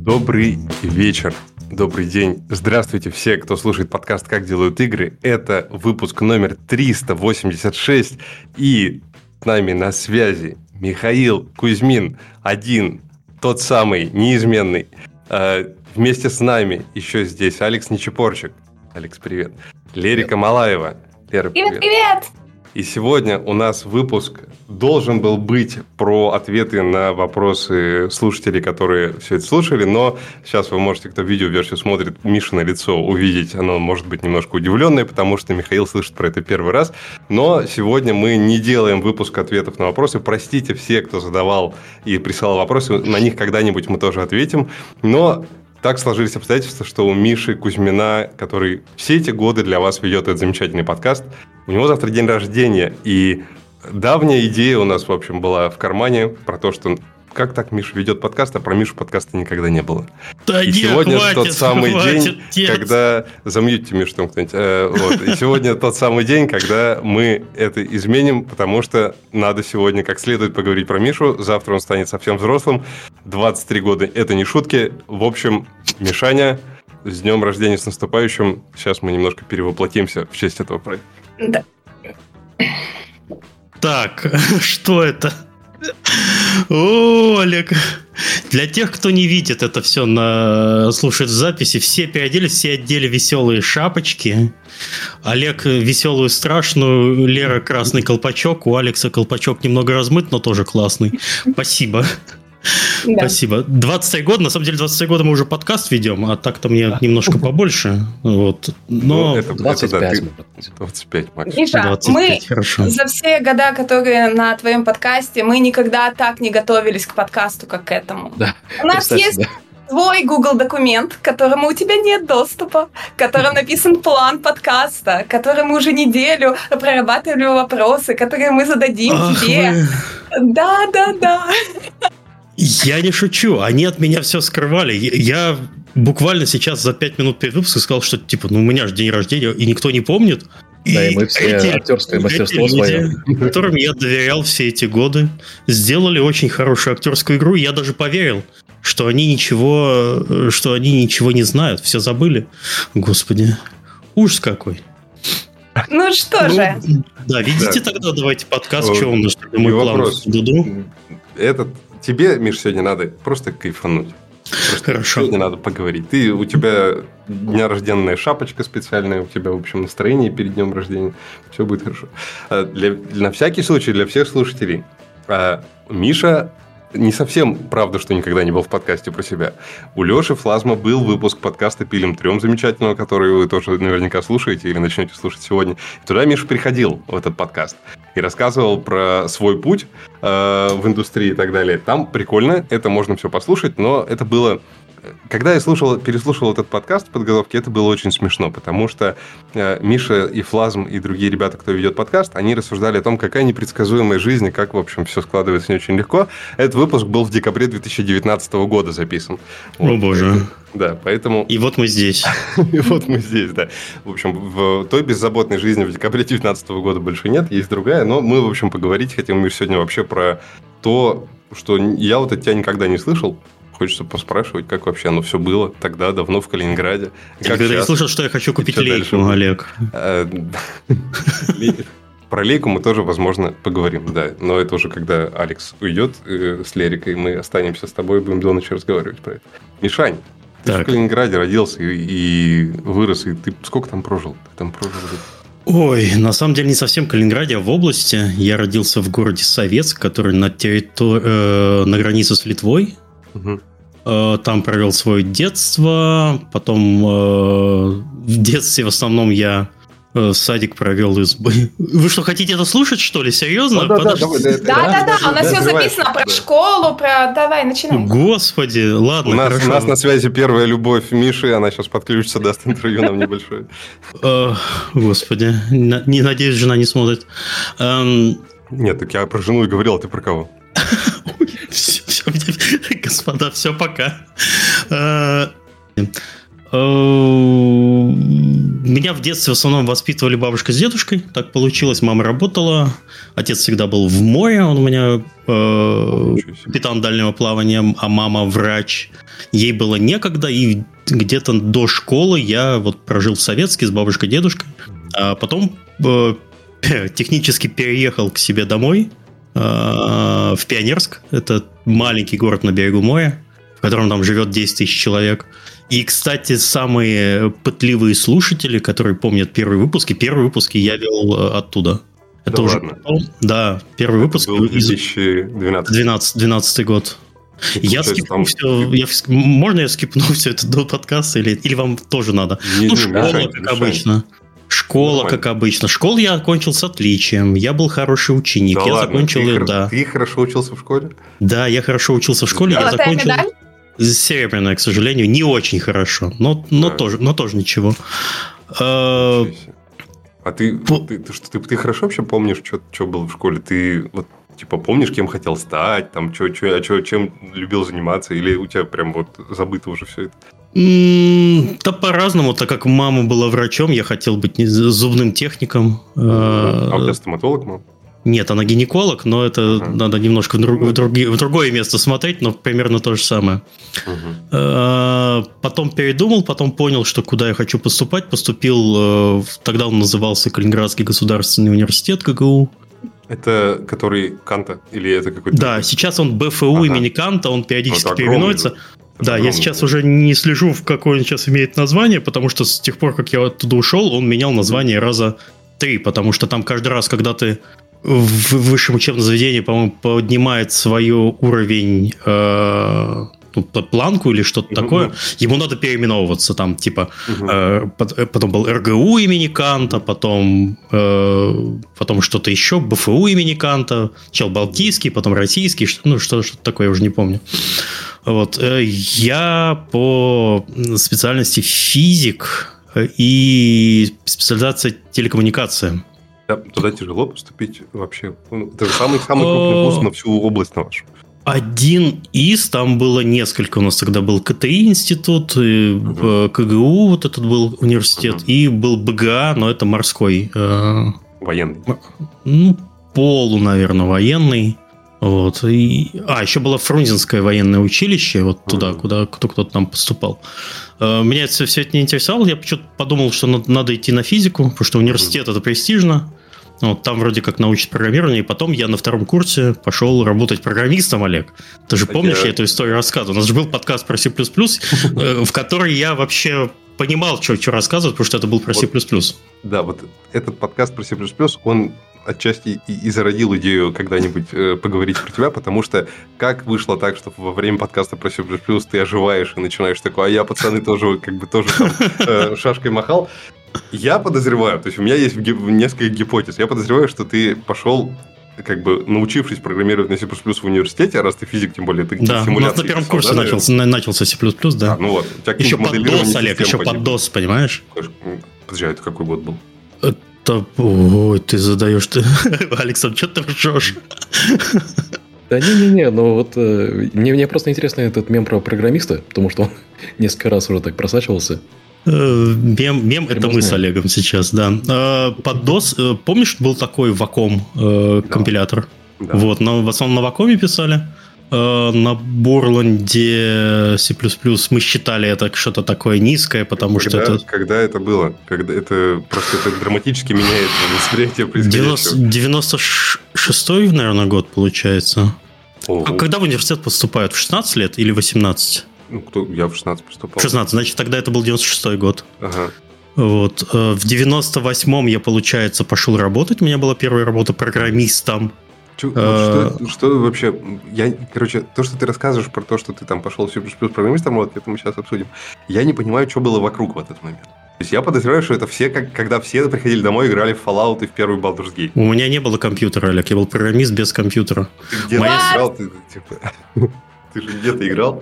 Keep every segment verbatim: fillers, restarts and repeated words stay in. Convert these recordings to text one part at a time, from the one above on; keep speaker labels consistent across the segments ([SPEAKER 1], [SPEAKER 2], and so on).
[SPEAKER 1] Добрый вечер, добрый день. Здравствуйте все, кто слушает подкаст «Как делают игры». Это выпуск номер триста восемьдесят шесть. И с нами на связи Михаил Кузьмин, один, тот самый, неизменный. Вместе с нами еще здесь Алекс Нечепорчик. Алекс, привет. Лерика Малаева. Лера, привет. Привет, привет. И сегодня у нас выпуск должен был быть про ответы на вопросы слушателей, которые все это слушали, но сейчас вы можете, кто видеоверсию смотрит, Мишино лицо увидеть, оно может быть немножко удивленное, потому что Михаил слышит про это первый раз, но сегодня мы не делаем выпуск ответов на вопросы, простите все, кто задавал и присылал вопросы, на них когда-нибудь мы тоже ответим, но... Так сложились обстоятельства, что у Миши Кузьмина, который все эти годы для вас ведет этот замечательный подкаст, у него завтра день рождения. И давняя идея у нас, в общем, была в кармане про то, что как так Миша ведет подкаст, а про Мишу подкаста никогда не было.
[SPEAKER 2] Да
[SPEAKER 1] и
[SPEAKER 2] нет,
[SPEAKER 1] сегодня
[SPEAKER 2] хватит,
[SPEAKER 1] тот самый
[SPEAKER 2] хватит,
[SPEAKER 1] день,
[SPEAKER 2] нет.
[SPEAKER 1] когда... Замьютьте Мишу там кто-нибудь. Э, вот. И сегодня тот самый день, когда мы это изменим, потому что надо сегодня как следует поговорить про Мишу. Завтра он станет совсем взрослым. двадцать три года – это не шутки. В общем, Мишаня, с днем рождения, с наступающим. Сейчас мы немножко перевоплотимся в честь этого проекта.
[SPEAKER 3] Да.
[SPEAKER 2] Так, что это? О, Олег. Для тех, кто не видит это все, на... слушает в записи, все переоделись, все одели веселые шапочки. Олег веселую страшную, Лера красный колпачок, у Алекса колпачок немного размыт, но тоже классный. Спасибо. Да. Спасибо. двадцать три года, на самом деле двадцать три года мы уже подкаст ведем, а так-то мне немножко побольше. Вот. Но
[SPEAKER 1] ну, это двадцать пять. двадцать пять, Макс.
[SPEAKER 3] Миша,
[SPEAKER 2] двадцать пять,
[SPEAKER 3] мы
[SPEAKER 2] хорошо.
[SPEAKER 3] За все года, которые на твоем подкасте, мы никогда так не готовились к подкасту, как к этому. Да. У нас есть да. твой Google документ, к которому у тебя нет доступа, в котором написан план подкаста, который мы уже неделю прорабатывали вопросы, которые мы зададим Ах тебе. Вы... Да, да, да.
[SPEAKER 2] Я не шучу, они от меня все скрывали. Я буквально сейчас за пять минут перед выпуском сказал, что типа, ну у меня же день рождения, и никто не помнит.
[SPEAKER 4] Да, и, и мы все эти, актерское мастерство
[SPEAKER 2] эти
[SPEAKER 4] свое.
[SPEAKER 2] Люди, которым я доверял все эти годы, сделали очень хорошую актерскую игру, и я даже поверил, что они ничего, что они ничего не знают, все забыли. Господи, ужас какой.
[SPEAKER 3] Ну что ну, же.
[SPEAKER 2] Да, видите да. тогда, давайте подкаст, что у нас, мой
[SPEAKER 1] вопрос. Этот тебе, Миш, сегодня надо просто кайфануть. Просто
[SPEAKER 2] Хорошо.
[SPEAKER 1] Сегодня надо поговорить. Ты, у тебя дня рожденная шапочка специальная, у тебя, в общем, настроение перед днем рождения. Все будет хорошо. Для, на всякий случай, для всех слушателей, Миша не совсем правда, что никогда не был в подкасте про себя. У Леши Флазма был выпуск подкаста «Пилим трем» замечательного, который вы тоже наверняка слушаете или начнете слушать сегодня. И туда Миша приходил, в этот подкаст, и рассказывал про свой путь э, в индустрии и так далее. Там прикольно, это можно все послушать, но это было... Когда я слушал, переслушал этот подкаст в подготовке, это было очень смешно, потому что э, Миша и Флазм и другие ребята, кто ведет подкаст, они рассуждали о том, какая непредсказуемая жизнь и как, в общем, все складывается не очень легко. Этот выпуск был в декабре две тысячи девятнадцатого года записан.
[SPEAKER 2] Вот, о, боже.
[SPEAKER 1] Да, поэтому...
[SPEAKER 2] И вот мы здесь.
[SPEAKER 1] И вот мы здесь, да. В общем, в той беззаботной жизни в декабре две тысячи девятнадцатого года больше нет, есть другая, но мы, в общем, поговорить хотим, Миш, сегодня вообще про то, что я вот от тебя никогда не слышал. Хочется поспрашивать, как вообще оно все было тогда, давно в Калининграде.
[SPEAKER 2] Ты когда я слышал, что я хочу купить лейку, Олег.
[SPEAKER 1] Про лейку мы тоже, возможно, поговорим, да. Но это уже когда Алекс уйдет с Лерикой, мы останемся с тобой и будем до ночи разговаривать про это. Мишань, ты в Калининграде родился и вырос, и ты сколько там прожил? Ты там прожил...
[SPEAKER 2] Ой, на самом деле не совсем в Калининграде, а в области. Я родился в городе Советск, который на, территор... э, на границе с Литвой. Угу. Там провел свое детство. Потом э, в детстве в основном я э, садик провел из... Вы что, хотите это слушать, что ли? Серьезно?
[SPEAKER 3] Да-да-да, у нас все записано про школу, про... Давай, начинай.
[SPEAKER 2] Господи, ладно,
[SPEAKER 1] у нас,
[SPEAKER 2] хорошо.
[SPEAKER 1] У нас на связи первая любовь Миши, она сейчас подключится, даст интервью нам небольшое.
[SPEAKER 2] Господи, не надеюсь, жена не смотрит.
[SPEAKER 1] Нет, так я про жену и говорил, а ты про кого?
[SPEAKER 2] Все, все, господа, все, пока. Меня в детстве в основном воспитывали бабушка с дедушкой. Так получилось. Мама работала. Отец всегда был в море. Он у меня э, капитан дальнего плавания, а мама врач. Ей было некогда. И где-то до школы я вот прожил в Советске с бабушкой и дедушкой. А потом э, технически переехал к себе домой э, в Пионерск. Это маленький город на берегу моря, в котором там живет десять тысяч человек. И, кстати, самые пытливые слушатели, которые помнят первые выпуски, первые выпуски я вел оттуда. Это
[SPEAKER 1] да
[SPEAKER 2] уже
[SPEAKER 1] ладно?
[SPEAKER 2] потом, да, первый выпуск.
[SPEAKER 1] Это был две тысячи двенадцатый.
[SPEAKER 2] двенадцатый год.
[SPEAKER 1] И
[SPEAKER 2] я скипну там... все. Я, можно я скипну все это до подкаста? Или, или вам тоже надо? Не, ну, не, школа, мешает, как мешает. обычно. Школа, Нормально. как обычно. Школу я окончил с отличием. Я был хороший ученик.
[SPEAKER 1] Да
[SPEAKER 2] я
[SPEAKER 1] ладно?
[SPEAKER 2] закончил
[SPEAKER 1] ты,
[SPEAKER 2] ее, да.
[SPEAKER 1] Ты хорошо учился в школе?
[SPEAKER 2] Да, я хорошо учился в школе. Я закончил... медаль? Серебряная, к сожалению, не очень хорошо, но, но, да. тоже, но тоже ничего.
[SPEAKER 1] А ты, По... ты, ты, ты, ты хорошо вообще помнишь, что, что было в школе? Ты вот типа помнишь, кем хотел стать, там, что, что, а что, чем любил заниматься, или у тебя прям вот забыто уже все это?
[SPEAKER 2] Да по-разному, так как мама была врачом, я хотел быть зубным техником.
[SPEAKER 1] А у тебя стоматолог, мам?
[SPEAKER 2] Нет, она гинеколог, но это uh-huh. надо немножко в, друг, в, други, в другое место смотреть, но примерно то же самое. Uh-huh. Потом передумал, потом понял, что куда я хочу поступать. Поступил, тогда он назывался Калининградский государственный университет, КГУ.
[SPEAKER 1] Это который Канта? Или это какой-то...
[SPEAKER 2] Да, сейчас он БФУ ага. имени Канта, он периодически переименуется. Да, огромный. Я сейчас уже не слежу, в какое он сейчас имеет название, потому что с тех пор, как я оттуда ушел, он менял название раза три, потому что там каждый раз, когда ты в высшем учебном заведении, по-моему, поднимает свой уровень, э, ну, планку или что-то uh-huh. такое, ему надо переименовываться. Там, типа, uh-huh. э, потом был РГУ имени Канта, потом, э, потом что-то еще, БФУ имени Канта, сначала Балтийский, потом Российский, ну, что-то, что-то такое, я уже не помню. Вот. Я по специальности физик и специализация телекоммуникация.
[SPEAKER 1] Туда тяжело поступить вообще. Это же самый, самый крупный вуз на всю область на вашу.
[SPEAKER 2] Один из, там было несколько. У нас тогда был КТИ институт, uh-huh. КГУ вот этот был университет, uh-huh. и был БГА, но это морской.
[SPEAKER 1] Военный.
[SPEAKER 2] Ну, полу, наверное, военный. Вот. И... А, еще было Фрунзенское военное училище, вот uh-huh. туда, куда кто-то там поступал. Меня это, все это не интересовало. Я почему-то подумал, что надо, надо идти на физику, потому что университет uh-huh. это престижно. Вот, там вроде как научат программирование. И потом я на втором курсе пошел работать программистом, Олег. Ты же помнишь, я, я эту историю рассказывал? У нас же был подкаст про C++, в который я вообще понимал, что рассказывать, потому что это был про C++.
[SPEAKER 1] Да, вот этот подкаст про C++, он отчасти и зародил идею когда-нибудь э, поговорить про тебя, потому что как вышло так, что во время подкаста про C++ ты оживаешь и начинаешь такой, а я, пацаны, тоже как бы тоже там э, шашкой махал. Я подозреваю, то есть у меня есть несколько гипотез, я подозреваю, что ты пошел, как бы научившись программировать на C++ в университете, а раз ты физик, тем более, ты
[SPEAKER 2] да, симуляции... Да, у нас на первом писал, курсе да, начался, начался C++, да.
[SPEAKER 1] А, ну вот, у тебя
[SPEAKER 2] еще под дос, Олег, еще под дос, понимаешь?
[SPEAKER 1] Подожди, а это какой год был?
[SPEAKER 2] Это... Ой, ты задаешь... Ты... Александр, что ты ржешь?
[SPEAKER 4] Да не-не-не, но вот э, мне, мне просто интересно этот мем про программиста, потому что он несколько раз уже так просачивался.
[SPEAKER 2] Мем, мем это мы с Олегом сейчас, да. Под дос, помнишь, был такой Ваком э, компилятор? Да. Вот, но в основном на Вакоме писали. На Борланде C++ мы считали это что-то такое низкое, потому
[SPEAKER 1] когда,
[SPEAKER 2] что это...
[SPEAKER 1] Когда это было? Когда это просто это драматически меняет восприятие происходящего.
[SPEAKER 2] девяносто шестой, наверное, год получается.
[SPEAKER 1] Ого.
[SPEAKER 2] А когда в университет поступают? В шестнадцать лет или восемнадцать?
[SPEAKER 1] Ну, кто? Я в шестнадцать поступал.
[SPEAKER 2] В шестнадцать, значит, тогда это был девяносто шестой год.
[SPEAKER 1] Ага.
[SPEAKER 2] Вот. В девяносто восьмом я, получается, пошел работать. У меня была первая работа программистом.
[SPEAKER 1] Что, а... что, что вообще... Я, короче, то, что ты рассказываешь про то, что ты там пошел в C++ программистом, вот это мы сейчас обсудим. Я не понимаю, что было вокруг в этот момент. То есть я подозреваю, что это все, как, когда все приходили домой, играли в Fallout и в первый Baldur's Gate.
[SPEAKER 2] У меня не было компьютера, Олег. Я был программист без компьютера.
[SPEAKER 1] Ты где-то Моя... играл? Ты, типа... ты же где-то играл?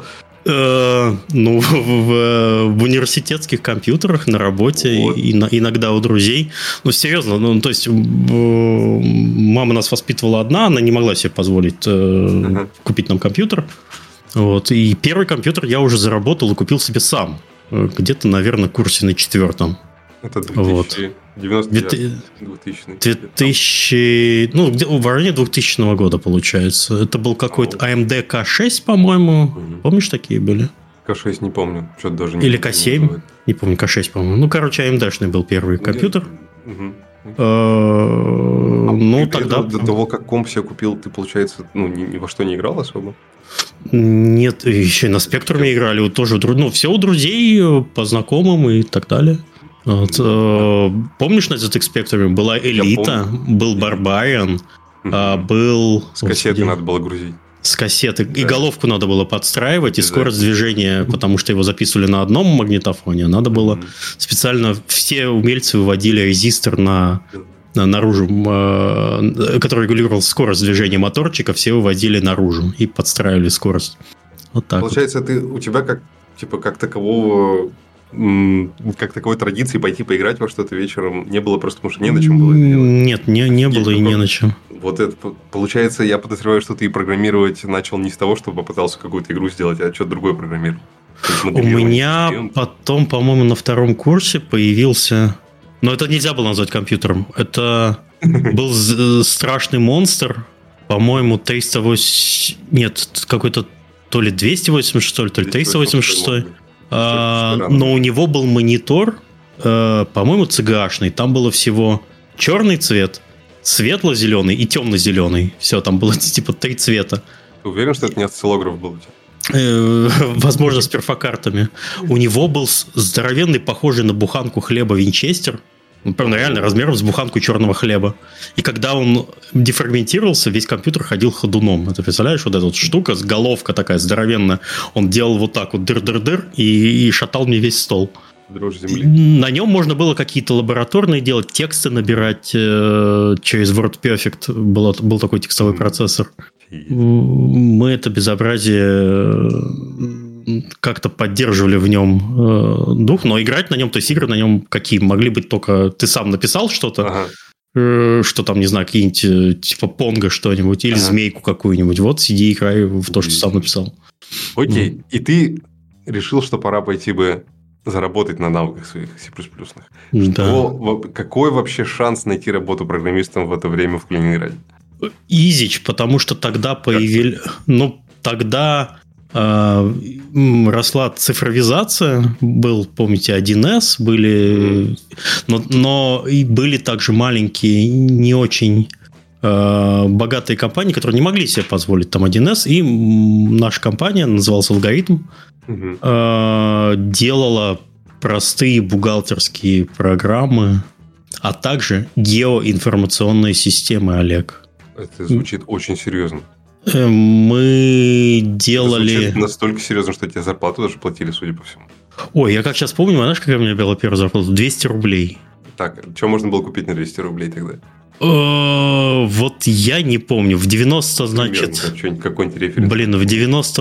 [SPEAKER 2] Ну, в, в, в университетских компьютерах, на работе, вот. и, и иногда у друзей. Ну, серьезно, ну, то есть мама нас воспитывала одна, она не могла себе позволить э, uh-huh. купить нам компьютер. Вот. И первый компьютер я уже заработал и купил себе сам. где-то, наверное, курсе на четвертом.
[SPEAKER 1] Это девяносто двухтысячный.
[SPEAKER 2] две тысячи, ну, где, в районе двухтысячного года, получается. Это был какой-то эй эм ди ка шесть, по-моему. Угу. Помнишь, такие были?
[SPEAKER 1] ка шесть не помню. Что-то даже не
[SPEAKER 2] Или ка семь. Не, не помню, ка шесть, по-моему. Ну, короче, эй эм ди-шный был первый компьютер.
[SPEAKER 1] Угу.
[SPEAKER 2] А, ну, тогда...
[SPEAKER 1] До того, как комп себе купил, ты, получается, ну, ни, ни во что не играл особо?
[SPEAKER 2] Нет, еще и на Спектруме играли. Вот тоже, ну, все у друзей, по знакомым и так далее. Вот, э, помнишь, на зет икс Spectrum была Элита, был Барбариан, а, был...
[SPEAKER 1] С кассеты надо было грузить.
[SPEAKER 2] С кассеты. Да. И головку надо было подстраивать, и скорость движения, потому что его записывали на одном магнитофоне. Надо было mm-hmm. специально... Все умельцы выводили резистор на, на, наружу, э, который регулировал скорость движения моторчика, все выводили наружу и подстраивали скорость. Вот так.
[SPEAKER 1] Получается, вот. ты, у тебя как, типа, как такового... как таковой традиции пойти поиграть во что-то вечером не было, просто потому что не на чем было это делать?
[SPEAKER 2] Нет, не, не было и не на чем.
[SPEAKER 1] Вот это, получается, я подозреваю, что ты и программировать начал не с того, что попытался какую-то игру сделать, а что-то другое программировать.
[SPEAKER 2] У меня систем. Потом, по-моему, на втором курсе появился... Но это нельзя было назвать компьютером. Это был страшный монстр, по-моему, триста восемьдесят... Нет, какой-то то ли двести восемьдесят шесть, то ли триста восемьдесят шесть. А, но у него был монитор, э, по-моему, ци джи эй-шный. Там было всего черный цвет, светло-зеленый и темно-зеленый. Все, там было типа три цвета.
[SPEAKER 1] Ты уверен, что это не осциллограф был у тебя?
[SPEAKER 2] Э, возможно, с перфокартами. У него был здоровенный, похожий на буханку хлеба винчестер. Ну, прям реально размером с буханку черного хлеба. И когда он дефрагментировался, весь компьютер ходил ходуном. Ты представляешь, вот эта вот штука, головка такая здоровенная. Он делал вот так вот дыр-дыр-дыр и, и шатал мне весь стол.
[SPEAKER 1] Дрожь земли.
[SPEAKER 2] На нем можно было какие-то лабораторные делать, тексты набирать э, через WordPerfect. Был, был такой текстовой процессор. Мы это безобразие... как-то поддерживали в нем э, дух, но играть на нем, то есть игры на нем какие? Могли быть только... Ты сам написал что-то, ага. э, что там, не знаю, какие-нибудь типа Понго что-нибудь, или ага. змейку какую-нибудь. Вот сиди и играй в то, что сам написал.
[SPEAKER 1] Окей. Mm. И ты решил, что пора пойти бы заработать на навыках своих C++.
[SPEAKER 2] Да.
[SPEAKER 1] Что, какой вообще шанс найти работу программистом в это время в Калининграде?
[SPEAKER 2] Изич, потому что тогда появились... Ну, тогда... росла цифровизация, был, помните, один эс, были, но, но и были также маленькие, не очень э, богатые компании, которые не могли себе позволить там один эс, и наша компания, называлась «Алгоритм», угу. э, делала простые бухгалтерские программы, а также геоинформационные системы, Олег.
[SPEAKER 1] Это звучит очень серьезно.
[SPEAKER 2] Мы делали...
[SPEAKER 1] Это настолько серьезно, что тебе зарплату даже платили, судя по всему.
[SPEAKER 2] Ой, я как сейчас помню, знаешь, какая у меня была первая зарплата? двести рублей.
[SPEAKER 1] Так, что можно было купить на двести рублей тогда?
[SPEAKER 2] Вот я не помню. В девяносто, значит...
[SPEAKER 1] Что-нибудь, какой-нибудь референс.
[SPEAKER 2] Блин, в девяносто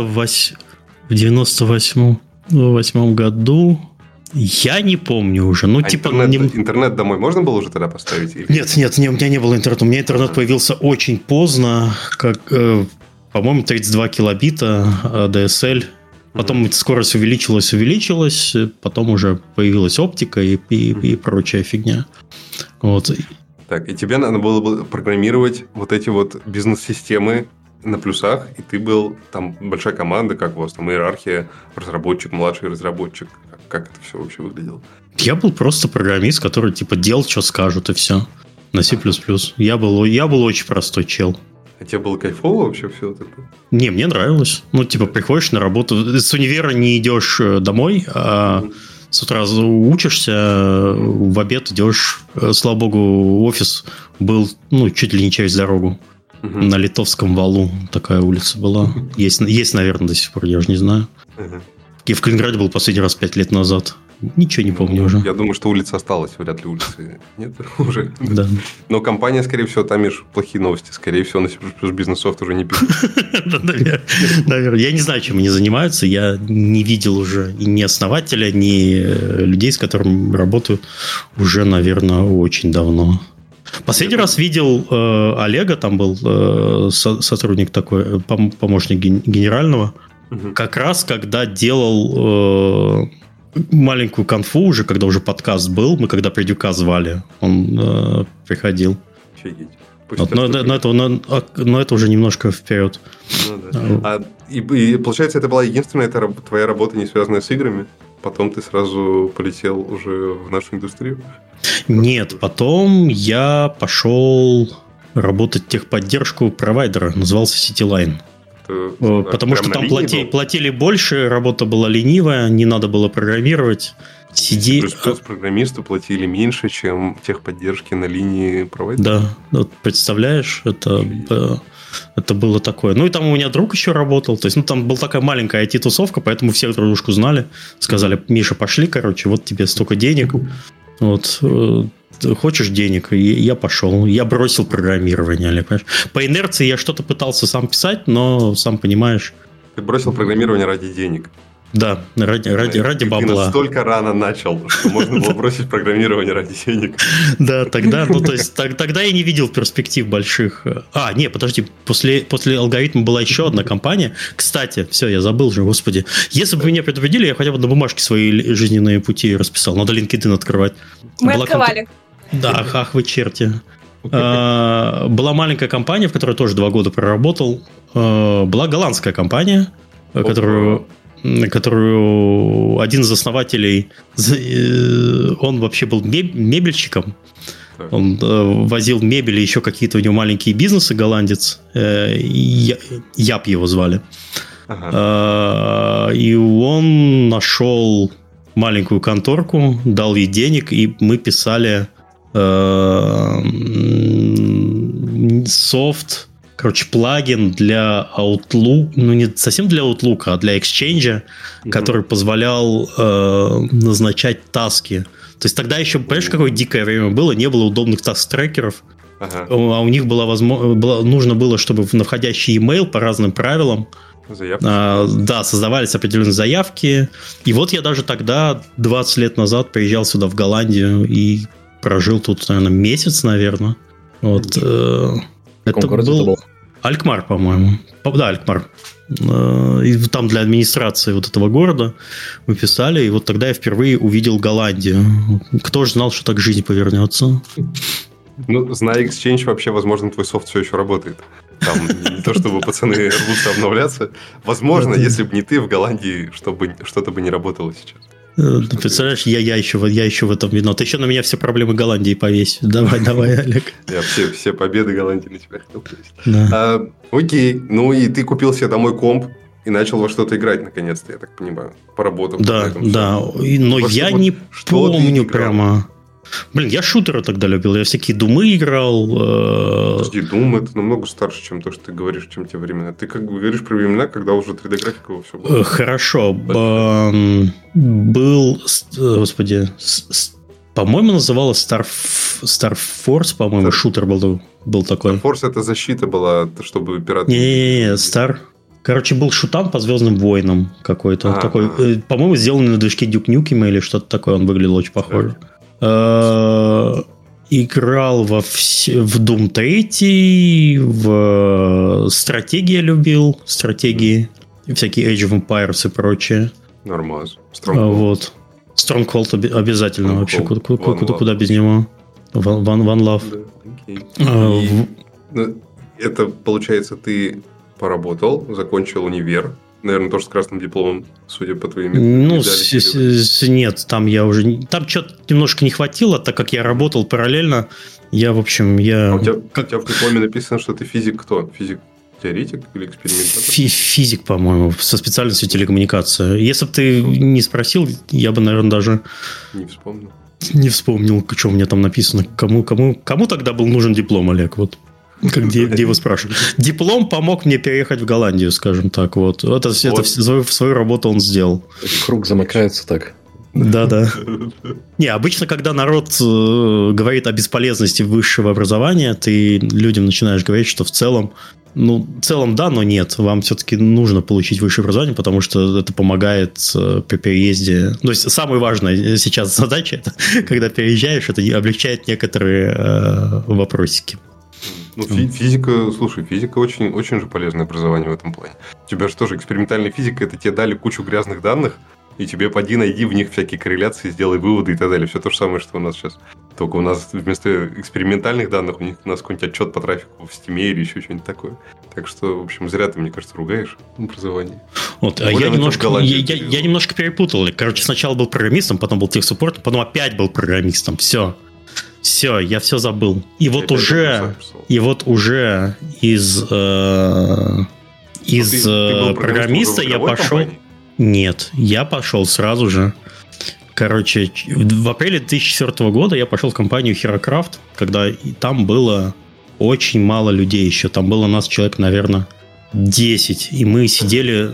[SPEAKER 2] восьмом году... Я не помню уже. Ну,
[SPEAKER 1] а
[SPEAKER 2] типа,
[SPEAKER 1] интернет,
[SPEAKER 2] не...
[SPEAKER 1] интернет домой можно было уже тогда поставить? Или...
[SPEAKER 2] Нет, нет, не, у меня не было интернета. У меня интернет появился очень поздно, как, э, по-моему, тридцать два килобита ди эс эл. Потом mm-hmm. скорость увеличилась, увеличилась. Потом уже появилась оптика и, и, и прочая фигня. Вот.
[SPEAKER 1] Так, и тебе надо было бы программировать вот эти вот бизнес-системы на плюсах, и ты был, там большая команда, как у вас там иерархия, разработчик, младший разработчик. Как это все вообще выглядело?
[SPEAKER 2] Я был просто программист, который типа делал, что скажут, и все. На C++. Я был, я был очень простой чел.
[SPEAKER 1] А тебе было кайфово вообще все это?
[SPEAKER 2] Не, мне нравилось. Ну, типа, приходишь на работу. С универа не идешь домой, а mm-hmm. с утра учишься, в обед идешь. Слава богу, офис был, ну, чуть ли не через дорогу. Mm-hmm. На Литовском валу такая улица была. Mm-hmm. Есть, есть, наверное, до сих пор, я уже не знаю. Mm-hmm. Я в Калининграде был последний раз пять лет назад. Ничего не помню
[SPEAKER 1] ну,
[SPEAKER 2] уже.
[SPEAKER 1] Я думаю, что улица осталась. Вряд ли улицы нет уже.
[SPEAKER 2] Да.
[SPEAKER 1] Но компания, скорее всего, там есть плохие новости. Скорее всего, на C++ бизнес-софт уже не пишут.
[SPEAKER 2] Наверное. Я не знаю, чем они занимаются. Я не видел уже ни основателя, ни людей, с которыми работаю уже, наверное, очень давно. Последний раз видел э, Олега, там был э, со, сотрудник такой, пом- помощник ген- генерального, угу. как раз когда делал э, маленькую конфу уже, когда уже подкаст был, мы когда Придюка звали, он э, приходил.
[SPEAKER 1] Офигеть.
[SPEAKER 2] Вот, но, но, это, но, но это уже немножко вперед.
[SPEAKER 1] Ну, да. а, и, и получается, это была единственная это, твоя работа, не связанная с играми? Потом ты сразу полетел уже в нашу индустрию?
[SPEAKER 2] Нет, потом я пошел работать в техподдержку провайдера, назывался CityLine. Это, Потому что там плати, платили больше, работа была ленивая, не надо было программировать. Сиди...
[SPEAKER 1] Плюс программисту платили меньше, чем техподдержки на линии провайдера.
[SPEAKER 2] Да, вот представляешь, это, это было такое. Ну и там у меня друг еще работал, то есть ну, там была такая маленькая ай ти-тусовка, поэтому все дружку знали. Сказали, Миша, пошли, короче, вот тебе столько денег. Вот, хочешь денег? И я пошел. Я бросил программирование, Олег. По инерции я что-то пытался сам писать, но, сам понимаешь...
[SPEAKER 1] Ты бросил программирование ради денег.
[SPEAKER 2] Да, ради, ради, ради бабла.
[SPEAKER 1] Ты настолько рано начал, что можно было бросить программирование ради денег.
[SPEAKER 2] Да, тогда, ну, то есть, тогда я не видел перспектив больших. А, не, подожди, после, после алгоритма была еще одна компания. Кстати, все, я забыл же, господи. Если бы меня предупредили, я хотя бы на бумажке свои жизненные пути расписал. Надо LinkedIn открывать.
[SPEAKER 3] Мы была открывали.
[SPEAKER 2] Комп... Да, ах вы черти. а, была маленькая компания, в которой тоже два года проработал. А, была голландская компания, которую... которую один из основателей, он вообще был мебельщиком, так. Он возил мебель и еще какие-то у него маленькие бизнесы, голландец, Яп его звали. Ага. И он нашел маленькую конторку, дал ей денег, и мы писали софт, короче, плагин для Outlook, ну не совсем для Outlook, а для Exchange, mm-hmm. который позволял э, назначать таски. То есть тогда еще, понимаешь, какое дикое время было, не было удобных таск-трекеров, ага. а у них было возможно, было, нужно было, чтобы на входящий email по разным правилам а, да, создавались определенные заявки. И вот я даже тогда, двадцать лет назад, приезжал сюда в Голландию и прожил тут, наверное, месяц, наверное. Вот. Э, Это был Алькмар, по-моему. Да, Алькмар. И там для администрации вот этого города мы писали. И вот тогда я впервые увидел Голландию. Кто же знал, что так жизнь повернется?
[SPEAKER 1] Ну, зная Exchange, вообще, возможно, твой софт все еще работает. Там не то, чтобы пацаны рвутся обновляться. Возможно, если бы не ты в Голландии, чтобы что-то бы не работало сейчас.
[SPEAKER 2] Ты представляешь, я, я, еще, я еще в этом виноват. Ты еще на меня все проблемы Голландии повесь. Давай, давай, Олег.
[SPEAKER 1] Я все, все победы Голландии на тебя хотел повесить. Да. А, окей, ну и ты купил себе домой комп и начал во что-то играть, наконец-то, я так понимаю, поработав.
[SPEAKER 2] Да, да, и, но во я что, не что помню прямо... Блин, я шутеры тогда любил, я всякие Думы играл.
[SPEAKER 1] Подожди, Doom это намного старше, чем то, что ты говоришь, чем те времена. Ты как бы говоришь про времена, когда уже три дэ-графика все было.
[SPEAKER 2] Хорошо. Б- был, господи, по-моему, называлось Star, Star Force, по-моему, Star... шутер был, был такой.
[SPEAKER 1] Star Force это защита была, чтобы пираты...
[SPEAKER 2] Не-не-не, Star... Короче, был шутан по Звездным войнам какой-то. А-а-а. Такой, по-моему, сделанный на движке Duke Nukem или что-то такое, он выглядел очень похоже. Играл во вс... в Doom три, в стратегии любил, стратегии, всякие Age of Empires и прочее.
[SPEAKER 1] Нормально.
[SPEAKER 2] Stronghold. Вот. Stronghold обязательно Stronghold. Вообще. Куда, куда, куда, куда без него? One, one Love.
[SPEAKER 1] Да, okay. а, и, в... Это, получается, ты поработал, закончил универ. Наверное, тоже с красным дипломом, судя по твоим...
[SPEAKER 2] Ну, с, с, нет, там я уже... Там что-то немножко не хватило, так как я работал параллельно. Я, в общем, я...
[SPEAKER 1] А у тебя,
[SPEAKER 2] как...
[SPEAKER 1] у тебя в дипломе написано, что ты физик кто? Физик-теоретик или экспериментатор?
[SPEAKER 2] Фи- физик, по-моему, со специальностью телекоммуникация. Если бы ты не спросил, я бы, наверное, даже...
[SPEAKER 1] Не вспомнил.
[SPEAKER 2] Не вспомнил, что у меня там написано. Кому, кому, кому тогда был нужен диплом, Олег? Вот. Где, где его спрашивают? Диплом помог мне переехать в Голландию, скажем так. Вот. Это, вот. это свою, свою работу он сделал.
[SPEAKER 4] Круг замыкается так.
[SPEAKER 2] Да, да. Не, обычно, когда народ э, говорит о бесполезности высшего образования, ты людям начинаешь говорить, что в целом, ну, в целом да, но нет. Вам все-таки нужно получить высшее образование, потому что это помогает э, при переезде. То есть, самая важная сейчас задача, это, когда переезжаешь, это облегчает некоторые э, вопросики.
[SPEAKER 1] Ну, физика, слушай, физика очень, очень же полезное образование в этом плане. У тебя же тоже экспериментальная физика, это тебе дали кучу грязных данных, И тебе поди, найди в них всякие корреляции, сделай выводы и так далее. Все то же самое, что у нас сейчас. Только у нас вместо экспериментальных данных у них у нас какой-нибудь отчет по трафику в Стиме или еще что-нибудь такое. Так что, в общем, зря ты, мне кажется, ругаешь образование.
[SPEAKER 2] Вот, а я, немножко, я, я, я немножко перепутал. Короче, сначала был программистом, потом был техсуппортом, потом опять был программистом. Все. Все, я все забыл. И вот уже, и вот уже из, э, из ты, ты программиста я пошел... Компании? Нет, я пошел сразу же. Короче, в апреле две тысячи четвёртого года я пошел в компанию HeroCraft, когда там было очень мало людей еще. Там было нас человек, наверное, десять. И мы сидели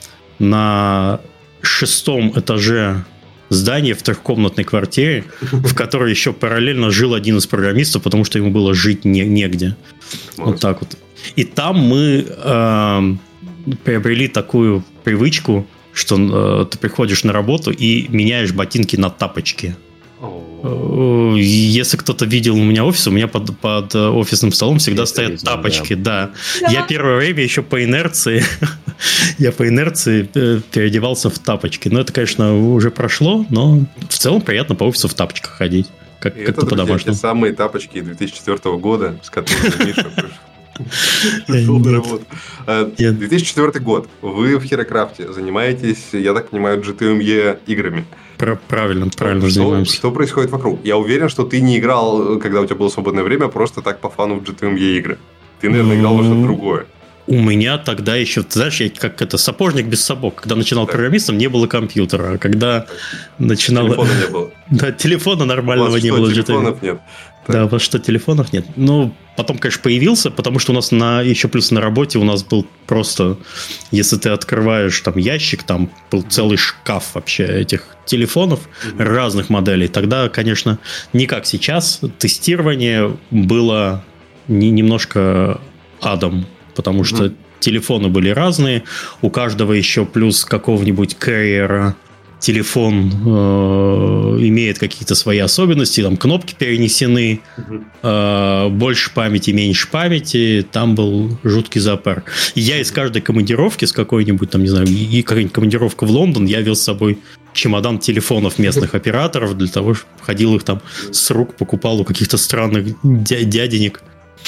[SPEAKER 2] на шестом этаже здания в трехкомнатной квартире, в которой еще параллельно жил один из программистов, потому что ему было жить не, негде. Может. Вот так вот. И там мы э, приобрели такую привычку, что э, ты приходишь на работу и меняешь ботинки на тапочки. Oh. Если кто-то видел у меня офис, у меня под, под офисным столом всегда я стоят видел, тапочки, да. Да. Я первое время еще по инерции я по инерции переодевался в тапочки. Но это, конечно, уже прошло, но в целом приятно по офису в тапочках ходить. Как, как-то по-домашнему.
[SPEAKER 1] Это самые тапочки две тысячи четвёртого года, с которыми Миша пришел на работу. две тысячи четвёртый год. Вы в HeroCraft занимаетесь, я так понимаю, джи ти эм и играми.
[SPEAKER 2] Правильно, правильно
[SPEAKER 1] что,
[SPEAKER 2] занимаемся.
[SPEAKER 1] Что происходит вокруг? Я уверен, что ты не играл, когда у тебя было свободное время, просто так по фану в джи ти эм и игры. Ты, наверное, играл во что-то другое.
[SPEAKER 2] У меня тогда еще, ты знаешь, я как это, сапожник без сапог. Когда начинал так. программистом, не было компьютера. А когда так. начинал...
[SPEAKER 1] Телефона не было.
[SPEAKER 2] Да, телефона нормального не было.
[SPEAKER 1] Телефонов нет.
[SPEAKER 2] Так. Да, вот что телефонов нет. Ну, потом, конечно, появился, потому что у нас на еще плюс на работе у нас был просто, если ты открываешь там ящик, там был целый шкаф вообще этих телефонов mm-hmm. разных моделей. Тогда, конечно, не как сейчас. Тестирование было не, немножко адом, потому mm-hmm. что телефоны были разные. У каждого еще плюс какого-нибудь карьера телефон э, имеет какие-то свои особенности, там кнопки перенесены, uh-huh. э, больше памяти, меньше памяти, там был жуткий зоопарк. И я из каждой командировки с какой-нибудь, там, не знаю, и какая-нибудь командировка в Лондон, я вез с собой чемодан телефонов местных uh-huh. операторов, для того, чтобы ходил их там с рук, покупал у каких-то странных дя- дяденек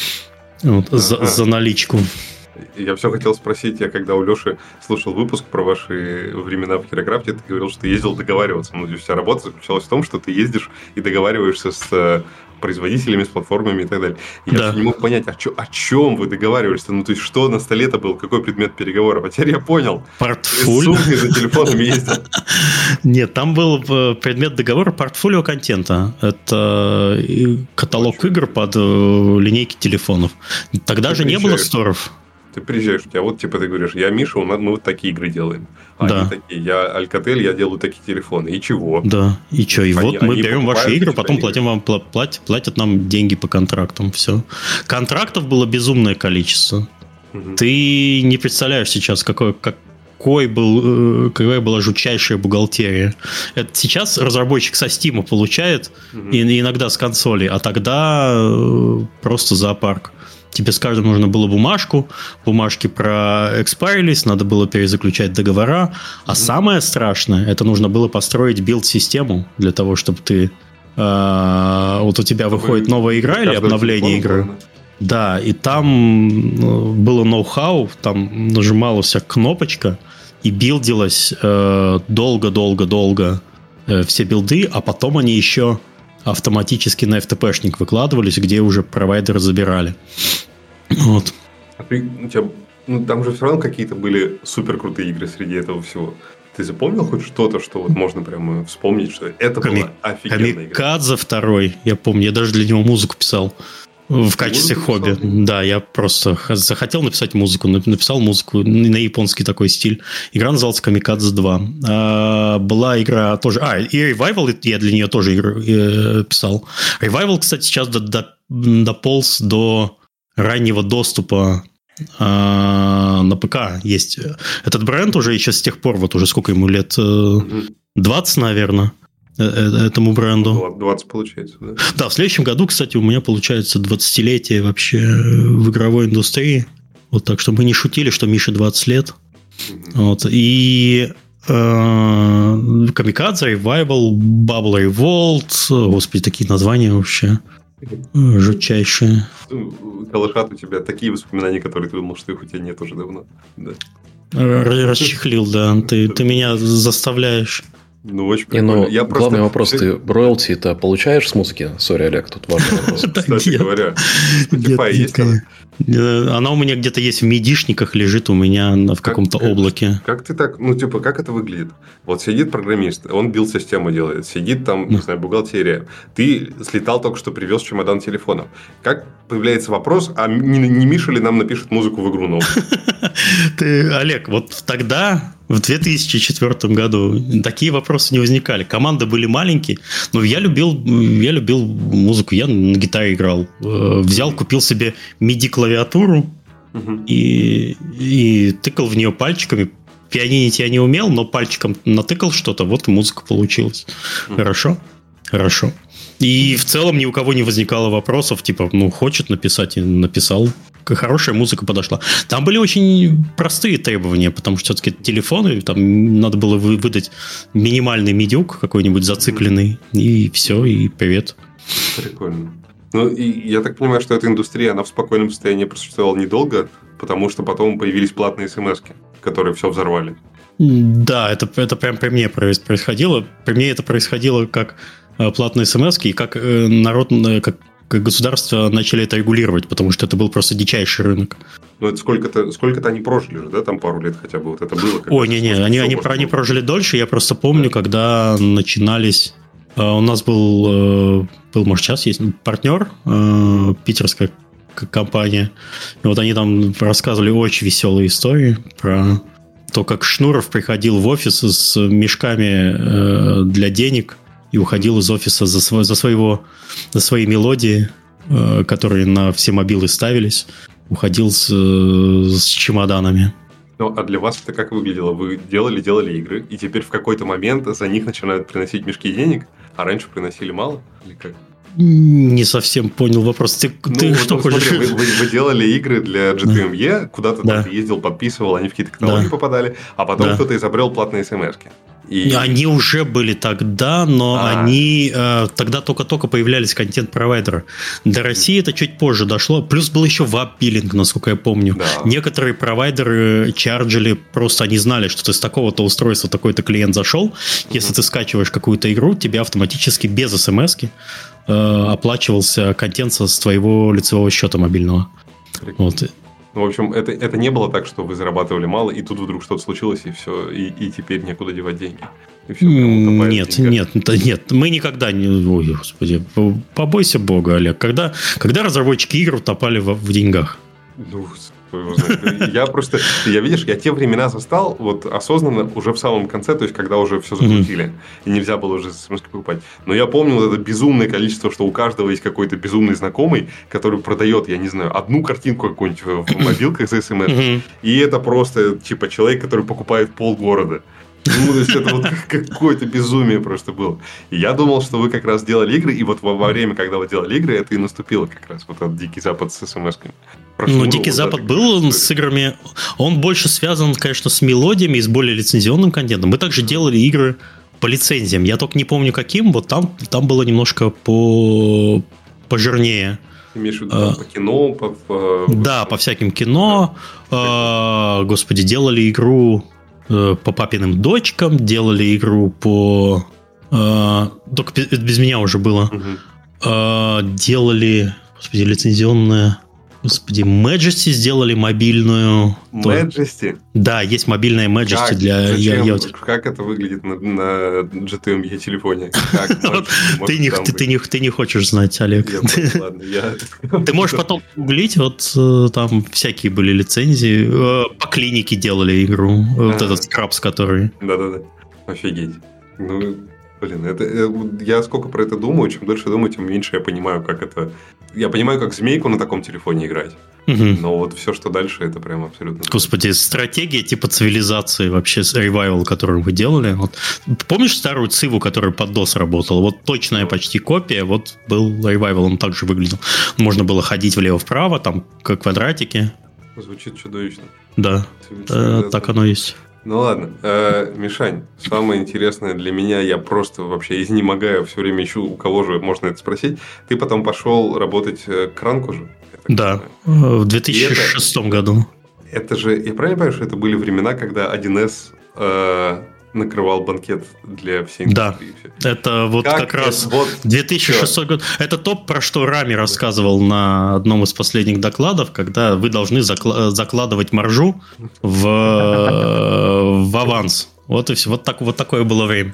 [SPEAKER 2] вот, uh-huh. за, за наличку.
[SPEAKER 1] Я все хотел спросить, я когда у Леши слушал выпуск про ваши времена в HeroCraft, ты говорил, что ты ездил договариваться. Ну, вся работа заключалась в том, что ты ездишь и договариваешься с производителями, с платформами и так далее. И да. Я не мог понять, о, чё, о чем вы договаривались? Ну, то есть, что на столе-то был, какой предмет переговоров? А теперь я понял.
[SPEAKER 2] Портфолио.
[SPEAKER 1] Сумки за телефонами ездил.
[SPEAKER 2] Нет, там был предмет договора портфолио контента. Это каталог игр под линейки телефонов. Тогда же не было сторов.
[SPEAKER 1] Ты приезжаешь, у тебя вот, типа, ты говоришь, я Миша, мы вот такие игры делаем. А да. Они такие, я Alcatel, я делаю такие телефоны. И чего?
[SPEAKER 2] Да, и что? И они, вот мы берем ваши игры, потом игры. платим вам, платят, платят нам деньги по контрактам. Все. Контрактов было безумное количество. Угу. Ты не представляешь сейчас, какой, какой был, какая была жутчайшая бухгалтерия. Это сейчас разработчик со Steam получает, угу. и, иногда с консоли, а тогда просто зоопарк. Тебе с каждым нужно было бумажку, бумажки проэкспарились, надо было перезаключать договора. А mm-hmm. самое страшное, это нужно было построить билд-систему для того, чтобы ты... Э, вот у тебя чтобы выходит новая игра или обновление игры. Было. Да, и там было ноу-хау, там нажималась кнопочка и билдилась э, долго-долго-долго э, все билды, а потом они еще... автоматически на эф ти пи-шник выкладывались, где уже провайдеры забирали. Вот.
[SPEAKER 1] А ты, у тебя, ну, там же все равно какие-то были супер крутые игры среди этого всего. Ты запомнил хоть что-то, что вот можно прямо вспомнить, что это Ками... была офигенная игра?
[SPEAKER 2] Камикадзе второй, я помню, я даже для него музыку писал. В качестве хобби. Писал? Да, я просто захотел написать музыку, написал музыку на японский такой стиль. Игра называлась Камикадзе два. А, была игра тоже... А, и Revival, я для нее тоже игру э, писал. Revival, кстати, сейчас до, до, дополз до раннего доступа э, на ПК. Есть этот бренд уже еще с тех пор, вот уже сколько ему лет? двадцать, наверное. Этому бренду.
[SPEAKER 1] двадцать получается, да?
[SPEAKER 2] Да, в следующем году, кстати, у меня получается двадцатилетие вообще в игровой индустрии. Вот так что мы не шутили, что Мише двадцать лет. Mm-hmm. Вот. И Камикадзе, Revival, Bubble Revolt. Господи, такие названия вообще жутчайшие.
[SPEAKER 1] Калашат, у тебя такие воспоминания, которые ты думал, что их у тебя нет уже давно. Да.
[SPEAKER 2] Расчехлил, да. Ты, ты меня заставляешь.
[SPEAKER 1] Ну, очень
[SPEAKER 4] прикольно. Не, ну, Я главный просто... вопрос, ты роялти-то получаешь с музыки? Сори, Олег, тут важный вопрос.
[SPEAKER 1] Кстати говоря, Spotify есть она?
[SPEAKER 2] Она у меня где-то есть в мидишниках, лежит у меня в каком-то облаке.
[SPEAKER 1] Как ты так, ну, типа, как это выглядит? Вот сидит программист, он билд-систему делает, сидит там, не знаю, бухгалтерия. Ты слетал только что, привез чемодан телефонов. Как появляется вопрос, а не, не Миша ли нам напишет музыку в игру новую?
[SPEAKER 2] Ты, Олег, вот тогда... В две тысячи четвёртом году такие вопросы не возникали. Команды были маленькие, но я любил, я любил музыку. Я на гитаре играл. Взял, купил себе миди-клавиатуру uh-huh. и, и тыкал в нее пальчиками. Пианинить я не умел, но пальчиком натыкал что-то, вот и музыка получилась. Uh-huh. Хорошо? Хорошо. И в целом ни у кого не возникало вопросов, типа, ну, хочет написать, и написал. Хорошая музыка подошла. Там были очень простые требования, потому что все-таки телефоны, там надо было выдать минимальный медюк какой-нибудь зацикленный, и все, и привет.
[SPEAKER 1] Прикольно. Ну, и я так понимаю, что эта индустрия, она в спокойном состоянии просуществовала недолго, потому что потом появились платные смс-ки, которые все взорвали.
[SPEAKER 2] Да, это, это прям при мне происходило. При мне это происходило как платные смс-ки, и как народ, как как государство начали это регулировать, потому что это был просто дичайший рынок.
[SPEAKER 1] Ну, это сколько-то, сколько-то они прожили же, да, там пару лет хотя бы, вот это было.
[SPEAKER 2] Ой, не-не, они, они, они прожили дольше, я просто помню, да. Когда начинались... У нас был, был, может, сейчас есть партнер, питерская компания, и вот они там рассказывали очень веселые истории про то, как Шнуров приходил в офис с мешками для денег, и уходил из офиса за, свой, за, своего, за свои мелодии, э, которые на все мобилы ставились. Уходил с, с чемоданами.
[SPEAKER 1] Ну, а для вас это как выглядело? Вы делали, делали игры, и теперь в какой-то момент за них начинают приносить мешки денег, а раньше приносили мало? Или как?
[SPEAKER 2] Не совсем понял вопрос. Ты,
[SPEAKER 1] ну,
[SPEAKER 2] ты
[SPEAKER 1] вот,
[SPEAKER 2] что
[SPEAKER 1] вот,
[SPEAKER 2] хочешь?
[SPEAKER 1] Смотри, вы, вы, вы делали игры для джи ти эм и, да. Куда-то да. ты ездил, подписывал, они в какие-то каталоги да. попадали, а потом да. кто-то изобрел платные смс-ки.
[SPEAKER 2] И... Они уже были тогда, но А-а-а. они э, тогда только-только появлялись контент-провайдеры. До России это чуть позже дошло. Плюс был еще веб-биллинг, насколько я помню. Да. Некоторые провайдеры чарджили, просто они знали, что ты с такого-то устройства такой-то клиент зашел. Mm-hmm. Если ты скачиваешь какую-то игру, тебе автоматически без смс-ки э, оплачивался контент с твоего лицевого счета мобильного. Вот.
[SPEAKER 1] Ну, в общем, это, это не было так, что вы зарабатывали мало, и тут вдруг что-то случилось, и все, и, и теперь некуда девать деньги. И все,
[SPEAKER 2] нет, нет, нет, мы никогда не... Ой, господи, побойся Бога, Олег. Когда, когда разработчики игр утопали в, в деньгах?
[SPEAKER 1] Ну, я просто... Я, видишь, я те времена застал вот осознанно уже в самом конце, то есть, когда уже все закрутили, mm-hmm. и нельзя было уже смс покупать. Но я помню вот это безумное количество, что у каждого есть какой-то безумный знакомый, который продает, я не знаю, одну картинку какую-нибудь в мобилках за смс. Mm-hmm. И это просто, типа, человек, который покупает полгорода. Ну, то есть, это вот какое-то безумие просто было. И я думал, что вы как раз делали игры, и вот во, во время, когда вы делали игры, это и наступило как раз, вот этот Дикий Запад с смс-ками.
[SPEAKER 2] Ну, Дикий Запад был с играми, он больше связан, конечно, с мелодиями и с более лицензионным контентом. Мы также делали игры по лицензиям. Я только не помню, каким, вот там, там было немножко по... пожирнее.
[SPEAKER 1] Ты имеешь в виду а, по кино? По, по...
[SPEAKER 2] Да, по всяким кино. Да. А, господи, делали игру... по папиным дочкам, делали игру по... Э, только без меня уже было. Угу. Э, делали... Господи, лицензионная... Господи, Majesty сделали мобильную...
[SPEAKER 1] Majesty?
[SPEAKER 2] То... Да, есть мобильная Majesty как? для...
[SPEAKER 1] Я, я... Как это выглядит на, на джи ти эм и телефоне?
[SPEAKER 2] Ты не хочешь знать, Олег. Ты можешь потом гуглить, вот там всякие были лицензии. По клинике делали игру. Вот этот скрабс, который...
[SPEAKER 1] Да-да-да. Офигеть. Ну... Блин, это, я сколько про это думаю, чем дольше думаю, тем меньше я понимаю, как это... Я понимаю, как змейку на таком телефоне играть, угу. но вот все, что дальше, это прям абсолютно...
[SPEAKER 2] Господи, стратегия типа цивилизации вообще, Revival, которую вы делали. Вот. Помнишь старую Циву, которая под DOS работала? Вот точная почти копия, вот был Revival, он также выглядел. Можно было ходить влево-вправо, там, как квадратики.
[SPEAKER 1] Звучит чудовищно.
[SPEAKER 2] Да, э, так оно есть.
[SPEAKER 1] Ну ладно. Э, Мишань, самое интересное для меня, я просто вообще изнемогаю, все время ищу, у кого же можно это спросить. Ты потом пошел работать к Ранку же?
[SPEAKER 2] Да, понимаю. В две тысячи шестом это, году.
[SPEAKER 1] Это же, я правильно понимаю, что это были времена, когда один эс э, накрывал банкет для всей индустрии?
[SPEAKER 2] Да, это вот как, как раз вот две тысячи шестой год. Это то, про что Рами рассказывал на одном из последних докладов, когда вы должны закла- закладывать маржу в, в аванс. Вот и все. Вот, так, вот такое было время.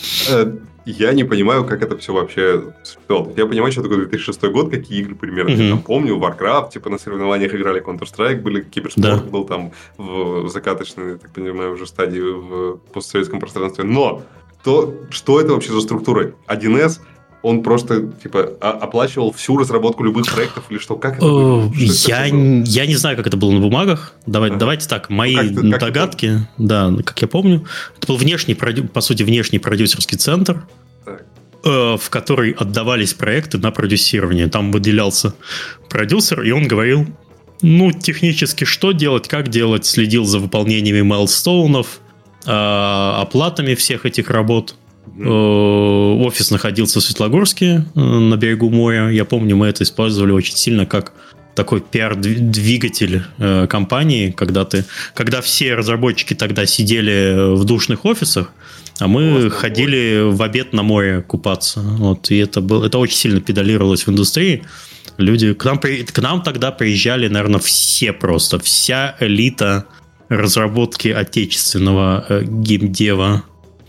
[SPEAKER 1] Я не понимаю, как это все вообще... Я понимаю, что такое две тысячи шестой год, какие игры примерно. Mm-hmm. Я там помню, Warcraft, типа на соревнованиях играли Counter-Strike, были киберспорт, да. был там в закаточной, я так понимаю, уже стадии в постсоветском пространстве. Но то, что это вообще за структура? один эс, он просто типа оплачивал всю разработку любых проектов или что? Как это было? Что
[SPEAKER 2] я, это было? Я не знаю, как это было на бумагах. Давайте, ага. давайте так, мои ну, как ты, как догадки, да, как я помню, это был внешний, по сути, внешний продюсерский центр, так. в который отдавались проекты на продюсирование. Там выделялся продюсер, и он говорил, ну, технически что делать, как делать, следил за выполнениями майлстоунов, оплатами всех этих работ. Mm-hmm. Офис находился в Светлогорске, на берегу моря. Я помню, мы это использовали очень сильно как такой пиар-двигатель э, компании, когда, ты, когда все разработчики тогда сидели в душных офисах, а мы Классно, ходили море. в обед на море купаться. Вот, и это, был, это очень сильно педалировалось в индустрии. Люди, к нам, к нам тогда приезжали, наверное, все просто. Вся элита разработки отечественного э, геймдева.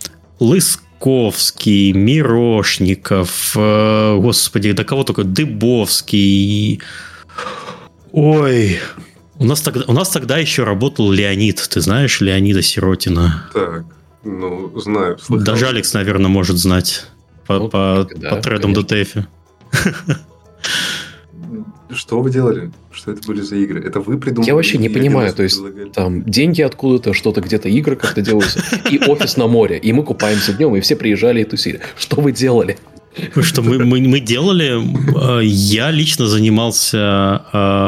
[SPEAKER 2] Лысковский, Мирошников, э, господи, да кого только, Дыбовский. Ой, у нас, тогда, у нас тогда еще работал Леонид. Ты знаешь Леонида Сиротина?
[SPEAKER 1] Так, ну, знаю. Слыхал.
[SPEAKER 2] Даже Алекс, наверное, может знать по, ну, по, да, по тредам ди ти эф.
[SPEAKER 1] Что вы делали? Что это были за игры? Это вы придумали?
[SPEAKER 4] Я вообще не понимаю. То есть, там деньги откуда-то, что-то где-то, игры как-то делаются, и офис на море, и мы купаемся днем, и все приезжали и тусили. Что вы делали?
[SPEAKER 2] Что мы, мы, мы делали? Я лично занимался,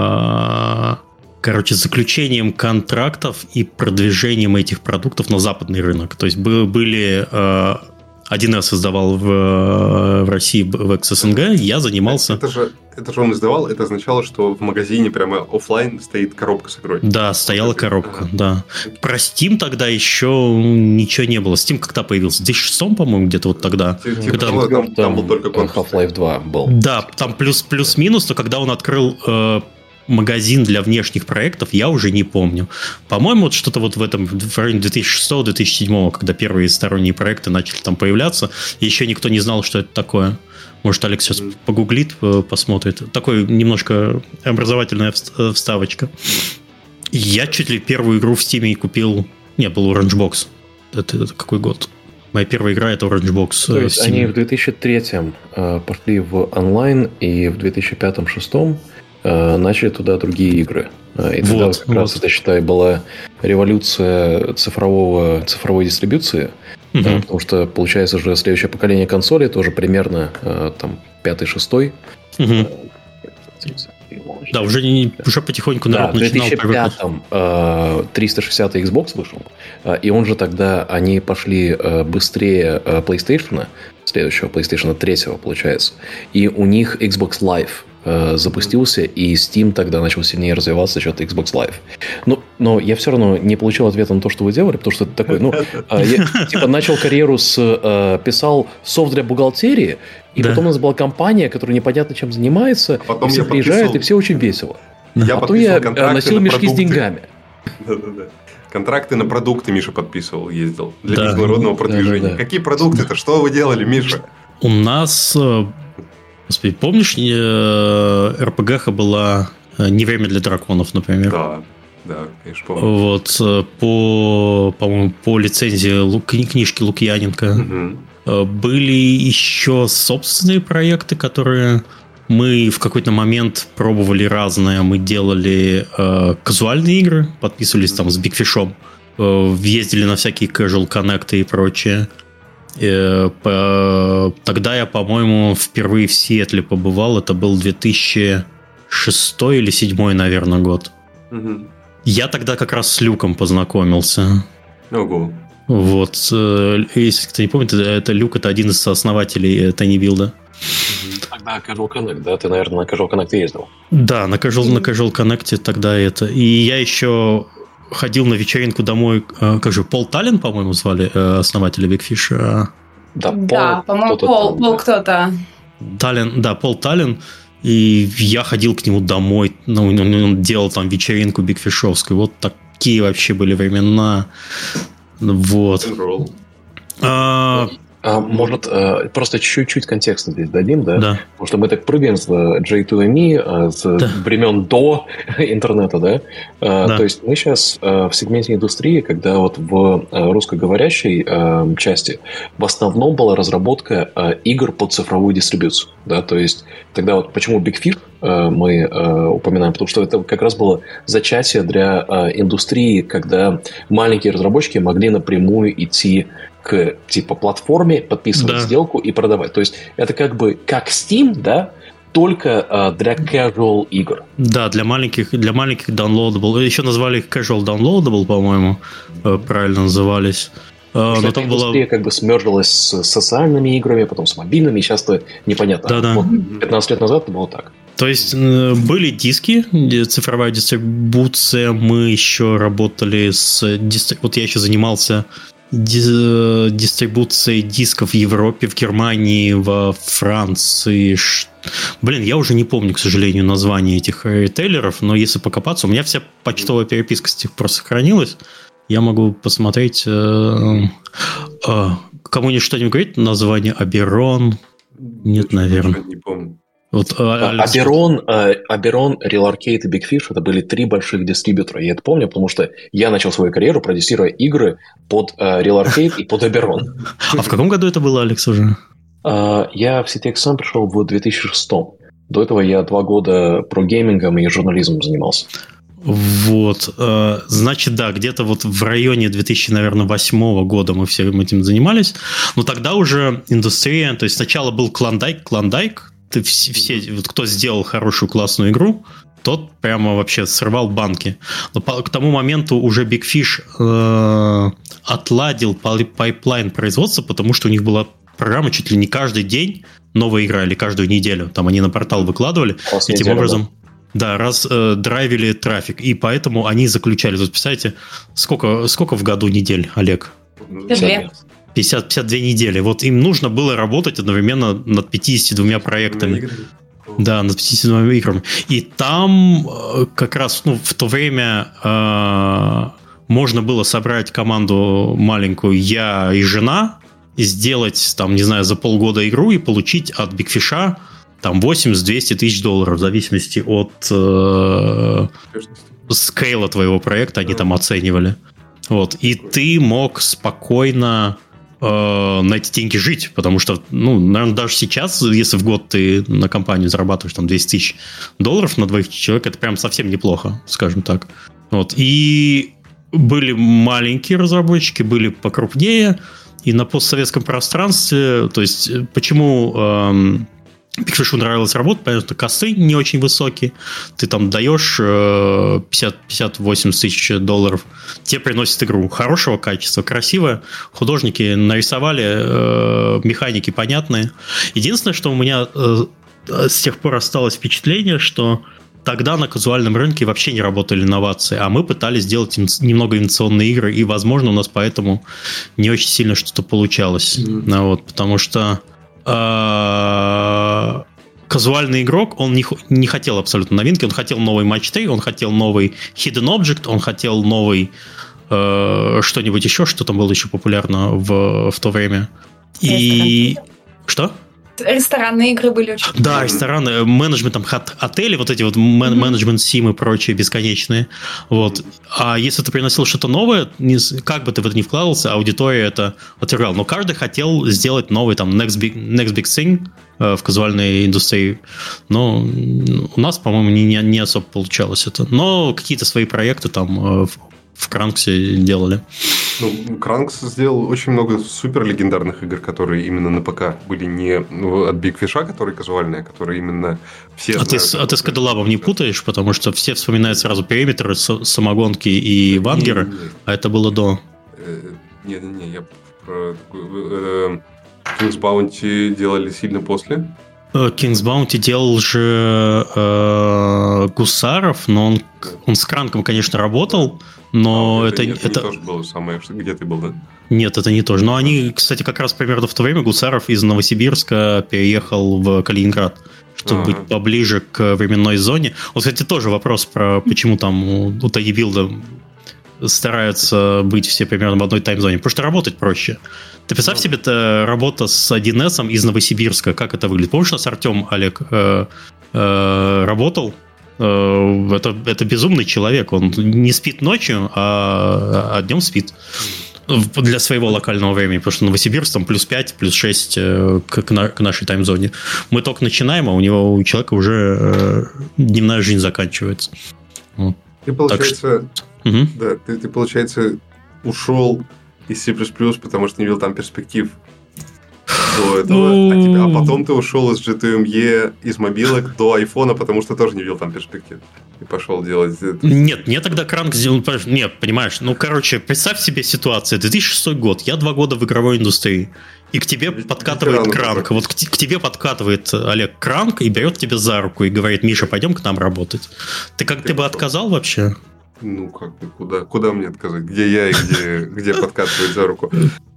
[SPEAKER 2] короче, заключением контрактов и продвижением этих продуктов на западный рынок. То есть были... один эс издавал в, в России, в экс-СНГ, я занимался...
[SPEAKER 1] Это же, это же он издавал, это означало, что в магазине прямо офлайн стоит коробка с игрой.
[SPEAKER 2] Да, стояла коробка, ага. да. Про Steam тогда еще ничего не было. Steam когда появился? В две тысячи шестом, по-моему, где-то вот тогда.
[SPEAKER 1] Типа когда... того, там, там, там был только
[SPEAKER 4] Half-Life два был.
[SPEAKER 2] Да, там плюс, плюс-минус, то когда он открыл... Э, магазин для внешних проектов, я уже не помню. По-моему, вот что-то вот в этом в районе две тысячи шестого - две тысячи седьмого, когда первые сторонние проекты начали там появляться, и еще никто не знал, что это такое. Может, Алекс сейчас mm-hmm. погуглит, посмотрит. Такой немножко образовательная вставочка. Я чуть ли первую игру в Steam купил... Не, был Orange Box. Это, это какой год? Моя первая игра — это Orange Box.
[SPEAKER 4] То есть они в две тысячи третьем э, пошли в онлайн, и в две тысячи пятом - две тысячи шестом начали туда другие игры. И тогда вот, как вот. раз, это, считай, была революция цифрового, цифровой дистрибуции, угу. да, потому что, получается, уже следующее поколение консолей тоже примерно там пятый-шестой.
[SPEAKER 2] Угу. Да, уже, не, уже потихоньку народ
[SPEAKER 4] да,
[SPEAKER 2] начинал...
[SPEAKER 4] В две тысячи пятом э, триста шестидесятый Xbox вышел, э, и он же тогда, они пошли э, быстрее э, PlayStation, следующего PlayStation третьего, получается, и у них Xbox Live э, запустился, и Steam тогда начал сильнее развиваться за счет Xbox Live. Но, но я все равно не получил ответа на то, что вы делали, потому что это такой, ну, э, я типа начал карьеру с... Э, писал софт для бухгалтерии, и да. потом у нас была компания, которая непонятно чем занимается, а потом и все приезжают, подписал... и все очень весело.
[SPEAKER 1] Я
[SPEAKER 4] а потом я носил
[SPEAKER 1] на
[SPEAKER 4] мешки
[SPEAKER 1] продукты.
[SPEAKER 4] с деньгами.
[SPEAKER 1] Да-да-да. Контракты на продукты Миша подписывал, ездил для да. международного продвижения. Да, да, да. Какие продукты-то? Что вы делали, Миша?
[SPEAKER 2] У нас... Господи, помнишь, эр пи джи-ха была «Не время для драконов», например?
[SPEAKER 1] Да, да, конечно, помню.
[SPEAKER 2] Вот, по, по-моему, по лицензии книжки Лукьяненко. Угу. Были еще собственные проекты, которые мы в какой-то момент пробовали разные. Мы делали э, казуальные игры, подписывались там с Big Fish'ом, э, ездили на всякие casual connect и прочее. Э, по, тогда я, по-моему, впервые в Сиэтле побывал. Это был две тысячи шестой или две тысячи седьмой, наверное, год. Угу. Я тогда как раз с Люком познакомился.
[SPEAKER 1] Ого.
[SPEAKER 2] Вот. Если кто не помнит, это Люк, это один из основателей Tiny Build.
[SPEAKER 4] Тогда Casual Connect, да? Ты, наверное, на Casual Connect ездил.
[SPEAKER 2] Да, на Casual, на Casual Connect тогда это. И я еще ходил на вечеринку домой, как же, Пол Таллин, по-моему, звали основателя Big Fish.
[SPEAKER 3] Да, Пол, да по-моему, кто-то Пол, там, Пол кто-то.
[SPEAKER 2] Таллин, да, Пол Таллин. И я ходил к нему домой, ну, он делал там вечеринку бигфишовскую. Вот такие вообще были времена. Вот.
[SPEAKER 4] А, а, может, просто чуть-чуть контекста здесь дадим, да?
[SPEAKER 2] Да.
[SPEAKER 4] Потому что мы так прыгаем с джей ту эм и, с да. времен до интернета, да? да? То есть мы сейчас в сегменте индустрии, когда вот в русскоговорящей части в основном была разработка игр под цифровую дистрибьюцию, да? То есть тогда вот почему Big Fish мы упоминаем, потому что это как раз было зачатие для индустрии, когда маленькие разработчики могли напрямую идти к типа платформе, подписывать да. сделку и продавать. То есть это как бы как Steam, да, только а, для casual игр.
[SPEAKER 2] Да, для маленьких, для маленьких downloadable. Еще назвали их casual downloadable, по-моему, правильно назывались.
[SPEAKER 4] Потому но там индустрия была... как бы смержилась с социальными играми, потом с мобильными, и сейчас-то непонятно.
[SPEAKER 2] Да-да.
[SPEAKER 4] Вот пятнадцать лет назад это было так.
[SPEAKER 2] То есть были диски, цифровая дистрибуция, мы еще работали с... Вот я еще занимался дистрибуцией дисков в Европе, в Германии, во Франции. Блин, я уже не помню, к сожалению, название этих ритейлеров, но если покопаться, у меня вся почтовая переписка с тех пор сохранилась. Я могу посмотреть, кому-нибудь что-нибудь говорит, название Аберон? Нет, наверное.
[SPEAKER 1] Не помню.
[SPEAKER 2] Вот,
[SPEAKER 4] Аберон, Аберон, Real Arcade и Big Fish — это были три больших дистрибьютора. Я это помню, потому что я начал свою карьеру, продюсируя игры под Real Arcade и под Аберон.
[SPEAKER 2] А в каком году это было, Алекс, уже?
[SPEAKER 4] Я в си ти экс сам пришел в две тысячи шестом. До этого я два года прогеймингом и журнализмом занимался.
[SPEAKER 2] Вот, значит, да, где-то вот в районе две тысячи восьмого года мы всем этим занимались. Но тогда уже индустрия, то есть сначала был Клондайк, Клондайк, ты все, все вот, кто сделал хорошую классную игру, тот прямо вообще срывал банки. Но по, к тому моменту уже Big Fish э, отладил пайплайн производства, потому что у них была программа чуть ли не каждый день новая игра или каждую неделю. Там они на портал выкладывали.
[SPEAKER 4] Раз
[SPEAKER 2] и тем
[SPEAKER 4] неделю,
[SPEAKER 2] образом да, раз э, драйвили трафик. И поэтому они заключали. Вот представляете, сколько, сколько в году недель, Олег? пятьдесят, пятьдесят две недели. Вот им нужно было работать одновременно над пятьюдесятью двумя проектами. Да, над пятьюдесятью двумя играми. И там э, как раз ну, в то время э, можно было собрать команду маленькую, я и жена, и сделать, там, не знаю, за полгода игру и получить от Big Fish там восемьдесят-двести тысяч долларов в зависимости от э, скейла твоего проекта, они там оценивали. Вот. И ты мог спокойно э, на эти деньги жить, потому что, ну, наверное, даже сейчас, если в год ты на компанию зарабатываешь там двести тысяч долларов на двоих человек, это прям совсем неплохо, скажем так. Вот. И были маленькие разработчики, были покрупнее, и на постсоветском пространстве, то есть, почему... Э, Big Fish нравилось работать, потому что косты не очень высокие. Ты там даешь пятьдесят-восемьдесят тысяч долларов. Тебе приносит игру хорошего качества, красивая. Художники нарисовали, механики понятные. Единственное, что у меня с тех пор осталось впечатление, что тогда на казуальном рынке вообще не работали инновации, а мы пытались сделать немного инновационные игры, и, возможно, у нас поэтому не очень сильно что-то получалось. Mm-hmm. Вот, потому что казуальный игрок, он не, не хотел абсолютно новинки, он хотел новый матч три, он хотел новый Hidden Object, он хотел новый э, что-нибудь еще, что там было еще популярно в, в то время. И... Что?
[SPEAKER 3] Ресторанные игры были очень...
[SPEAKER 2] Да, рестораны, менеджмент, там, отели, вот эти вот мен- менеджмент-симы и прочие бесконечные. Вот. А если ты приносил что-то новое, как бы ты в это ни вкладывался, аудитория это отвергала. Но каждый хотел сделать новый, там, next big, next big thing э, в казуальной индустрии. Но у нас, по-моему, не, не особо получалось это. Но какие-то свои проекты там... Э, в Кранксе делали.
[SPEAKER 1] Ну, Кранкс сделал очень много супер легендарных игр, которые именно на ПК были не ну, от Big Fish, которые казуальные, а которые именно все
[SPEAKER 2] а знают. Ты, а ты с Кадалабом не путаешь, потому что все вспоминают сразу периметры, самогонки и вангеры, а это было до.
[SPEAKER 1] Не-не-не, я про такую... King's Bounty делали сильно после?
[SPEAKER 2] King's Bounty делал же э, Гусаров, но он, он с Кранком, конечно, работал, но
[SPEAKER 1] а,
[SPEAKER 2] это...
[SPEAKER 1] Это,
[SPEAKER 2] это, это
[SPEAKER 1] не тоже было самое, где ты был, да?
[SPEAKER 2] Нет, это не то же. Но они, кстати, как раз примерно в то время Гусаров из Новосибирска переехал в Калининград, чтобы ага. быть поближе к временной зоне. Вот, кстати, тоже вопрос про почему там у, у Тайбилда стараются быть все примерно в одной таймзоне. Потому что работать проще. Ты представь себе, это работа с один эс из Новосибирска. Как это выглядит? Помнишь, у нас Артем, Олег, э, э, работал? Э, это, это безумный человек. Он не спит ночью, а, а днем спит. Для своего локального времени. Потому что Новосибирск там плюс пять, плюс шесть э, к, к нашей таймзоне. Мы только начинаем, а у него, у человека уже э, дневная жизнь заканчивается. Вот.
[SPEAKER 1] Ты, получается,
[SPEAKER 2] угу.
[SPEAKER 1] да, ты, ты, получается, ушел из C++, потому что не видел там перспектив до этого, ну... а, тебя, а потом ты ушел из джи ти эм и, из мобилок до айфона, потому что тоже не видел там перспектив. И пошел делать...
[SPEAKER 2] Нет, мне тогда Кранк сделал... Нет, понимаешь, ну, короче, представь себе ситуацию. две тысячи шестой год, я два года в игровой индустрии, и к тебе Ведь подкатывает Кранк. Вот к, к тебе подкатывает Олег Кранк и берет тебя за руку и говорит: Миша, пойдем к нам работать. Ты как, ты, ты бы отказал вообще?
[SPEAKER 1] Ну, как, куда, куда мне отказать? Где я и где, где подкатывать за руку?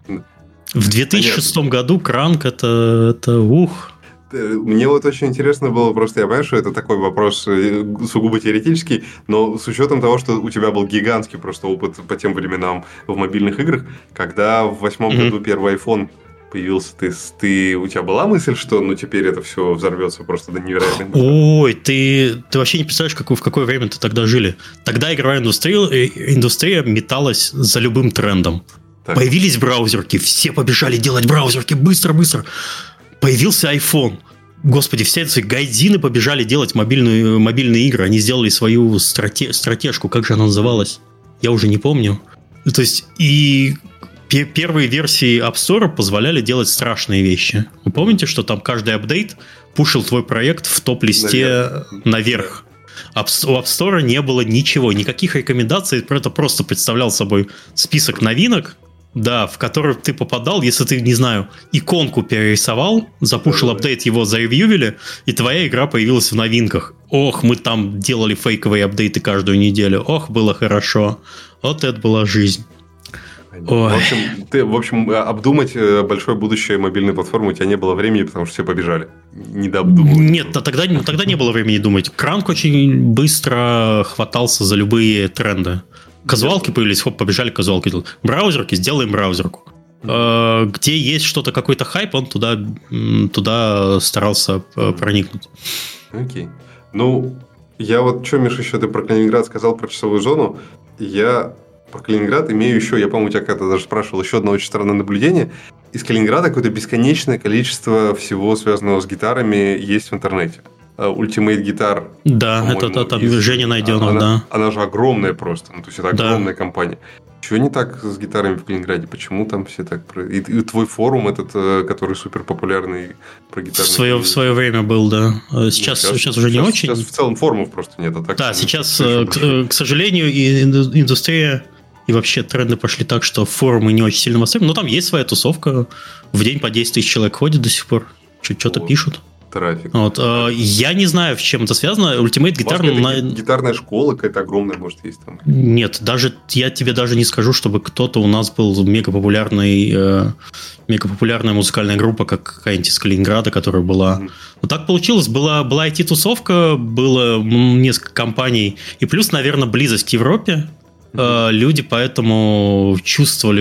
[SPEAKER 2] В две тысячи шестом году Кранк это, это ух.
[SPEAKER 1] Мне вот очень интересно было, просто я понимаю, что это такой вопрос сугубо теоретический, но с учетом того, что у тебя был гигантский просто опыт по тем временам в мобильных играх, когда в восьмом mm-hmm. году первый iPhone появился, ты, ты, у тебя была мысль, что ну теперь это все взорвется просто до невероятных?
[SPEAKER 2] Ой, ты, ты вообще не представляешь, как, в какое время ты тогда жили. Тогда игровая индустрия, индустрия металась за любым трендом. Так. Появились браузерки, все побежали делать браузерки, быстро-быстро. Появился iPhone. Господи, все эти гайдзины побежали делать мобильную, мобильные игры. Они сделали свою страте, стратежку, как же она называлась? Я уже не помню. То есть, и первые версии App Store позволяли делать страшные вещи. Вы помните, что там каждый апдейт пушил твой проект в топ-листе наверх? наверх. У App Store не было ничего, никаких рекомендаций. Это просто представлял собой список новинок, да, в который ты попадал, если ты, не знаю, иконку перерисовал, запушил апдейт, его заревьювили, и твоя игра появилась в новинках. Ох, мы там делали фейковые апдейты каждую неделю. Ох, было хорошо. Вот это была жизнь.
[SPEAKER 1] В общем, ты, в общем, обдумать большое будущее мобильной платформы у тебя не было времени, потому что все побежали. Не дообдумывали.
[SPEAKER 2] Нет, тогда, тогда не было времени думать. Кранк очень быстро хватался за любые тренды. Казуалки появились, хоп, побежали казуалки. Браузерки, сделаем браузерку. Mm-hmm. Где есть что-то, какой-то хайп, он туда, туда старался проникнуть.
[SPEAKER 1] Окей. Okay. Ну, я вот, что, Миша, еще ты про Калининград сказал, про часовую зону. Я про Калининград имею еще, я, по-моему, тебя как-то даже спрашивал, еще одно очень странное наблюдение. Из Калининграда какое-то бесконечное количество всего, связанного с гитарами, есть в интернете. Ultimate Guitar.
[SPEAKER 2] Да, это, это там из... Женя Найденов,
[SPEAKER 1] она,
[SPEAKER 2] да.
[SPEAKER 1] Она же огромная просто, ну, то есть это огромная да. компания. Чего не так с гитарами в Калининграде? Почему там все так... И, и твой форум этот, который супер популярный про гитары.
[SPEAKER 2] В свое, в свое время был, да. Сейчас, сейчас, сейчас уже не
[SPEAKER 1] сейчас,
[SPEAKER 2] очень.
[SPEAKER 1] Сейчас в целом форумов просто нет. А так
[SPEAKER 2] да, сейчас, к, к сожалению, и индустрия и вообще тренды пошли так, что форумы не очень сильно востребованы. Но там есть своя тусовка. В день по десять тысяч человек ходит до сих пор. Что-то вот. Пишут.
[SPEAKER 1] Трафик.
[SPEAKER 2] Вот. Я не знаю, с чем это связано. Ultimate Guitar...
[SPEAKER 1] На... Гитарная школа какая-то огромная, может, есть там?
[SPEAKER 2] Нет, даже я тебе даже не скажу, чтобы кто-то у нас был мегапопулярный, э, мегапопулярная музыкальная группа, как какая-нибудь из Калининграда, которая была... Mm-hmm. Но так получилось. Была, была ай ти-тусовка, было несколько компаний, и плюс, наверное, близость к Европе. Mm-hmm. Люди поэтому чувствовали,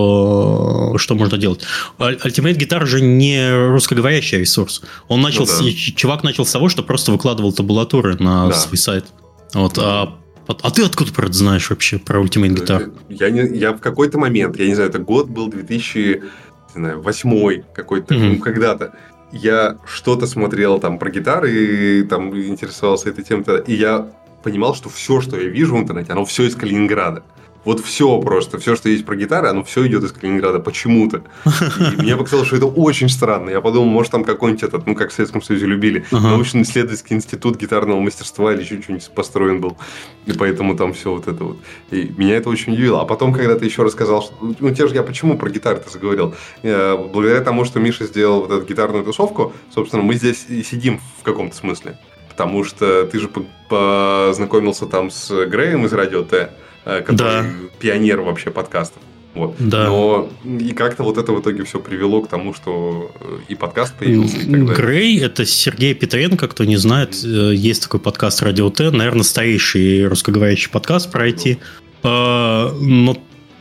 [SPEAKER 2] что, что можно делать. Ultimate Guitar же не русскоговорящий ресурс. Он начал, ну, да. Чувак начал с того, что просто выкладывал табулатуры на да. свой сайт. Вот, да. а, а ты откуда про это знаешь вообще, про Ultimate Guitar?
[SPEAKER 1] Я, не, я в какой-то момент, я не знаю, это год был две тысячи восьмой какой-то, mm-hmm. ну, когда-то. Я что-то смотрел там про гитары и там интересовался этой темой. И я понимал, что все, что я вижу в интернете, оно все из Калининграда. Вот все просто, все, что есть про гитары, оно все идет из Калининграда почему-то. И мне показалось, что это очень странно. Я подумал, может, там какой-нибудь этот, ну, как в Советском Союзе любили, uh-huh. научно-исследовательский институт гитарного мастерства или еще что-нибудь построен был. И поэтому там все вот это вот. И меня это очень удивило. А потом, когда ты еще рассказал, что... Ну, те же я почему про гитары-то заговорил? Благодаря тому, что Миша сделал вот эту гитарную тусовку, собственно, мы здесь и сидим в каком-то смысле. Потому что ты же познакомился там с Греем из Радио Т, который да. пионер вообще подкастов. Вот. Да. Но и как-то вот это в итоге все привело к тому, что и подкаст появился. И так далее.
[SPEAKER 2] Грей – это Сергей Петренко, кто не знает, есть такой подкаст Радио Т, наверное, старейший русскоговорящий подкаст про ай ти. А, но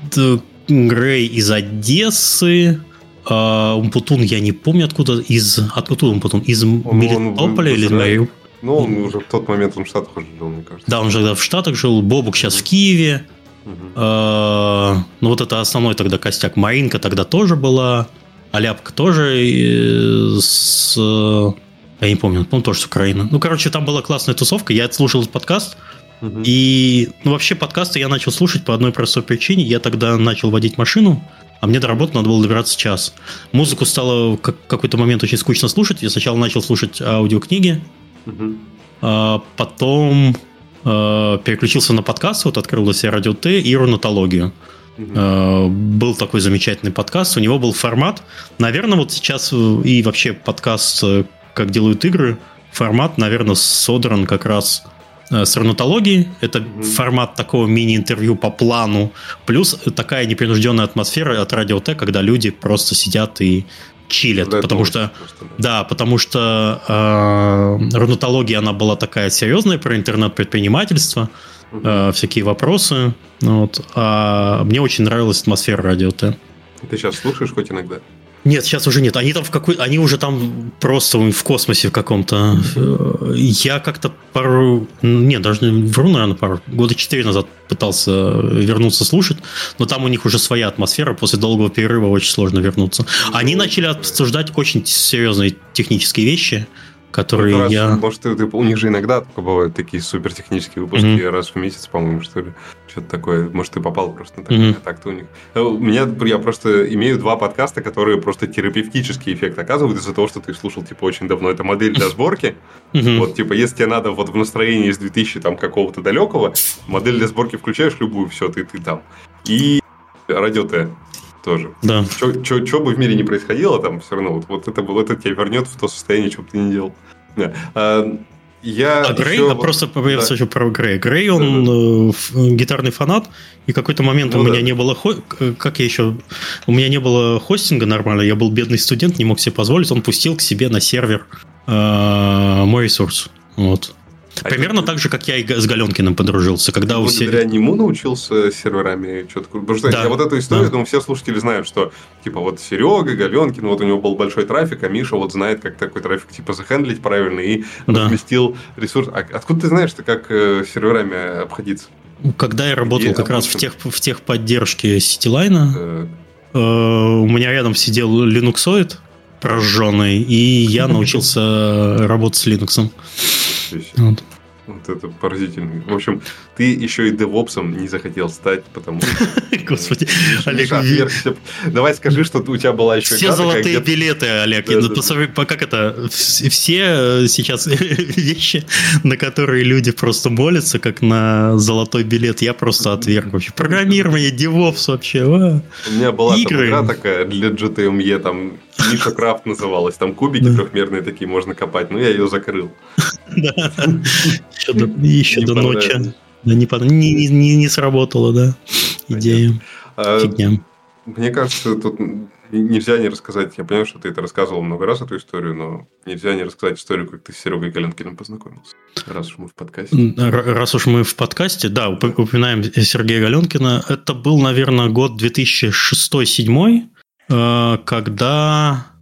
[SPEAKER 2] Грей из Одессы, а, Умпутун, я не помню откуда, из откуда Умпутун, из Мелитополя или из Мариуполя.
[SPEAKER 1] Ну, он уже в тот момент он в Штатах уже жил, мне кажется.
[SPEAKER 2] Да, он же тогда в Штатах жил, Бобук сейчас в Киеве. Угу. А, ну, вот это основной тогда костяк. Маринка тогда тоже была. Аляпка тоже с... Я не помню, он тоже с Украины. Ну, короче, там была классная тусовка. Я слушал этот подкаст. Угу. И, ну, вообще подкасты я начал слушать по одной простой причине. Я тогда начал водить машину, а мне до работы надо было добираться час. Музыку стало в какой-то момент очень скучно слушать. Я сначала начал слушать аудиокниги. Uh-huh. А потом э, переключился на подкаст, вот открыл для себя Радио Т и рунатологию. Uh-huh. Э, был такой замечательный подкаст, у него был формат. Наверное, вот сейчас и вообще подкаст «Как делают игры», формат, наверное, содран как раз э, с рунатологией. Это uh-huh. формат такого мини-интервью по плану, плюс такая непринужденная атмосфера от Радио Т, когда люди просто сидят и чилят, да, потому что просто, да. да, потому что э, рунатология, она была такая серьезная про интернет-предпринимательство, угу. э, всякие вопросы, вот, а мне очень нравилась атмосфера Радио Т.
[SPEAKER 1] Ты сейчас слушаешь хоть иногда?
[SPEAKER 2] Нет, сейчас уже нет. Они там в какой, они уже там просто в космосе в каком-то. Я как-то пару, нет, даже не вру, наверное, пару года четыре назад пытался вернуться слушать, но там у них уже своя атмосфера. После долгого перерыва очень сложно вернуться. Они начали обсуждать очень серьезные технические вещи, которые
[SPEAKER 1] раз,
[SPEAKER 2] я...
[SPEAKER 1] Может, ты, ты, у них же иногда бывают такие супертехнические выпуски, mm-hmm. раз в месяц, по-моему, что ли. Что-то такое. Может, ты попал просто на такое. Mm-hmm. Так-то у них... У меня, я просто имею два подкаста, которые просто терапевтический эффект оказывают из-за того, что ты их слушал, типа, очень давно. Это модель для сборки. Mm-hmm. Вот, типа, если тебе надо вот в настроении из две тысячи там какого-то далекого, модель для сборки включаешь любую, все, ты, ты там. И Радио Т. Тоже.
[SPEAKER 2] Да.
[SPEAKER 1] Что бы в мире не происходило, там все равно вот, вот это, вот это тебя вернет в то состояние, что бы ты ни делал. Да. А, я
[SPEAKER 2] а Грей,
[SPEAKER 1] еще...
[SPEAKER 2] а просто я да. хочу про Грея. Грей, он да, да. гитарный фанат, и какой-то момент ну, у меня да. не было... Хо... Как я еще... У меня не было хостинга нормально, я был бедный студент, не мог себе позволить, он пустил к себе на сервер э, мой ресурс. Вот. А примерно это... так же, как я и с Галенкиным подружился. Когда у
[SPEAKER 1] благодаря все... нему научился серверами что-то... Потому что да. я вот эту историю, да. думаю, все слушатели знают, что типа вот Серега, Галенкин, вот у него был большой трафик, а Миша вот знает, как такой трафик типа захендлить правильно и да. разместил ресурс. А откуда ты знаешь-то, как э, серверами обходиться?
[SPEAKER 2] Когда я работал и как обычно... раз в, тех, в техподдержке Ситилайна, э, у меня рядом сидел линуксоид прожженный, и я научился работать с Linux.
[SPEAKER 1] Вот. Вот это поразительно. В общем, ты еще и девопсом не захотел стать, потому что...
[SPEAKER 2] Господи, Олег...
[SPEAKER 1] Давай скажи, что у тебя была еще...
[SPEAKER 2] Все золотые билеты, Олег. Как это? Все сейчас вещи, на которые люди просто молятся, как на золотой билет, я просто отверг вообще. Программирование, девопс вообще.
[SPEAKER 1] У меня была игра такая для джи ти эм и, там Миша Крафт называлась, там кубики трехмерные такие можно копать, но я ее закрыл.
[SPEAKER 2] Да. Еще до ночи. Да, не, не, не, не сработала, да, идея.
[SPEAKER 1] А, фигня. Мне кажется, тут нельзя не рассказать. Я понимаю, что ты это рассказывал много раз, эту историю, но нельзя не рассказать историю, как ты с Серегой Галенкиным познакомился. Раз уж мы в подкасте.
[SPEAKER 2] Раз уж мы в подкасте, да, упоминаем Сергея Галенкина. Это был, наверное, год две тысячи шестой-две тысячи седьмой, когда...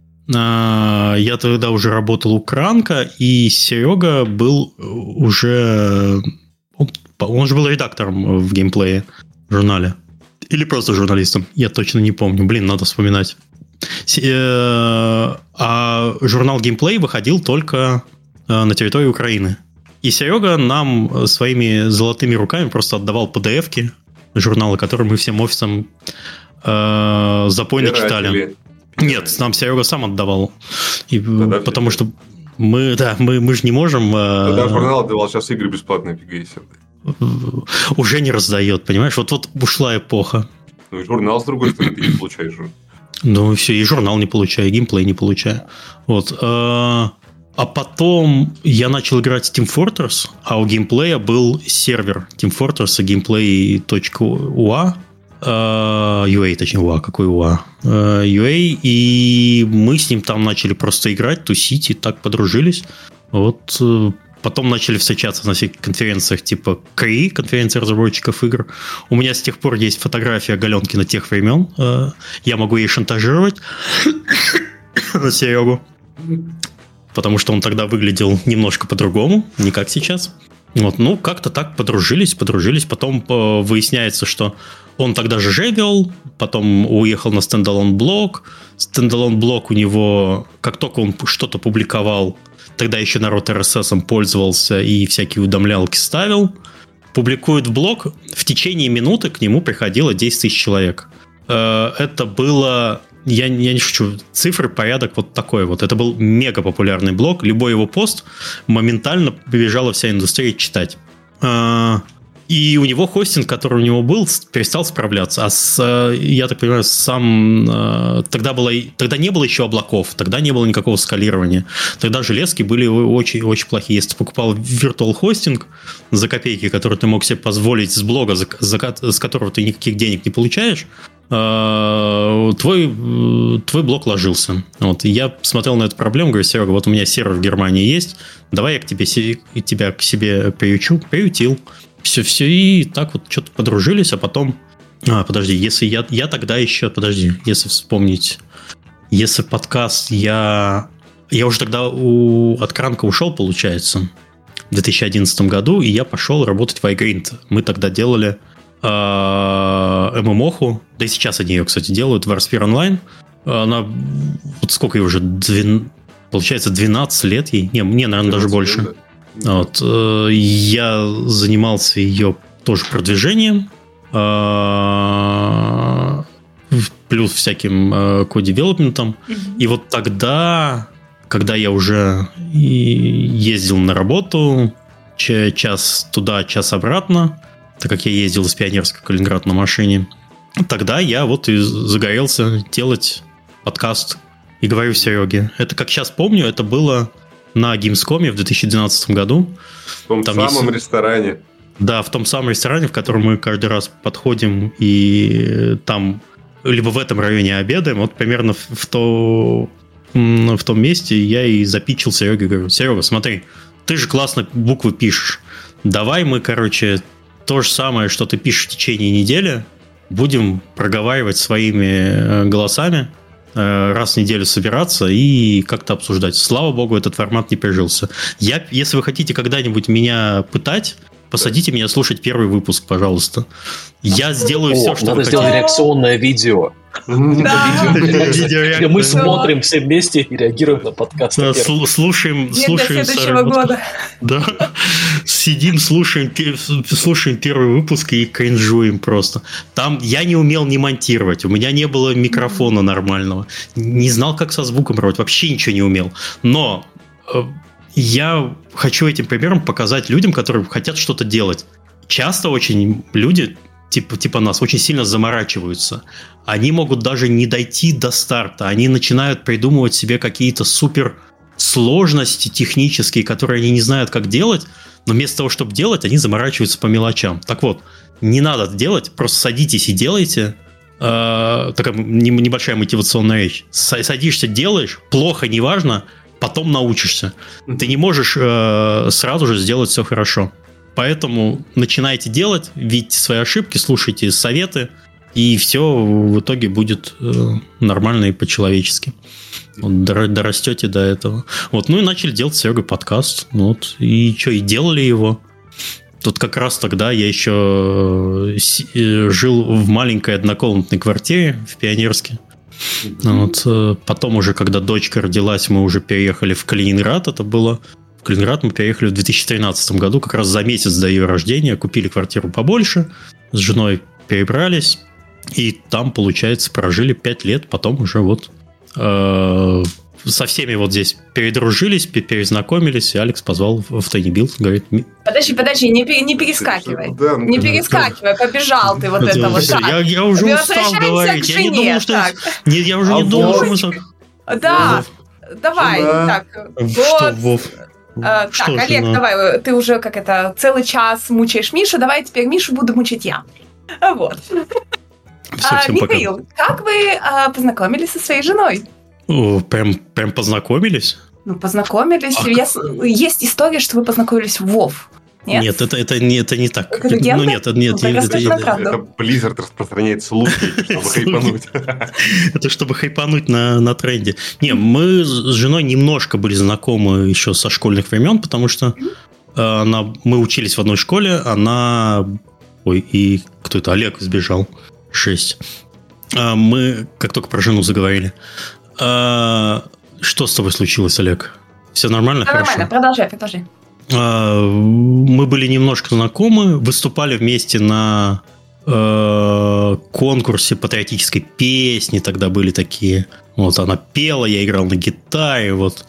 [SPEAKER 2] Я тогда уже работал у Кранка, и Серега был уже... Он, он же был редактором в геймплее в журнале. Или просто журналистом. Я точно не помню. Блин, надо вспоминать. А журнал геймплей выходил только на территории Украины. И Серега нам своими золотыми руками просто отдавал пи ди эф-ки журналы, которые мы всем офисам э, запойно читали. Нет, нам Серега сам отдавал. И, потому что мы, да, мы, мы же не можем...
[SPEAKER 1] Тогда журнал отдавал, сейчас игры бесплатно фига.
[SPEAKER 2] Уже не раздает, понимаешь? Вот вот ушла эпоха.
[SPEAKER 1] Ну и журнал, с другой стороны, ты не получаешь же.
[SPEAKER 2] Ну и все, и журнал не получаю, и геймплей не получаю. Вот. А потом я начал играть в Team Fortress, а у геймплея был сервер Team Fortress, gameplay.ua, ю эй, точнее, ю эй, какой ю эй? ю эй, и мы с ним там начали просто играть, тусить, и так подружились. Вот. Потом начали встречаться на всяких конференциях типа КРИ, конференция разработчиков игр. У меня с тех пор есть фотография Галенкина тех времен. Я могу ей шантажировать на Серегу, потому что он тогда выглядел немножко по-другому, не как сейчас. Вот, ну, как-то так подружились, подружились. Потом выясняется, что он тогда же же вел, потом уехал на стендалон-блог. Стендалон-блог у него, как только он что-то публиковал, тогда еще народ эр эс эс пользовался и всякие уведомлялки ставил. Публикует в блог, в течение минуты к нему приходило десять тысяч человек. Это было... Я, я не шучу, цифры, порядок вот такой вот. Это был мега популярный блог. Любой его пост моментально побежала вся индустрия читать. И у него хостинг, который у него был, перестал справляться. А с, я так понимаю, сам... Тогда, было, тогда не было еще облаков, тогда не было никакого скалирования. Тогда железки были очень-очень плохие. Если ты покупал виртуал хостинг за копейки, который ты мог себе позволить с блога, за, за, с которого ты никаких денег не получаешь, твой, твой блок ложился. Вот. И я смотрел на эту проблему, говорю: Серега, вот у меня сервер в Германии есть, давай я к тебе, тебя к себе приючу. Приютил. Все, все, и так вот что-то подружились, а потом... А, подожди, если я, я тогда еще... Подожди, если вспомнить... Если подкаст я... Я уже тогда у, от Кранка ушел, получается, в две тысячи одиннадцатом году, и я пошел работать в iGrind. Мы тогда делали э, эм эм о-ху, да и сейчас они ее, кстати, делают, Warsphere Online. Она... Вот сколько ей уже? Двен... Получается, двенадцать лет ей? Не, мне, наверное, даже больше. Лет, да. Вот, э, я занимался ее тоже продвижением, э, плюс всяким э, код-девелопментом. Mm-hmm. И вот тогда, когда я уже ездил на работу, ч- час туда, час обратно, так как я ездил из Пионерска в Калининград на машине, тогда я вот и загорелся делать подкаст. И говорю Сереге, это, как сейчас помню, это было... на Gamescom в две тысячи двенадцатом году.
[SPEAKER 1] В том там самом есть... ресторане.
[SPEAKER 2] Да, в том самом ресторане, в котором мы каждый раз подходим и там либо в этом районе обедаем. Вот примерно в, то... в том месте я и запичил Сереге. Говорю: Серега, смотри, ты же классно буквы пишешь. Давай мы, короче, то же самое, что ты пишешь в течение недели, будем проговаривать своими голосами, раз в неделю собираться и как-то обсуждать. Слава богу, этот формат не прижился. Я, если вы хотите когда-нибудь меня пытать, посадите меня слушать первый выпуск, пожалуйста. Я сделаю О, все, что
[SPEAKER 4] надо
[SPEAKER 2] вы
[SPEAKER 4] сделать
[SPEAKER 2] хотите.
[SPEAKER 4] Реакционное видео. Где мы смотрим все вместе и реагируем на подкаст.
[SPEAKER 2] Слушаем.
[SPEAKER 3] Слушаем следующего года.
[SPEAKER 2] Да. Сидим, слушаем, слушаем первый выпуск и кринжуем просто. Там я не умел не монтировать. У меня не было микрофона нормального. Не знал, как со звуком работать. Вообще ничего не умел. Но я хочу этим примером показать людям, которые хотят что-то делать. Часто очень люди... Типа, типа нас очень сильно заморачиваются. Они могут даже не дойти до старта. Они начинают придумывать себе какие-то супер сложности технические, которые они не знают, как делать. Но вместо того, чтобы делать, они заморачиваются по мелочам. Так вот, не надо это делать. Просто садитесь и делайте. Э, такая небольшая мотивационная речь. Садишься, делаешь. Плохо, неважно. Потом научишься. Ты не можешь э, сразу же сделать все хорошо. Поэтому начинайте делать, видите свои ошибки, слушайте советы, и все в итоге будет э, нормально и по-человечески. Вот, дорастете до этого. Вот, ну и начали делать с Серегой подкаст. Вот, и что, и делали его. Тут как раз тогда я еще жил в маленькой однокомнатной квартире в Пионерске. Вот, потом уже, когда дочка родилась, мы уже переехали в Калининград. Это было... В Калининград мы переехали в две тысячи тринадцатом году, как раз за месяц до ее рождения. Купили квартиру побольше. С женой перебрались, и там, получается, прожили пять лет, потом уже вот э, со всеми вот здесь передружились, перезнакомились, и Алекс позвал в Tiny Build, говорит...
[SPEAKER 3] Подожди, подожди, не, не перескакивай. Да, не перескакивай, побежал ты вот
[SPEAKER 2] это,
[SPEAKER 3] это вот
[SPEAKER 2] все,
[SPEAKER 3] так.
[SPEAKER 2] Я, я уже
[SPEAKER 3] Мы
[SPEAKER 2] устал говорить. Я не думал, что... Не, я уже
[SPEAKER 3] а
[SPEAKER 2] не думал,
[SPEAKER 3] Вов?
[SPEAKER 2] что мы...
[SPEAKER 3] Да, Вов. Давай,
[SPEAKER 2] жена.
[SPEAKER 3] так.
[SPEAKER 2] Что,
[SPEAKER 3] вот.
[SPEAKER 2] Вов?
[SPEAKER 3] А,
[SPEAKER 2] что,
[SPEAKER 3] так, Олег,
[SPEAKER 2] жена?
[SPEAKER 3] давай, ты уже как это целый час мучаешь Мишу, давай теперь Мишу буду мучить я. Вот.
[SPEAKER 2] Все,
[SPEAKER 3] а,
[SPEAKER 2] всем
[SPEAKER 3] Михаил,
[SPEAKER 2] пока.
[SPEAKER 3] как вы а, познакомились со своей женой?
[SPEAKER 2] О, прям, прям познакомились?
[SPEAKER 3] Ну, познакомились.
[SPEAKER 2] А
[SPEAKER 3] Я... Есть история, что вы познакомились в WoW. Нет,
[SPEAKER 2] нет это, это, не, это не так.
[SPEAKER 3] Это легенда?
[SPEAKER 2] Ну, нет, это, нет,
[SPEAKER 3] Ну,
[SPEAKER 2] это, это,
[SPEAKER 3] это,
[SPEAKER 1] это Blizzard распространяет слухи, чтобы хайпануть.
[SPEAKER 2] Это чтобы хайпануть на, на тренде. Не, мы с женой немножко были знакомы еще со школьных времен, потому что она, мы учились в одной школе, она... Ой, и кто это? Олег сбежал. Шесть. Мы, как только про жену заговорили. Что с тобой случилось, Олег? Все нормально?
[SPEAKER 3] Все
[SPEAKER 2] Хорошо?
[SPEAKER 3] нормально, продолжай, продолжай.
[SPEAKER 2] Мы были немножко знакомы, выступали вместе на э, конкурсе патриотической песни, тогда были такие. Вот она пела, я играл на гитаре, вот.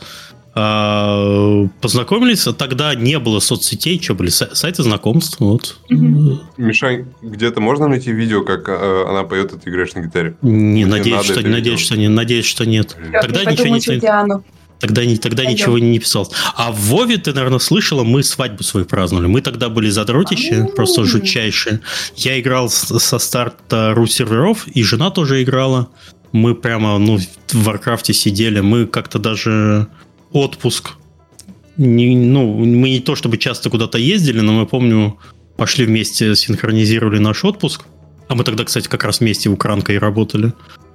[SPEAKER 2] А, познакомились, а тогда не было соцсетей, что были сайты знакомств, вот.
[SPEAKER 3] Mm-hmm.
[SPEAKER 1] Мишань, где-то можно найти видео, как э, она поет, и ты играешь на гитаре?
[SPEAKER 2] Не, надеюсь, что, надеюсь, что не, надеюсь, что нет.
[SPEAKER 3] Я
[SPEAKER 2] тогда
[SPEAKER 3] не
[SPEAKER 2] ничего не.
[SPEAKER 3] Диану.
[SPEAKER 2] Тогда, тогда ничего не писалось. А в Вове, ты, наверное, слышала, мы свадьбу свою праздновали. Мы тогда были задротищи, А-а-а. просто жутчайшие. Я играл со старта ру-серверов, и жена тоже играла. Мы прямо ну, в Варкрафте сидели. Мы как-то даже отпуск. Не, ну, мы не то чтобы часто куда-то ездили, но мы, помню, пошли вместе, синхронизировали наш отпуск. А мы тогда, кстати, как раз вместе укранкой работали.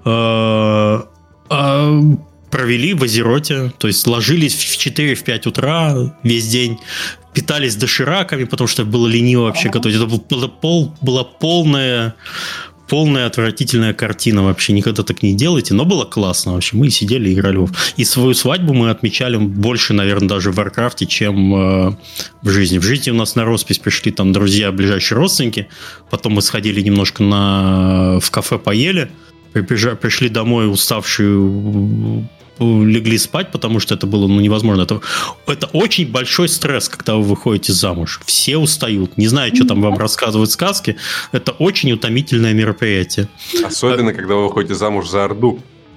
[SPEAKER 2] А, а, провели в Азероте, то есть ложились в четыре-пять утра весь день, питались дошираками, потому что было лениво вообще готовить. Это была, пол, была полная, полная отвратительная картина вообще. Никогда так не делайте, но было классно вообще. Мы сидели и играли в Вов. И свою свадьбу мы отмечали больше, наверное, даже в Варкрафте, чем э, в жизни. В жизни у нас на роспись пришли там друзья, ближайшие родственники. Потом мы сходили немножко на, в кафе, поели. Пришли домой уставшие, легли спать, потому что это было ну, невозможно. Это, это очень большой стресс, когда вы выходите замуж. Все устают. Не знаю, что там вам рассказывают сказки. Это очень утомительное мероприятие.
[SPEAKER 1] Особенно, когда вы выходите замуж за Орду.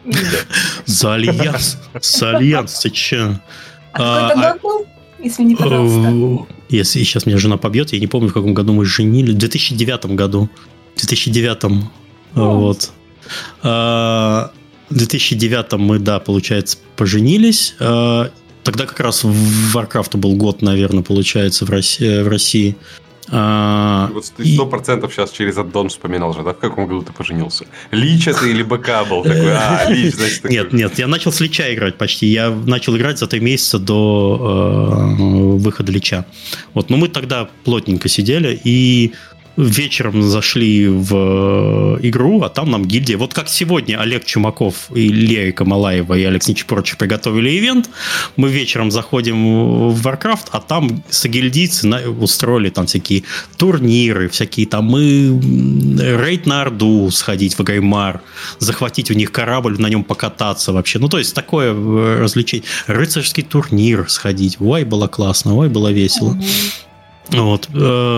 [SPEAKER 2] За Альянс. За Альянс. Ты че?
[SPEAKER 3] А какой год был? Извини, пожалуйста.
[SPEAKER 2] Если сейчас меня жена побьет, я не помню, в каком году мы женили. В две тысячи девятом году. В две тысячи девятом. Вот. В две тысячи девятом мы, да, получается, поженились. Тогда как раз в Warcraft был год, наверное, получается, в России. В России.
[SPEAKER 1] Вот ты сто процентов и... сейчас через аддон вспоминал же, да? В каком году ты поженился? Лич это или БК был такой? А, Лич, значит, такой.
[SPEAKER 2] Нет, нет, я начал с Лича играть почти. Я начал играть за три месяца до э, выхода Лича. Вот, но мы тогда плотненько сидели и... Вечером зашли в игру, а там нам гильдия. Вот как сегодня Олег Чумаков и Лерика Малаева и Алекс Нечипорович приготовили ивент. Мы вечером заходим в Warcraft, а там сагильдийцы устроили там всякие турниры, всякие там мы рейд на Орду сходить в Гаймар, захватить у них корабль, на нем покататься вообще. Ну, то есть такое развлечение. Рыцарский турнир сходить. Ой, было классно, ой, было весело. Вот.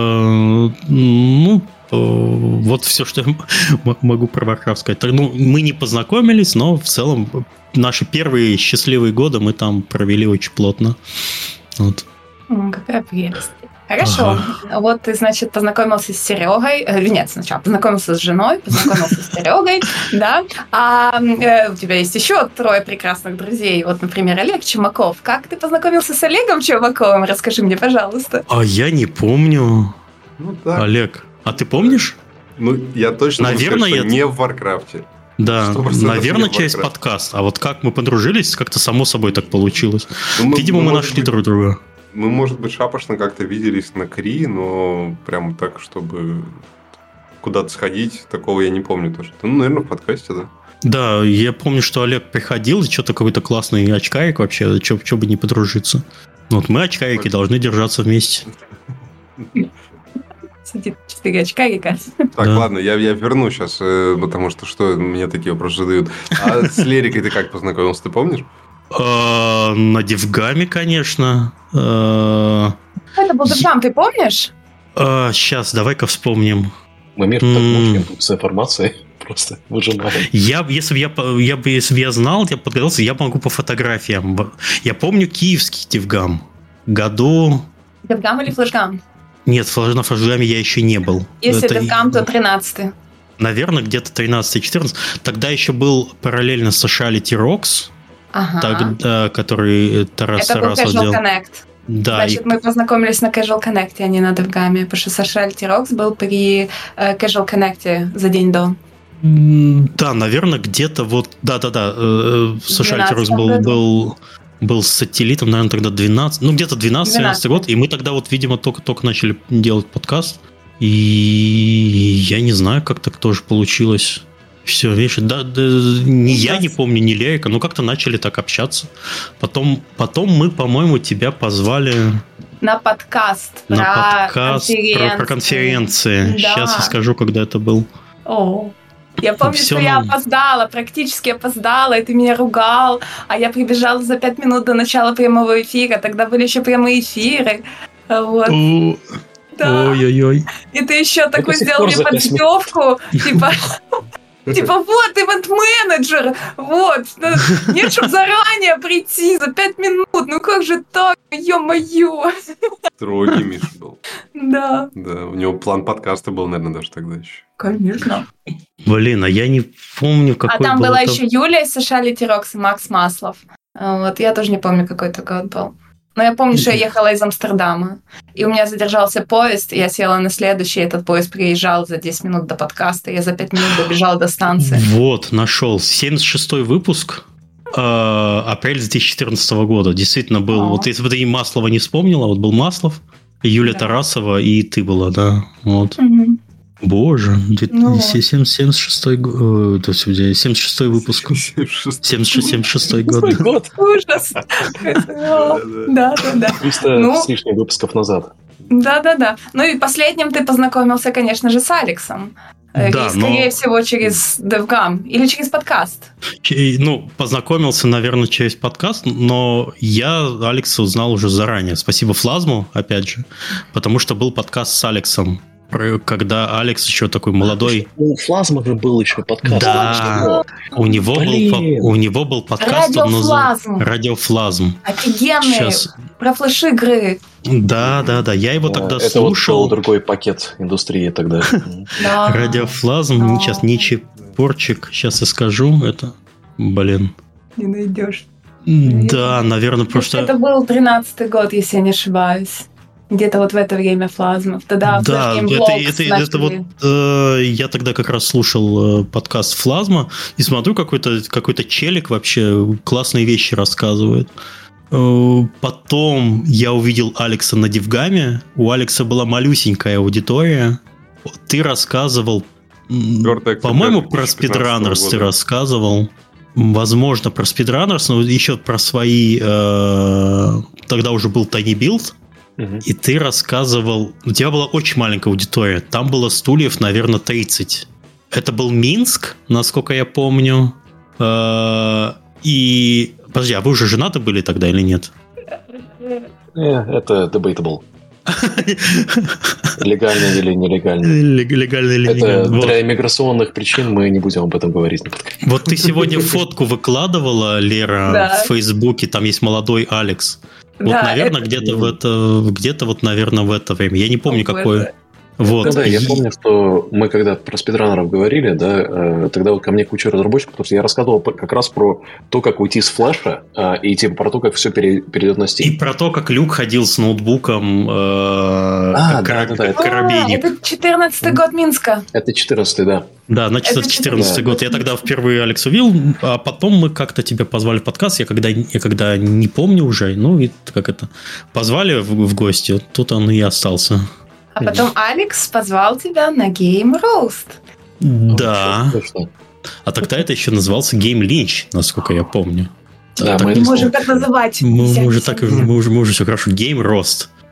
[SPEAKER 2] Ну, вот все, что я могу про Warcraft сказать. Ну, мы не познакомились, но в целом наши первые счастливые годы мы там провели очень плотно. Вот.
[SPEAKER 3] Какая прелесть. Хорошо. Ага. Вот ты, значит, познакомился с Серегой. Нет, сначала познакомился с женой, познакомился с Серегой, да. А э, у тебя есть еще трое прекрасных друзей. Вот, например, Олег Чумаков. Как ты познакомился с Олегом Чумаковым? Расскажи мне, пожалуйста.
[SPEAKER 2] А я не помню.
[SPEAKER 1] Ну, да.
[SPEAKER 2] Олег, а ты помнишь?
[SPEAKER 1] Ну, я точно
[SPEAKER 2] Наверное,
[SPEAKER 1] могу сказать, что
[SPEAKER 2] я...
[SPEAKER 1] не в Варкрафте.
[SPEAKER 2] Да, наверное, через подкаст. А вот как мы подружились, как-то само собой так получилось. Ну, мы, Видимо, мы, мы нашли быть... друг друга.
[SPEAKER 1] Мы, может быть, шапошно как-то виделись на Кри, но прям так, чтобы куда-то сходить, такого я не помню тоже. Ну, наверное, в подкасте, да.
[SPEAKER 2] Да, я помню, что Олег приходил, и что-то какой-то классный очкарик вообще, что бы не подружиться. Вот мы, очкарики, должны держаться вместе.
[SPEAKER 3] Сидит четыре очкарика.
[SPEAKER 1] Так, да. Ладно, я, я верну сейчас, потому что что мне такие вопросы задают. А с Лерикой ты как познакомился, ты помнишь?
[SPEAKER 2] На Девгаме, конечно.
[SPEAKER 3] Это был Девгам, ты помнишь?
[SPEAKER 2] Сейчас, давай-ка вспомним.
[SPEAKER 4] Мы мир так мучаем с информацией. Просто выжимаем.
[SPEAKER 2] Я, если бы я, я, если бы я знал, я подготовился, я могу по фотографиям. Я помню киевский Девгам. Году...
[SPEAKER 3] Девгам или Флэшгам?
[SPEAKER 2] Нет, на Флэшгаме я еще не был.
[SPEAKER 3] Если
[SPEAKER 2] это...
[SPEAKER 3] Девгам, то тринадцатый.
[SPEAKER 2] Наверное, где-то тринадцатый-четырнадцатый. Тогда еще был параллельно Sociality Rocks,
[SPEAKER 3] ага.
[SPEAKER 2] тогда, который Тарас Тарасов делал.
[SPEAKER 3] Это был Casual Connect.
[SPEAKER 2] Да,
[SPEAKER 3] Значит, и... мы познакомились на Casual Connect, а не на Девгаме, потому что Sociality Rocks был при э, Casual Connect за день до.
[SPEAKER 2] Да, наверное, где-то вот... Да-да-да, Sociality Rocks был, был, был с сателлитом, наверное, тогда двенадцать, ну, где-то двенадцатый-тринадцатый год, и мы тогда вот, видимо, только-только начали делать подкаст, и я не знаю, как так тоже получилось. Все, видишь, да, да, ни я не помню, ни Лерика, но как-то начали так общаться. Потом, потом мы, по-моему, тебя позвали...
[SPEAKER 3] На подкаст
[SPEAKER 2] на
[SPEAKER 3] про
[SPEAKER 2] подкаст,
[SPEAKER 3] конференции.
[SPEAKER 2] Про, про конференции. Да. Сейчас я скажу, когда это был.
[SPEAKER 3] О, я помню, Все что я
[SPEAKER 2] нам...
[SPEAKER 3] опоздала, практически опоздала, и ты меня ругал, а я прибежала за пять минут до начала прямого эфира, тогда были еще прямые эфиры. Вот.
[SPEAKER 2] О, да. Ой-ой-ой.
[SPEAKER 3] И ты еще такой сделал мне поддевку, типа... Типа, вот, ивент-менеджер, вот, нет, чтобы заранее прийти за пять минут, ну как же так, ё-моё.
[SPEAKER 1] Строгий Миша был.
[SPEAKER 3] Да.
[SPEAKER 1] Да, у него план подкаста был, наверное, даже тогда еще.
[SPEAKER 3] Конечно.
[SPEAKER 2] Блин, а я не помню, какой был.
[SPEAKER 3] А там
[SPEAKER 2] был
[SPEAKER 3] была
[SPEAKER 2] это...
[SPEAKER 3] еще Юлия из Sociality Rocks и Макс Маслов. Вот, я тоже не помню, какой такой он был. Но я помню, что я ехала из Амстердама, и у меня задержался поезд, и я села на следующий, этот поезд приезжал за десять минут до подкаста, я за пять минут добежала до станции.
[SPEAKER 2] Вот, нашел. семьдесят шестой выпуск, э, апрель две тысячи четырнадцатого года. Действительно был, А-а-а. Вот если бы ты Маслова не вспомнила, вот был Маслов, Юлия да. Тарасова, и ты была, да, вот. Угу. Боже, ну, семьдесят шестой год, то есть семьдесят шестой выпуск. семьдесят шестой год.
[SPEAKER 3] Ужас. Да, да, да.
[SPEAKER 4] триста с лишним выпусков назад.
[SPEAKER 3] Да, да, да. Ну и последним ты познакомился, конечно же, с Алексом. Да, и, скорее но... всего, через Девгам или через подкаст.
[SPEAKER 2] Ну, познакомился, наверное, через подкаст, но я Алекса узнал уже заранее. Спасибо Флазму, опять же, потому что был подкаст с Алексом. Когда Алекс еще такой молодой.
[SPEAKER 4] У Флазма же был еще подкаст.
[SPEAKER 2] Да, у него, был, у него был подкаст.
[SPEAKER 3] Радиофлазм.
[SPEAKER 2] Радиофлазм.
[SPEAKER 3] Офигенный. Сейчас. Про флеш-игры.
[SPEAKER 2] Да, да, да. Я его тогда
[SPEAKER 4] это
[SPEAKER 2] слушал.
[SPEAKER 4] Это вот был другой пакет индустрии тогда.
[SPEAKER 2] Радиофлазм, сейчас Ничи Порчик. Сейчас я скажу. Это, блин.
[SPEAKER 3] Не найдешь.
[SPEAKER 2] Да, наверное, просто...
[SPEAKER 3] Это был тринадцатый год, если я не ошибаюсь. Где-то вот в это время Флазмов. Тогда
[SPEAKER 2] да, это, это, это вот э, я тогда как раз слушал э, подкаст Флазма и смотрю, какой-то, какой-то челик вообще классные вещи рассказывает. Э, потом я увидел Алекса на Девгаме. У Алекса была малюсенькая аудитория. Ты рассказывал, Гордо, по-моему, про спидранерс ты рассказывал. Возможно, про спидранерс, но еще про свои... Э, тогда уже был Tiny Build. И ты рассказывал... У тебя была очень маленькая аудитория. Там было стульев, наверное, тридцать. Это был Минск, насколько я помню. И... Подожди, а вы уже женаты были тогда или нет?
[SPEAKER 4] Это debatable. Легально или нелегально?
[SPEAKER 2] Легально или нелегально.
[SPEAKER 4] Для миграционных причин мы не будем об этом говорить.
[SPEAKER 2] Вот ты сегодня фотку выкладывала, Лера, в Фейсбуке. Там есть молодой Алекс. Вот, да, наверное, это... где-то в это, где-то вот, наверное, в это время. Я не помню, О, какое. Это... Вот.
[SPEAKER 4] Да, да, я помню, что мы когда про спидранеров говорили, да, тогда вот ко мне куча разработчиков, потому что я рассказывал как раз про то, как уйти с флеша, и типа про то, как все перейдет на Steam.
[SPEAKER 2] И про то, как Люк ходил с ноутбуком, э,
[SPEAKER 4] а,
[SPEAKER 2] как,
[SPEAKER 4] да,
[SPEAKER 2] кор...
[SPEAKER 4] да, да,
[SPEAKER 2] как коробейник.
[SPEAKER 3] А, это четырнадцатый год Минска.
[SPEAKER 4] Это четырнадцатый, да.
[SPEAKER 2] Да, значит, это четырнадцатый год. Я тогда впервые Алекс увидел, а потом мы как-то тебя позвали в подкаст, я когда, я когда не помню уже, ну, и как это, позвали в, в гости, тут он и остался.
[SPEAKER 3] А потом Алекс позвал тебя на Game Roast.
[SPEAKER 2] Да. А тогда это еще назывался Game Lynch, насколько я помню.
[SPEAKER 3] Да, так, мы не можем так называть.
[SPEAKER 2] Мы, мы, уже, так, мы, уже, мы уже все хорошо. Game Roast.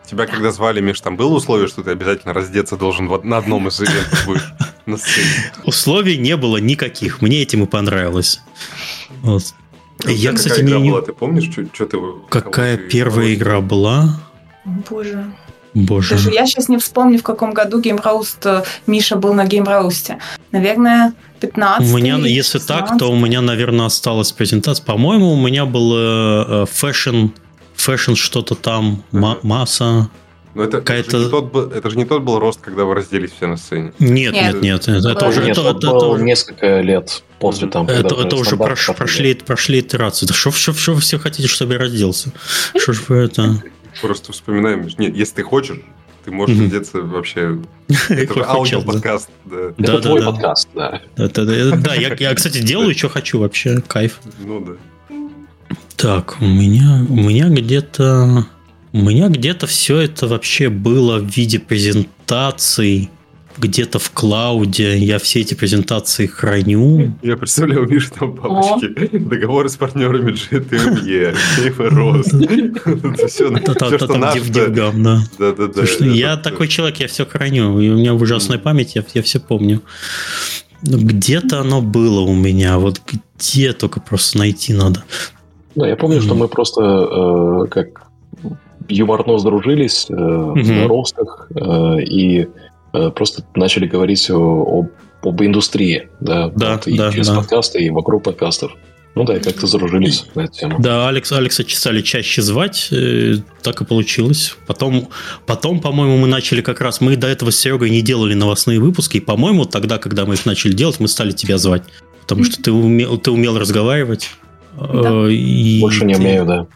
[SPEAKER 1] Тебя когда звали, Миш, там было условие, что ты обязательно раздеться должен на одном из ивентов будешь на сцене?
[SPEAKER 2] Условий не было никаких. Мне этим и понравилось. Вот. Я,
[SPEAKER 1] какая
[SPEAKER 2] кстати,
[SPEAKER 1] игра
[SPEAKER 2] не...
[SPEAKER 1] была, ты помнишь, что, что ты...
[SPEAKER 2] Какая первая игра была?
[SPEAKER 3] Боже.
[SPEAKER 2] Боже.
[SPEAKER 3] Даже я сейчас не вспомню, в каком году Game Roast Миша был на Game Roast. Наверное, пятнадцатый.
[SPEAKER 2] У меня, если шестнадцатый. Так, то у меня, наверное, осталась презентация. По-моему, у меня был фэшн, фэшн что-то там, м- масса.
[SPEAKER 1] Но это, это, же не тот был, это же не тот был рост, когда вы разделись все на сцене.
[SPEAKER 2] Нет, нет, нет. Это, это уже
[SPEAKER 4] нет,
[SPEAKER 2] это,
[SPEAKER 4] это, это несколько лет после там.
[SPEAKER 2] Это, это уже прош, прошли, прошли итерации. Да что, что, что вы все хотите, чтобы я разделся? Что ж вы это...
[SPEAKER 1] Просто вспоминаем. Нет, если ты хочешь, ты можешь mm-hmm. одеться вообще... Это же аудиоподкаст. Да.
[SPEAKER 4] Да, это да, твой да. подкаст, да.
[SPEAKER 2] Да, да, да, да я, я, кстати, делаю, что хочу вообще. Кайф.
[SPEAKER 1] Ну да.
[SPEAKER 2] Так, у меня, у меня где-то... У меня где-то все это вообще было в виде презентаций, где-то в клауде. Я все эти презентации храню.
[SPEAKER 1] Я представляю, Миша, там папочки. О. Договоры с партнерами джи ти эм и, Сейф-Рост. Все, что наше.
[SPEAKER 2] Да-да-да. Я такой человек, я все храню. И у меня ужасная память, я все помню. Где-то оно было у меня. Вот где только просто найти надо.
[SPEAKER 4] Да, я помню, что мы просто как... юморно сдружились э, mm-hmm. на ростах э, и э, просто начали говорить о, о, об индустрии, да,
[SPEAKER 2] да,
[SPEAKER 4] вот, и
[SPEAKER 2] да,
[SPEAKER 4] через
[SPEAKER 2] да.
[SPEAKER 4] подкасты, и вокруг подкастов. Ну да, и как-то задружились на эту тему.
[SPEAKER 2] Да, Алекс, Алекса стали чаще звать, э, так и получилось. Потом, потом, по-моему, мы начали как раз, мы до этого с Серегой не делали новостные выпуски, и, по-моему, тогда, когда мы их начали делать, мы стали тебя звать, потому mm-hmm. что ты умел, ты умел разговаривать.
[SPEAKER 3] Да.
[SPEAKER 2] Э, и
[SPEAKER 4] Больше
[SPEAKER 2] ты...
[SPEAKER 4] не умею, да.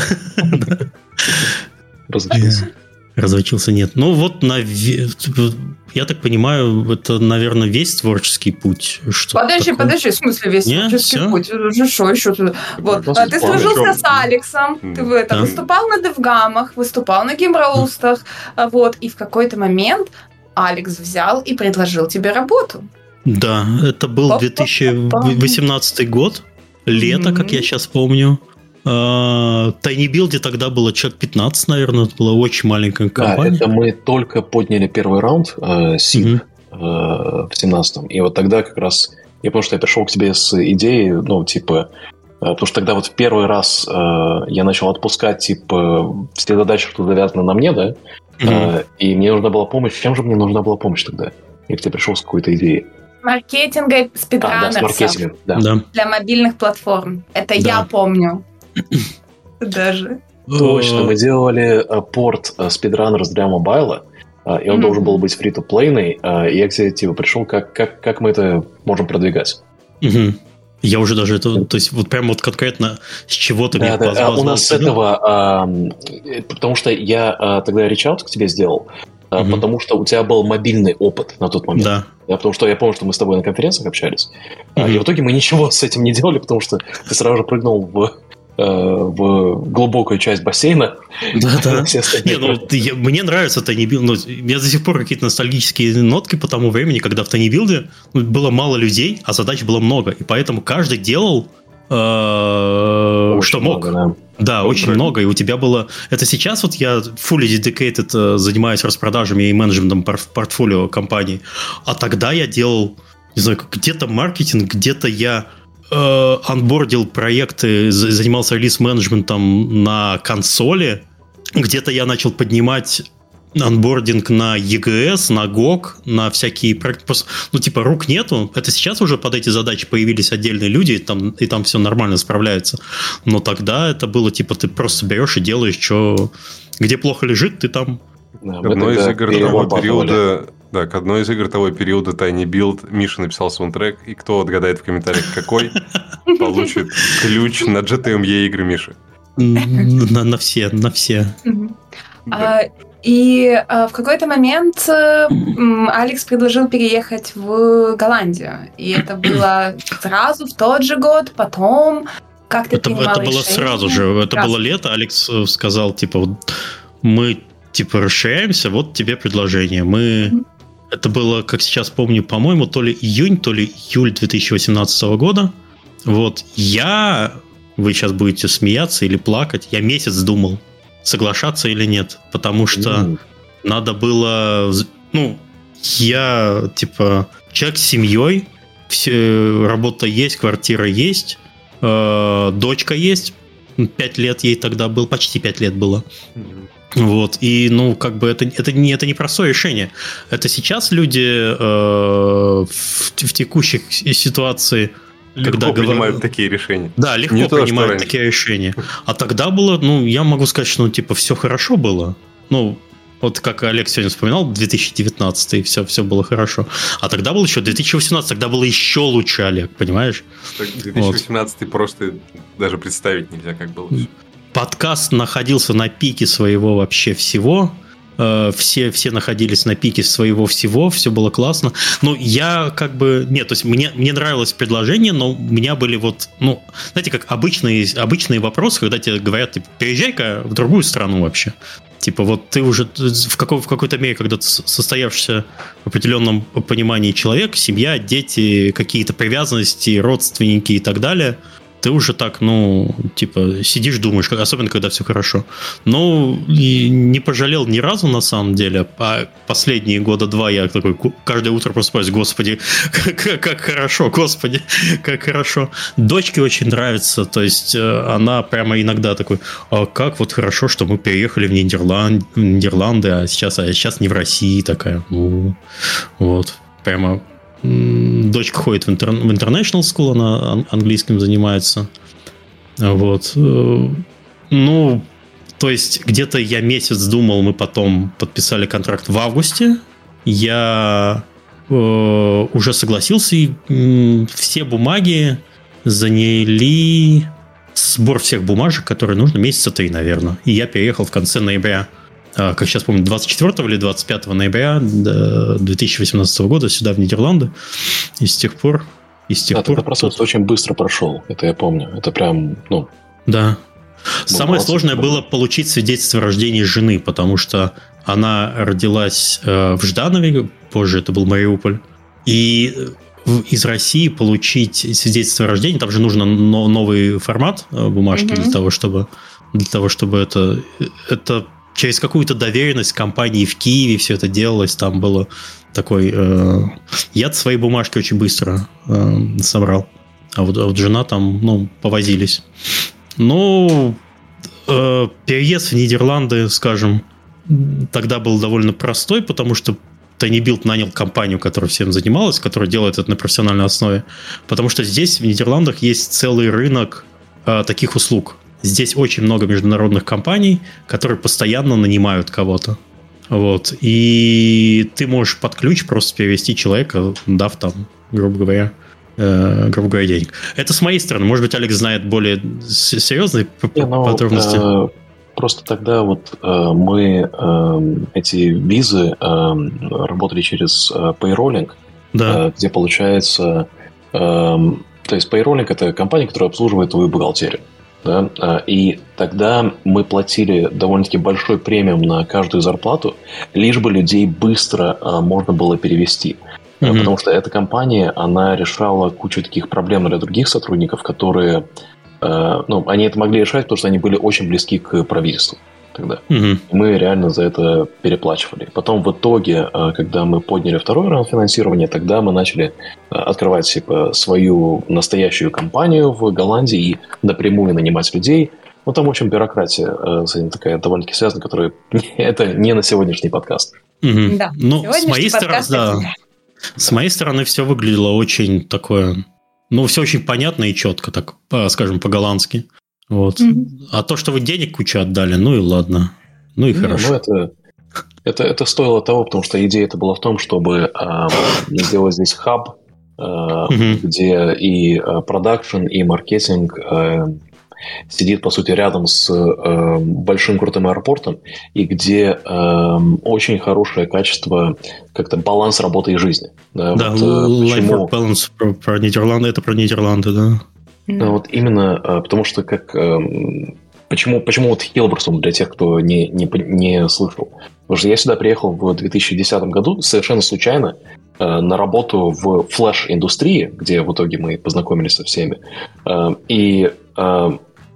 [SPEAKER 2] Разучился. Разучился, нет. Ну, вот, на... я так понимаю, это, наверное, весь творческий путь. Что
[SPEAKER 3] подожди, такое? подожди, в смысле весь
[SPEAKER 2] нет,
[SPEAKER 3] творческий
[SPEAKER 2] все?
[SPEAKER 3] путь? Что еще? Вот. А ты сдружился с Алексом, mm. ты в этом, да. выступал на девгамах, выступал на геймроустах, mm. вот, и в какой-то момент Алекс взял и предложил тебе работу.
[SPEAKER 2] Да, это был две тысячи восемнадцатый год, лето, mm-hmm. как я сейчас помню. Tiny Build тогда было человек пятнадцать, наверное, это была очень маленькая компания.
[SPEAKER 4] Да, это мы только подняли первый раунд э, сид mm-hmm. э, в семнадцатом. И вот тогда как раз я помню, что я пришел к тебе с идеей, ну, типа, э, потому что тогда вот в первый раз э, я начал отпускать, типа, все задачи, что завязаны на мне, да, mm-hmm. э, и мне нужна была помощь. Чем же мне нужна была помощь тогда? Я к тебе пришел с какой-то идеей.
[SPEAKER 3] Маркетинга спидранерсов.
[SPEAKER 4] А, да, с маркетингом, да.
[SPEAKER 2] да.
[SPEAKER 3] Для мобильных платформ. Это да. я помню. Даже.
[SPEAKER 4] Точно, мы делали порт Speedrunners для мобайла, и он mm-hmm. должен был быть фри-то-плейный, и я к тебе типа пришел, как, как, как мы это можем продвигать.
[SPEAKER 2] Mm-hmm. Я уже даже это, то есть вот прям вот конкретно с чего ты
[SPEAKER 4] да,
[SPEAKER 2] меня
[SPEAKER 4] да,
[SPEAKER 2] позвал.
[SPEAKER 4] У нас с этого, а, потому что я а, тогда рич-аут к тебе сделал, а, mm-hmm. потому что у тебя был мобильный опыт на тот момент.
[SPEAKER 2] Да.
[SPEAKER 4] Да, потому что я помню, что мы с тобой на конференциях общались, mm-hmm. и в итоге мы ничего с этим не делали, потому что ты сразу же прыгнул в... в глубокую часть бассейна.
[SPEAKER 2] Да-да. Не, ну, я, мне нравится Tiny Build. Ну, у меня до сих пор какие-то ностальгические нотки по тому времени, когда в Tiny Build было мало людей, а задач было много. И поэтому каждый делал, э, что мог. Много, да, да очень правильно. много. И у тебя было... Это сейчас вот я fully dedicated занимаюсь распродажами и менеджментом портфолио компаний. А тогда я делал, не знаю, где-то маркетинг, где-то я... анбордил проекты, занимался релиз-менеджментом на консоли. Где-то я начал поднимать анбординг на и джи эс, на гог, на всякие проекты. Ну, типа, рук нету. Это сейчас уже под эти задачи появились отдельные люди, и там, и там все нормально справляется. Но тогда это было, типа, ты просто берешь и делаешь, что... Где плохо лежит, ты там...
[SPEAKER 1] Да, одной из игр того периода... Да, к одной из игр того периода Tiny Build Миша написал саундтрек, и кто отгадает в комментариях, какой, получит ключ на джи ти эм и игры Миши.
[SPEAKER 2] На, на все, на все.
[SPEAKER 3] А, и а, в какой-то момент а, Алекс предложил переехать в Голландию. И это было сразу, в тот же год, потом... Как ты
[SPEAKER 2] это,
[SPEAKER 3] принимал
[SPEAKER 2] это было
[SPEAKER 3] решение?
[SPEAKER 2] сразу же, это сразу. Было лето. Алекс сказал, типа, вот мы типа расширяемся, вот тебе предложение. Мы... Mm-hmm. Это было, как сейчас помню, по-моему, то ли июнь, то ли июль две тысячи восемнадцатого года. Вот я... Вы сейчас будете смеяться или плакать. Я месяц думал. соглашаться или нет. Потому что
[SPEAKER 4] Mm.
[SPEAKER 2] надо было... Ну, я, типа, человек с семьей, все, работа есть, квартира есть, э, дочка есть, пять лет ей тогда было, почти пять лет было.
[SPEAKER 4] Mm.
[SPEAKER 2] Вот, и, ну, как бы это, это, не, это не простое решение. Это сейчас люди э, в, в текущей ситуации...
[SPEAKER 1] Легко
[SPEAKER 2] когда
[SPEAKER 1] принимают
[SPEAKER 2] говор...
[SPEAKER 1] такие решения.
[SPEAKER 2] Да, легко
[SPEAKER 1] не
[SPEAKER 2] принимают
[SPEAKER 1] то,
[SPEAKER 2] такие решения. А тогда было, ну, я могу сказать, что, ну, типа, все хорошо было. Ну, вот как Олег сегодня вспоминал, две тысячи девятнадцатый, все, все было хорошо. А тогда был еще две тысячи восемнадцатый, тогда было еще лучше, Олег, понимаешь?
[SPEAKER 1] две тысячи восемнадцатый вот. Просто даже представить нельзя, как было.
[SPEAKER 2] Подкаст находился на пике своего вообще всего. Все, все находились на пике своего всего, все было классно. Но я как бы... Нет, то есть мне, мне нравилось предложение, но у меня были вот... Ну, знаете, как обычные, обычные вопросы, когда тебе говорят, типа, переезжай-ка в другую страну вообще. Типа, вот ты уже в, какой, в какой-то мере, когда ты состоявшийся в определенном понимании человек, семья, дети, какие-то привязанности, родственники и так далее, ты уже так, ну, типа, сидишь, думаешь, особенно когда все хорошо. Ну, и не пожалел ни разу, на самом деле. А последние года два я такой каждое утро просыпаюсь, господи, как, как хорошо, господи, как хорошо. Дочке очень нравится, то есть она прямо иногда такой, а как вот хорошо, что мы переехали в Нидерланд, Нидерланды, а сейчас, а сейчас не в России такая. Ну, вот, прямо... Дочка ходит в, интер... в International School, она английским занимается. Вот. Ну, то есть, где-то я месяц думал, мы потом подписали контракт в августе. Я э, уже согласился, и э, все бумаги заняли сбор всех бумажек, которые нужно, месяца три, наверное. И я переехал в конце ноября. Как сейчас помню, двадцать четвёртого или двадцать пятого ноября две тысячи восемнадцатого года сюда, в Нидерланды. И с тех пор... И с тех
[SPEAKER 4] да,
[SPEAKER 2] пор
[SPEAKER 4] этот процесс тут... очень быстро прошел, это я помню. Это прям, ну...
[SPEAKER 2] Да. Самое сложное было получить свидетельство о рождении жены, потому что она родилась в Жданове, позже это был Мариуполь. И из России получить свидетельство о рождении, там же нужно новый формат бумажки mm-hmm. для того, чтобы, для того, чтобы это... это через какую-то доверенность компании в Киеве все это делалось, там было такой... Э, я свои бумажки очень быстро э, собрал, а вот, а вот жена там, ну, повозились. Ну, э, переезд в Нидерланды, скажем, тогда был довольно простой, потому что TinyBuild нанял компанию, которая всем занималась, которая делает это на профессиональной основе, потому что здесь, в Нидерландах, есть целый рынок э, таких услуг. Здесь очень много международных компаний, которые постоянно нанимают кого-то. Вот. И ты можешь под ключ просто перевести человека, дав там, грубо говоря, э, грубо говоря, денег. Это с моей стороны. Может быть, Олег знает более серьезные Не, ну, подробности.
[SPEAKER 4] Э, просто тогда вот э, мы э, эти визы э, работали через э, Payrolling, да. э, где получается... Э, то есть Payrolling – это компания, которая обслуживает твою бухгалтерию. Да? И тогда мы платили довольно-таки большой премиум на каждую зарплату, лишь бы людей быстро а, можно было перевести. Mm-hmm. Потому что эта компания, она решала кучу таких проблем для других сотрудников, которые, а, ну, они это могли решать, потому что они были очень близки к правительству тогда. Mm-hmm. И мы реально за это переплачивали. Потом в итоге, когда мы подняли второй раунд финансирования, тогда мы начали открывать типа, свою настоящую компанию в Голландии и напрямую нанимать людей. Ну, там, в общем, бюрократия с этим такая довольно-таки связана, которая... это не на сегодняшний подкаст.
[SPEAKER 2] Mm-hmm. Да, ну, с моей стороны, да. С моей стороны все выглядело очень такое... Ну, все очень понятно и четко, так, скажем, по-голландски. Вот. Mm-hmm. А то, что вы денег кучу отдали, ну и ладно. Ну и Не, хорошо.
[SPEAKER 4] Ну это, это, это стоило того, потому что идея это была в том, чтобы э, сделать здесь хаб, э, mm-hmm. где и продакшн, и маркетинг э, сидит, по сути, рядом с э, большим крутым аэропортом, и где э, очень хорошее качество, как-то баланс работы и жизни.
[SPEAKER 2] Да, да вот, life-work balance про, про Нидерланды, это про Нидерланды, да.
[SPEAKER 4] Ну, вот именно потому что как... Почему, почему вот Хилберсум, для тех, кто не, не, не слышал? Потому что я сюда приехал в две тысячи десятом году совершенно случайно на работу в флеш-индустрии, где в итоге мы познакомились со всеми. И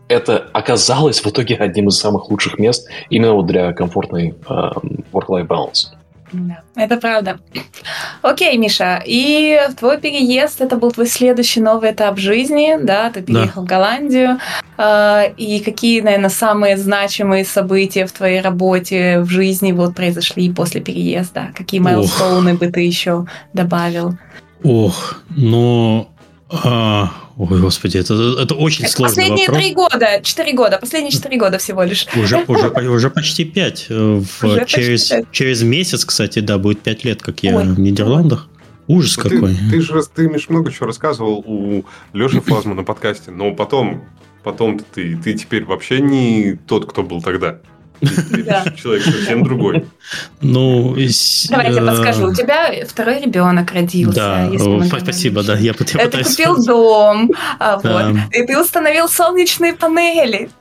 [SPEAKER 4] это оказалось в итоге одним из самых лучших мест именно вот для комфортной э, work-life balance.
[SPEAKER 3] Да, это правда. Окей, Миша, и твой переезд, это был твой следующий новый этап жизни, да, ты переехал да. в Голландию, э, и какие, наверное, самые значимые события в твоей работе, в жизни вот произошли после переезда? Какие майлстоуны бы ты еще добавил?
[SPEAKER 2] Ох, ну... А, ой, господи, это, это очень это сложный
[SPEAKER 3] последние
[SPEAKER 2] вопрос.
[SPEAKER 3] Последние три года, четыре года, последние четыре года всего лишь.
[SPEAKER 2] Уже, уже, уже почти пять. В, уже через, почти пять. Через месяц, кстати, да, будет пять лет, как я Ой. в Нидерландах. Ужас ну, какой.
[SPEAKER 1] Ты, ты же, ты, Миш, много чего рассказывал у Леши Флазма на подкасте, но потом, потом ты, ты теперь вообще не тот, кто был тогда. Да. Человек совсем другой.
[SPEAKER 2] Ну,
[SPEAKER 3] давай я подскажу. У тебя второй ребенок родился.
[SPEAKER 2] Да, спасибо, да. Я пытаюсь.
[SPEAKER 3] Ты купил дом, вот, и ты установил солнечные панели.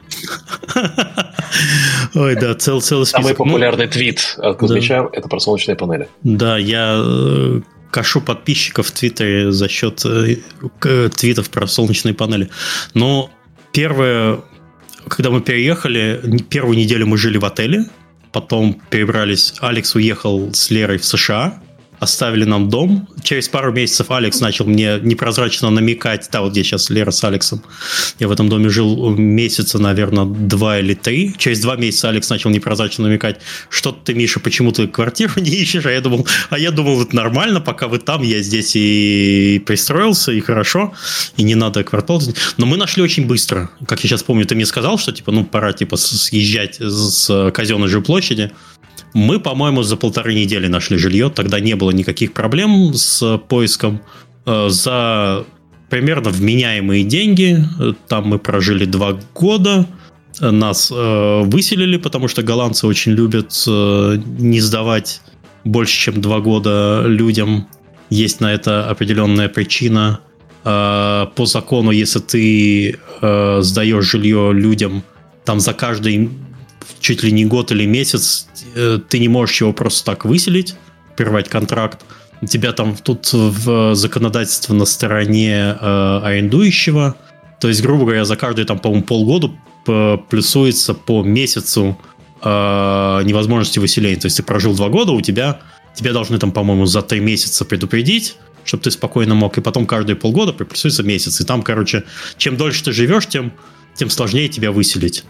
[SPEAKER 2] Ой, да, цел, целый список.
[SPEAKER 4] Самый популярный ну, твит от Кузьмича да. это про солнечные панели.
[SPEAKER 2] Да, я э, кашу подписчиков в Твиттере за счет э, твитов про солнечные панели. Но первое... Когда мы переехали, первую неделю мы жили в отеле, потом перебрались, Алекс уехал с Лерой в США, оставили нам дом. Через пару месяцев Алекс начал мне непрозрачно намекать, да, вот где сейчас Лера с Алексом. Я в этом доме жил месяца, наверное, два или три. Через два месяца Алекс начал непрозрачно намекать, что ты, Миша, почему ты квартиру не ищешь? А я думал, а я думал, это нормально, пока вы там, я здесь и пристроился, и хорошо, и не надо квартал. Но мы нашли очень быстро. Как я сейчас помню, ты мне сказал, что типа, ну, пора типа съезжать с казенной жилплощади. Мы, по-моему, за полторы недели нашли жилье. Тогда не было никаких проблем с поиском. За примерно вменяемые деньги. Там мы прожили два года. Нас выселили, потому что голландцы очень любят не сдавать больше, чем два года людям. Есть на это определенная причина. По закону, если ты сдаешь жилье людям, там за каждый... чуть ли не год или месяц, ты не можешь его просто так выселить, прервать контракт. У тебя там тут в законодательство на стороне э, арендующего. То есть, грубо говоря, за каждые, там, по-моему, полгода плюсуется по месяцу э, невозможности выселения. То есть, ты прожил два года, у тебя, тебя должны, там, по-моему, за три месяца предупредить, чтобы ты спокойно мог, и потом каждые полгода приплюсуется месяц. И там, короче, чем дольше ты живешь, тем, тем сложнее тебя выселить.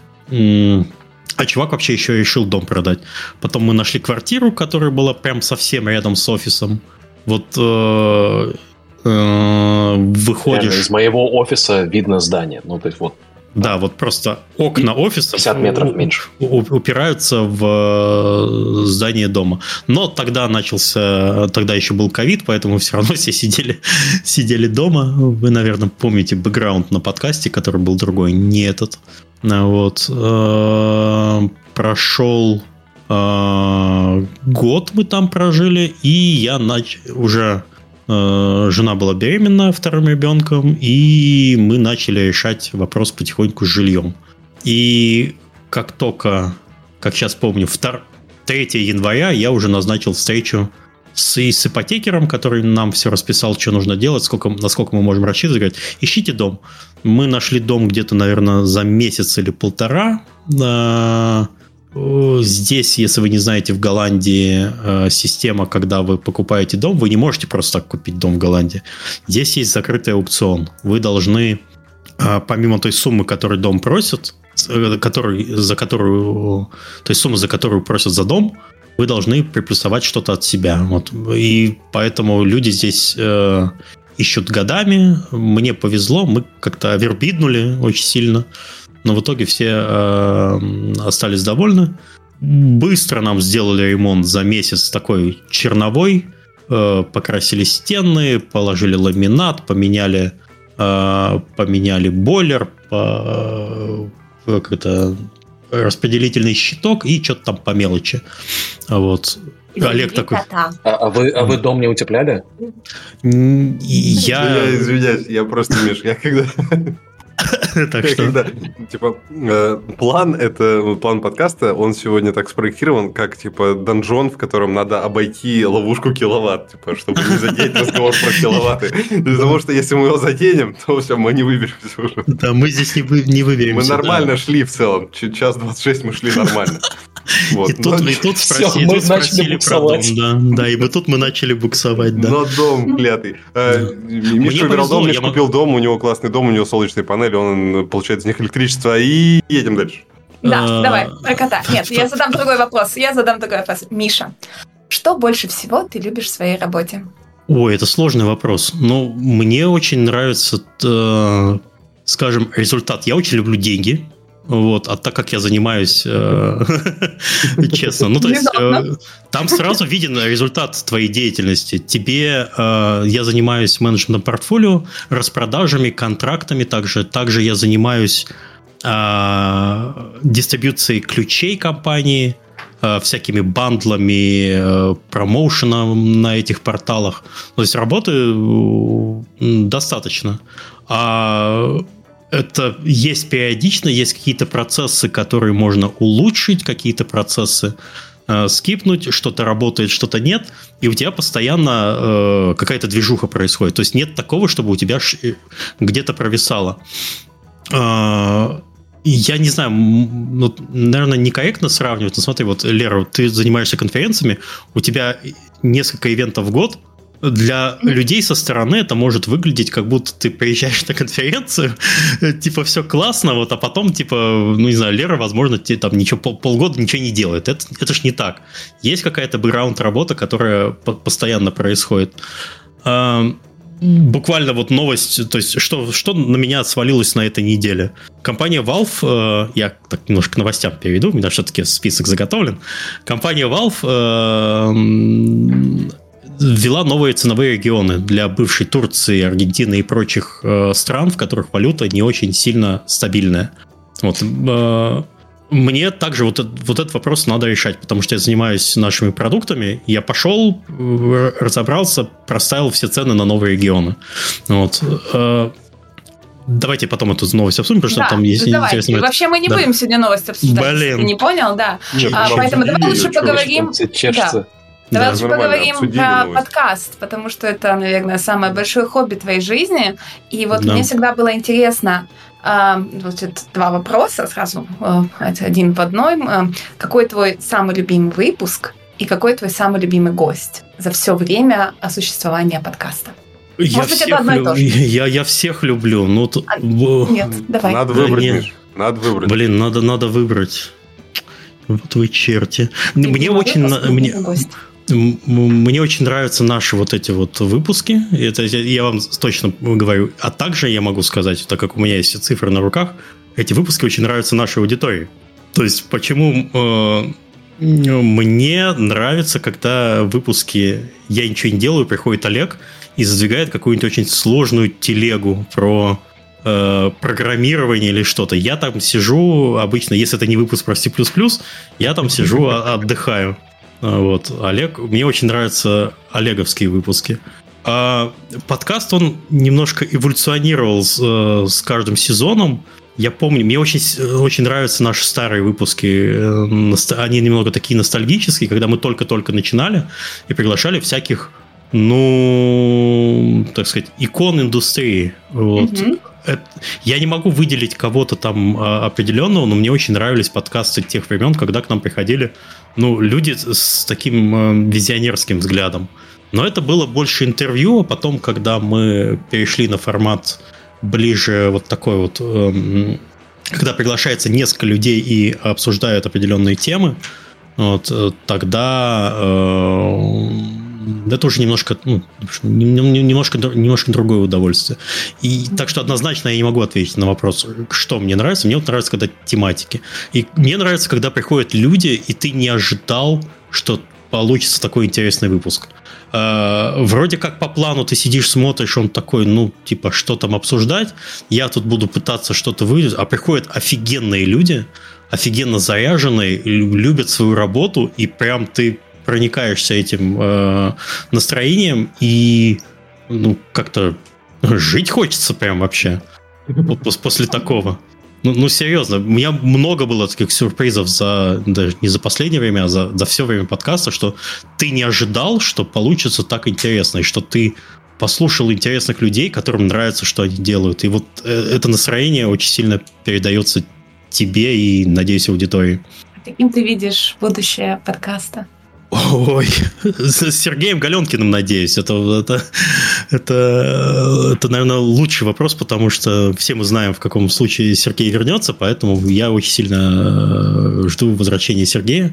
[SPEAKER 2] А чувак вообще еще решил дом продать. Потом мы нашли квартиру, которая была прям совсем рядом с офисом. Вот э, э, выходишь...
[SPEAKER 4] Реально, из моего офиса видно здание. Ну, то есть вот.
[SPEAKER 2] Да, вот просто окна офиса
[SPEAKER 4] пятьдесят метров меньше.
[SPEAKER 2] Упираются в здание дома. Но тогда начался, тогда еще был ковид, поэтому все равно все сидели, сидели дома. Вы, наверное, помните бэкграунд на подкасте, который был другой, не этот. Вот. Прошел год мы там прожили, и я нач... уже жена была беременна вторым ребенком, и мы начали решать вопрос потихоньку с жильем. И как только, как сейчас помню, третьего января я уже назначил встречу с, с ипотекером, который нам все расписал, что нужно делать, сколько, насколько мы можем рассчитывать. Говорит, ищите дом. Мы нашли дом где-то, наверное, за месяц или полтора. Здесь, если вы не знаете, в Голландии система, когда вы покупаете дом, вы не можете просто так купить дом в Голландии. Здесь есть закрытый аукцион. Вы должны, помимо той суммы, которую дом просит, который, за которую, то есть сумма, за которую просят за дом, вы должны приплюсовать что-то от себя. Вот. И поэтому люди здесь э, ищут годами. Мне повезло, мы как-то овербиднули очень сильно. Но в итоге все э, остались довольны. Быстро нам сделали ремонт за месяц такой черновой. Э, покрасили стены, положили ламинат, поменяли, э, поменяли бойлер, по, э, как это, распределительный щиток и что-то там по мелочи. Вот. Олег такой...
[SPEAKER 4] А, а, вы, а вы дом не утепляли?
[SPEAKER 2] Я...
[SPEAKER 1] я извиняюсь, я просто, Миш, я когда... Так что... Типа, план, это план подкаста, он сегодня так спроектирован, как, типа, донжон, в котором надо обойти ловушку киловатт, типа, чтобы не задеть разговор про киловатты. Потому что если мы его заденем, то все, мы не выберемся уже.
[SPEAKER 2] Да, мы здесь не выберемся.
[SPEAKER 1] Мы нормально шли в целом. Час двадцать шесть мы шли нормально.
[SPEAKER 2] Вот. И тут, и тут спроси, все, и тут спросили про дом, да, да, и вот тут мы начали буксовать, да.
[SPEAKER 1] Но дом клятый. Да. Миша выбирал дом, Миша купил дом, у него классный дом, у него солнечные панели, он получает из них электричество, и едем дальше.
[SPEAKER 3] Да, давай, про кота. Нет, я задам другой вопрос, я задам другой вопрос. Миша, что больше всего ты любишь в своей работе?
[SPEAKER 2] Ой, это сложный вопрос. Ну, мне очень нравится, скажем, результат. Я очень люблю деньги. Вот, а так как я занимаюсь, э, честно, ну то есть э, там сразу виден результат твоей деятельности. Тебе э, я занимаюсь менеджментом портфолио, распродажами, контрактами, также, также я занимаюсь э, дистрибьюцией ключей компании, э, всякими бандлами, э, промоушеном на этих порталах. То есть работы э, достаточно. А это есть периодично, есть какие-то процессы, которые можно улучшить, какие-то процессы э, скипнуть, что-то работает, что-то нет, и у тебя постоянно э, какая-то движуха происходит. То есть нет такого, чтобы у тебя ш... где-то провисало. Э, я не знаю, ну, наверное, некорректно сравнивать, но смотри, вот, Лера, ты занимаешься конференциями, у тебя несколько ивентов в год. Для людей со стороны это может выглядеть, как будто ты приезжаешь на конференцию, типа, все классно, вот, а потом, типа, ну, не знаю, Лера, возможно, тебе там ничего, пол, полгода ничего не делает. Это, это ж не так. Есть какая-то бэкграунд-работа, которая постоянно происходит. Буквально вот новость, то есть, что, что на меня свалилось на этой неделе. Компания Valve, я так немножко к новостям перейду, у меня все-таки список заготовлен. Компания Valve ввела новые ценовые регионы для бывшей Турции, Аргентины и прочих э, стран, в которых валюта не очень сильно стабильная. Вот, э, мне также вот, вот этот вопрос надо решать, потому что я занимаюсь нашими продуктами. Я пошел, разобрался, проставил все цены на новые регионы. Вот. Э, давайте потом эту новость обсудим, потому что
[SPEAKER 3] да,
[SPEAKER 2] там есть
[SPEAKER 3] интересно. Вообще мы не да. будем сегодня новости обсуждать,
[SPEAKER 2] Блин.
[SPEAKER 3] если ты не понял, да.
[SPEAKER 1] Нет,
[SPEAKER 3] а, поэтому давай лучше поговорим...
[SPEAKER 4] Чешется.
[SPEAKER 3] Давай
[SPEAKER 1] да,
[SPEAKER 3] лучше поговорим про новость. Подкаст, потому что это, наверное, самое большое хобби твоей жизни. И вот да. мне всегда было интересно, э, вот два вопроса сразу, э, один в одной. Э, какой твой самый любимый выпуск и какой твой самый любимый гость за все время существования подкаста?
[SPEAKER 2] Я Может быть, это одно и то же. Я, я всех люблю. Но...
[SPEAKER 3] А, нет, давай.
[SPEAKER 1] Надо выбрать, нет. Миш, надо выбрать.
[SPEAKER 2] Блин, надо, надо выбрать. Вот вы черти. Ты мне очень... Мне... Мне очень нравятся наши вот эти вот выпуски. Это я вам точно говорю. А также я могу сказать, так как у меня есть цифры на руках, эти выпуски очень нравятся нашей аудитории. То есть, почему э, мне нравится, когда в выпуске «Я ничего не делаю», приходит Олег и задвигает какую-нибудь очень сложную телегу про э, программирование или что-то. Я там сижу, обычно, если это не выпуск про C++, я там сижу, отдыхаю. Вот, Олег, мне очень нравятся олеговские выпуски. А подкаст, он немножко эволюционировал с, с каждым сезоном. Я помню, мне очень, очень нравятся наши старые выпуски. Они немного такие ностальгические, когда мы только-только начинали и приглашали всяких, ну, так сказать, икон индустрии. Вот. Mm-hmm. Это, я не могу выделить кого-то там а, определенного, но мне очень нравились подкасты тех времен, когда к нам приходили ну, люди с таким а, визионерским взглядом. Но это было больше интервью, а потом, когда мы перешли на формат ближе вот такой вот, э, когда приглашается несколько людей и обсуждают определенные темы, вот, тогда э, это уже немножко, ну, немножко, немножко другое удовольствие. И так что однозначно я не могу ответить на вопрос, что мне нравится. Мне вот нравится, когда тематики. И мне нравится, когда приходят люди, и ты не ожидал, что получится такой интересный выпуск. Uh, вроде как по плану ты сидишь, смотришь, он такой, ну, типа, что там обсуждать, я тут буду пытаться что-то выйти, а приходят офигенные люди, офигенно заряженные, любят свою работу, и прям ты проникаешься этим uh, настроением, и, ну, как-то жить хочется прям вообще. после такого. Ну, ну, серьезно, у меня много было таких сюрпризов за, даже не за последнее время, а за, за все время подкаста, что ты не ожидал, что получится так интересно, и что ты послушал интересных людей, которым нравится, что они делают. И вот это настроение очень сильно передается тебе и, надеюсь, аудитории.
[SPEAKER 3] Каким ты видишь будущее подкаста?
[SPEAKER 2] Ой, с Сергеем Галенкиным, надеюсь. Это, это, это, это, наверное, лучший вопрос, потому что все мы знаем, в каком случае Сергей вернется, поэтому я очень сильно жду возвращения Сергея.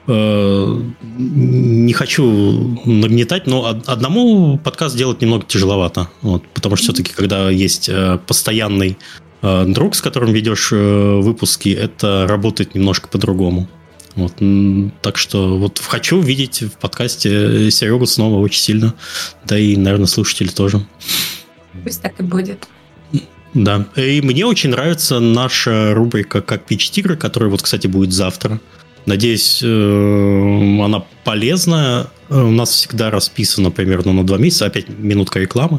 [SPEAKER 2] Не хочу нагнетать, но одному подкаст делать немного тяжеловато. Вот, потому что все-таки, когда есть постоянный друг, с которым ведешь выпуски, это работает немножко по-другому. Вот, так что вот хочу видеть в подкасте Серегу снова очень сильно. Да и, наверное, слушатели тоже.
[SPEAKER 3] Пусть так и будет.
[SPEAKER 2] Да. И мне очень нравится наша рубрика «Как пич тигры», которая вот, кстати, будет завтра. Надеюсь, она полезная. У нас всегда расписано примерно на два месяца. Опять минутка рекламы.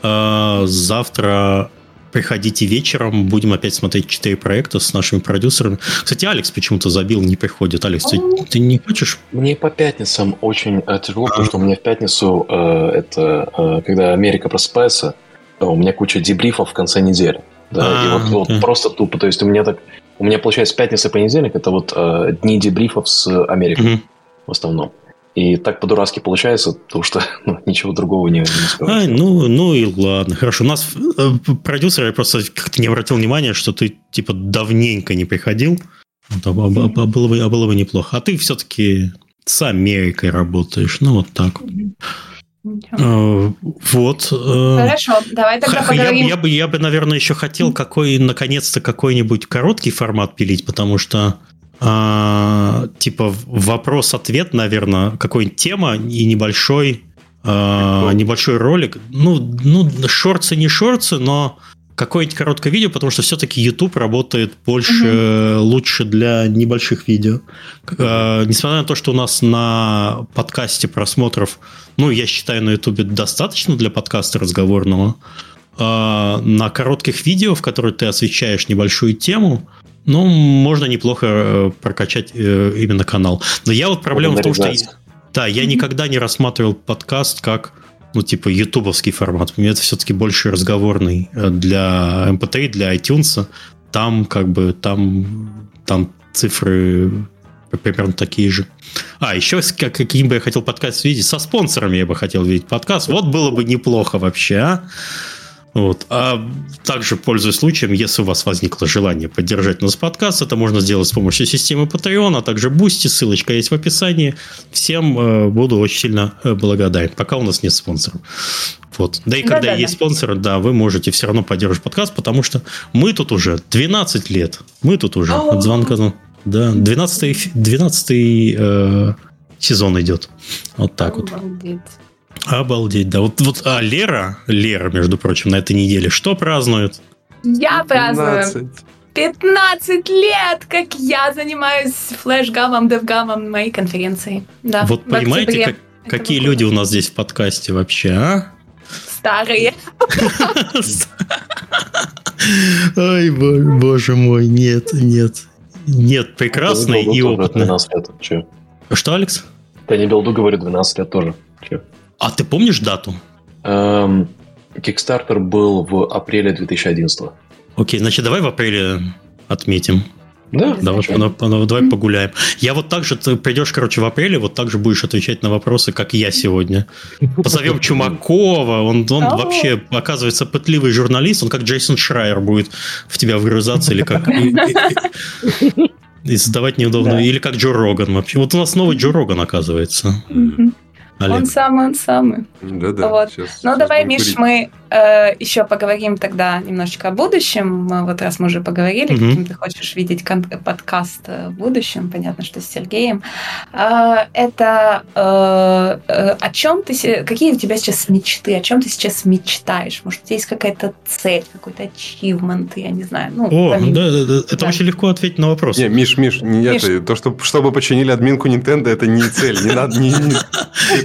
[SPEAKER 2] Завтра приходите вечером, будем опять смотреть четыре проекта с нашими продюсерами. Кстати, Алекс почему-то забил, не приходит. Алекс, ты, ты не хочешь?
[SPEAKER 4] Мне по пятницам очень э, тяжело, потому что у меня в пятницу, э, это э, когда Америка просыпается, у меня куча дебрифов в конце недели. Да, а, и вот, okay. вот просто тупо. То есть у меня так, у меня получается пятница и понедельник, это вот э, дни дебрифов с Америкой mm-hmm. в основном. И так по-дурацки получается, потому что ну, ничего другого не, не
[SPEAKER 2] скажу. Ну, ну и ладно, хорошо. У нас э, продюсер, я просто как-то не обратил внимания, что ты типа давненько не приходил. Вот, а, а, а, было бы, а было бы неплохо. А ты все-таки с Америкой работаешь. Ну, вот так. А, вот.
[SPEAKER 3] Хорошо, давай тогда поговорим.
[SPEAKER 2] Я, я, бы, я бы, наверное, еще хотел какой, наконец-то какой-нибудь короткий формат пилить, потому что А, типа вопрос-ответ, наверное, какой-нибудь тема и небольшой, а, небольшой ролик. Ну, ну, шортсы не шортсы, но какое-нибудь короткое видео, потому что все-таки YouTube работает больше, mm-hmm. лучше для небольших видео. А, несмотря на то, что у нас на подкасте просмотров, ну, я считаю, на YouTube достаточно для подкаста разговорного, а, на коротких видео, в которых ты освещаешь небольшую тему, ну, можно неплохо прокачать именно канал. Но я вот проблема в том, что да, я никогда не рассматривал подкаст как, ну, типа, ютубовский формат. У меня это все-таки больше разговорный для эм пэ три, для iTunes. Там, как бы, там, там цифры примерно такие же. А, еще каким бы я хотел подкаст видеть? Со спонсорами я бы хотел видеть подкаст. Вот было бы неплохо вообще, а? Вот. А также, пользуясь случаем, если у вас возникло желание поддержать нас подкаст, это можно сделать с помощью системы Patreon, а также Boosty, ссылочка есть в описании. Всем э, буду очень сильно э, благодарен, пока у нас нет спонсоров. Вот. Да и когда да, есть да. спонсоры, да, вы можете все равно поддерживать подкаст, потому что мы тут уже двенадцать лет. Мы тут уже О-о-о. от звонка. Да, двенадцатый, двенадцатый э, сезон идет. Вот так Обалдеть. вот. Обалдеть, да. Вот, вот а Лера, Лера, между прочим, на этой неделе что празднует?
[SPEAKER 3] Я праздную пятнадцать лет, как я занимаюсь флэш-гамом, дев-гамом на моей конференции. Да,
[SPEAKER 2] вот понимаете, как, какие было. люди у нас здесь в подкасте вообще, а?
[SPEAKER 3] Старые.
[SPEAKER 2] Ой, боже мой, нет, нет. Нет, прекрасный и опытный. Что, Алекс?
[SPEAKER 4] Я не билду, говорю, двенадцать лет тоже. Че?
[SPEAKER 2] А ты помнишь дату?
[SPEAKER 4] Эм, Kickstarter был в апреле две тысячи одиннадцатого.
[SPEAKER 2] Окей, значит, давай в апреле отметим.
[SPEAKER 4] Да,
[SPEAKER 2] давай, давай, давай погуляем. Я вот так же, ты придешь, короче, в апреле, вот так же будешь отвечать на вопросы, как я сегодня. Позовем Чумакова, он, он вообще, оказывается, пытливый журналист, он как Джейсон Шрайер будет в тебя вгрызаться или как... И задавать неудобно. Да. Или как Джо Роган вообще. Вот у нас новый Джо Роган, оказывается.
[SPEAKER 3] Mm-hmm. Он самый, он самый.
[SPEAKER 1] Да-да.
[SPEAKER 3] Вот.
[SPEAKER 1] Сейчас,
[SPEAKER 3] ну,
[SPEAKER 1] сейчас
[SPEAKER 3] давай, Миш,
[SPEAKER 1] курить.
[SPEAKER 3] мы э, еще поговорим тогда немножечко о будущем. Вот раз мы уже поговорили, mm-hmm. каким ты хочешь видеть кон- подкаст в будущем. Понятно, что с Сергеем. Э, это э, э, о чем ты... Какие у тебя сейчас мечты? О чем ты сейчас мечтаешь? Может, у тебя есть какая-то цель, какой-то ачивмент, я не знаю. Ну,
[SPEAKER 2] О, там... да, да, да. Это да. очень легко ответить на вопрос.
[SPEAKER 1] Не, Миш, Миш, не Миш. Это, то, что, чтобы починили админку Nintendo, это не цель. Не надо... Не, не...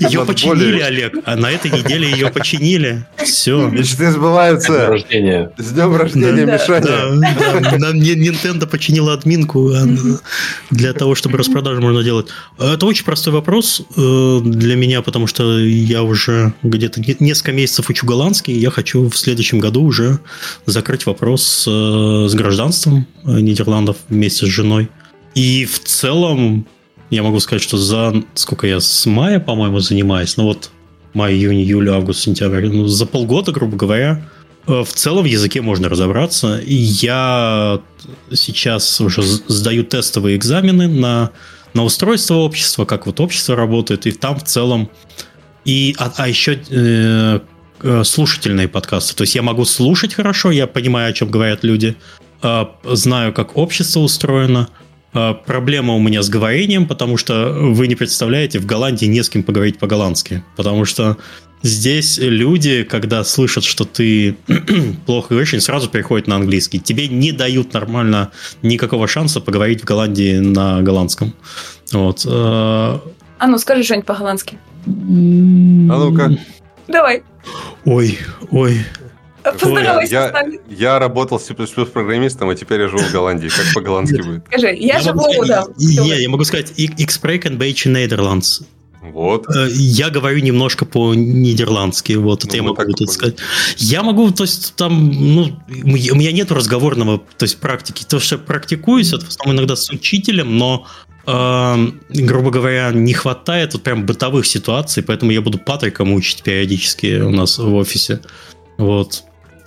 [SPEAKER 2] Ее починили, Олег. А на этой неделе ее починили. Все.
[SPEAKER 1] Мечты сбываются.
[SPEAKER 4] С днем рождения.
[SPEAKER 1] С днем рождения, Мишаня.
[SPEAKER 2] Нам Nintendo починила админку для того, чтобы распродажу можно делать. Это очень простой вопрос для меня, потому что я уже где-то несколько месяцев учу голландский, и я хочу в следующем году уже закрыть вопрос с гражданством Нидерландов вместе с женой. И в целом я могу сказать, что за сколько я с мая, по-моему, занимаюсь, ну вот май, июнь, июль, август, сентябрь, ну, за полгода, грубо говоря, в целом в языке можно разобраться. И я сейчас уже сдаю тестовые экзамены на, на устройство общества, как вот общество работает, и там в целом... И, а, а еще э, слушательные подкасты. То есть я могу слушать хорошо, я понимаю, о чем говорят люди, э, знаю, как общество устроено. Э, проблема у меня с говорением, потому что вы не представляете, в Голландии не с кем поговорить по-голландски. Потому что здесь люди, когда слышат, что ты плохо говоришь, они сразу переходят на английский. Тебе не дают нормально никакого шанса поговорить в Голландии на голландском. Вот.
[SPEAKER 3] А ну, скажи что-нибудь по-голландски.
[SPEAKER 1] А ну-ка.
[SPEAKER 3] Давай.
[SPEAKER 2] Ой, ой.
[SPEAKER 3] Поздоровайся
[SPEAKER 1] я,
[SPEAKER 3] с нами.
[SPEAKER 1] Я работал с C++ программистом, а теперь я живу в Голландии. Как по-голландски будет?
[SPEAKER 3] Скажи, я, я живу, да.
[SPEAKER 2] Не, я могу сказать, ik spreek een beetje Nederlands.
[SPEAKER 1] Вот.
[SPEAKER 2] Я говорю немножко по-нидерландски, вот, это ну, я могу это сказать. Я могу, то есть, там, ну, у меня нет разговорного, то есть, практики. То, что я практикуюсь, это в основном иногда с учителем, но, э, грубо говоря, не хватает вот прям бытовых ситуаций, поэтому я буду Патрика мучить периодически у нас в офисе. Вот.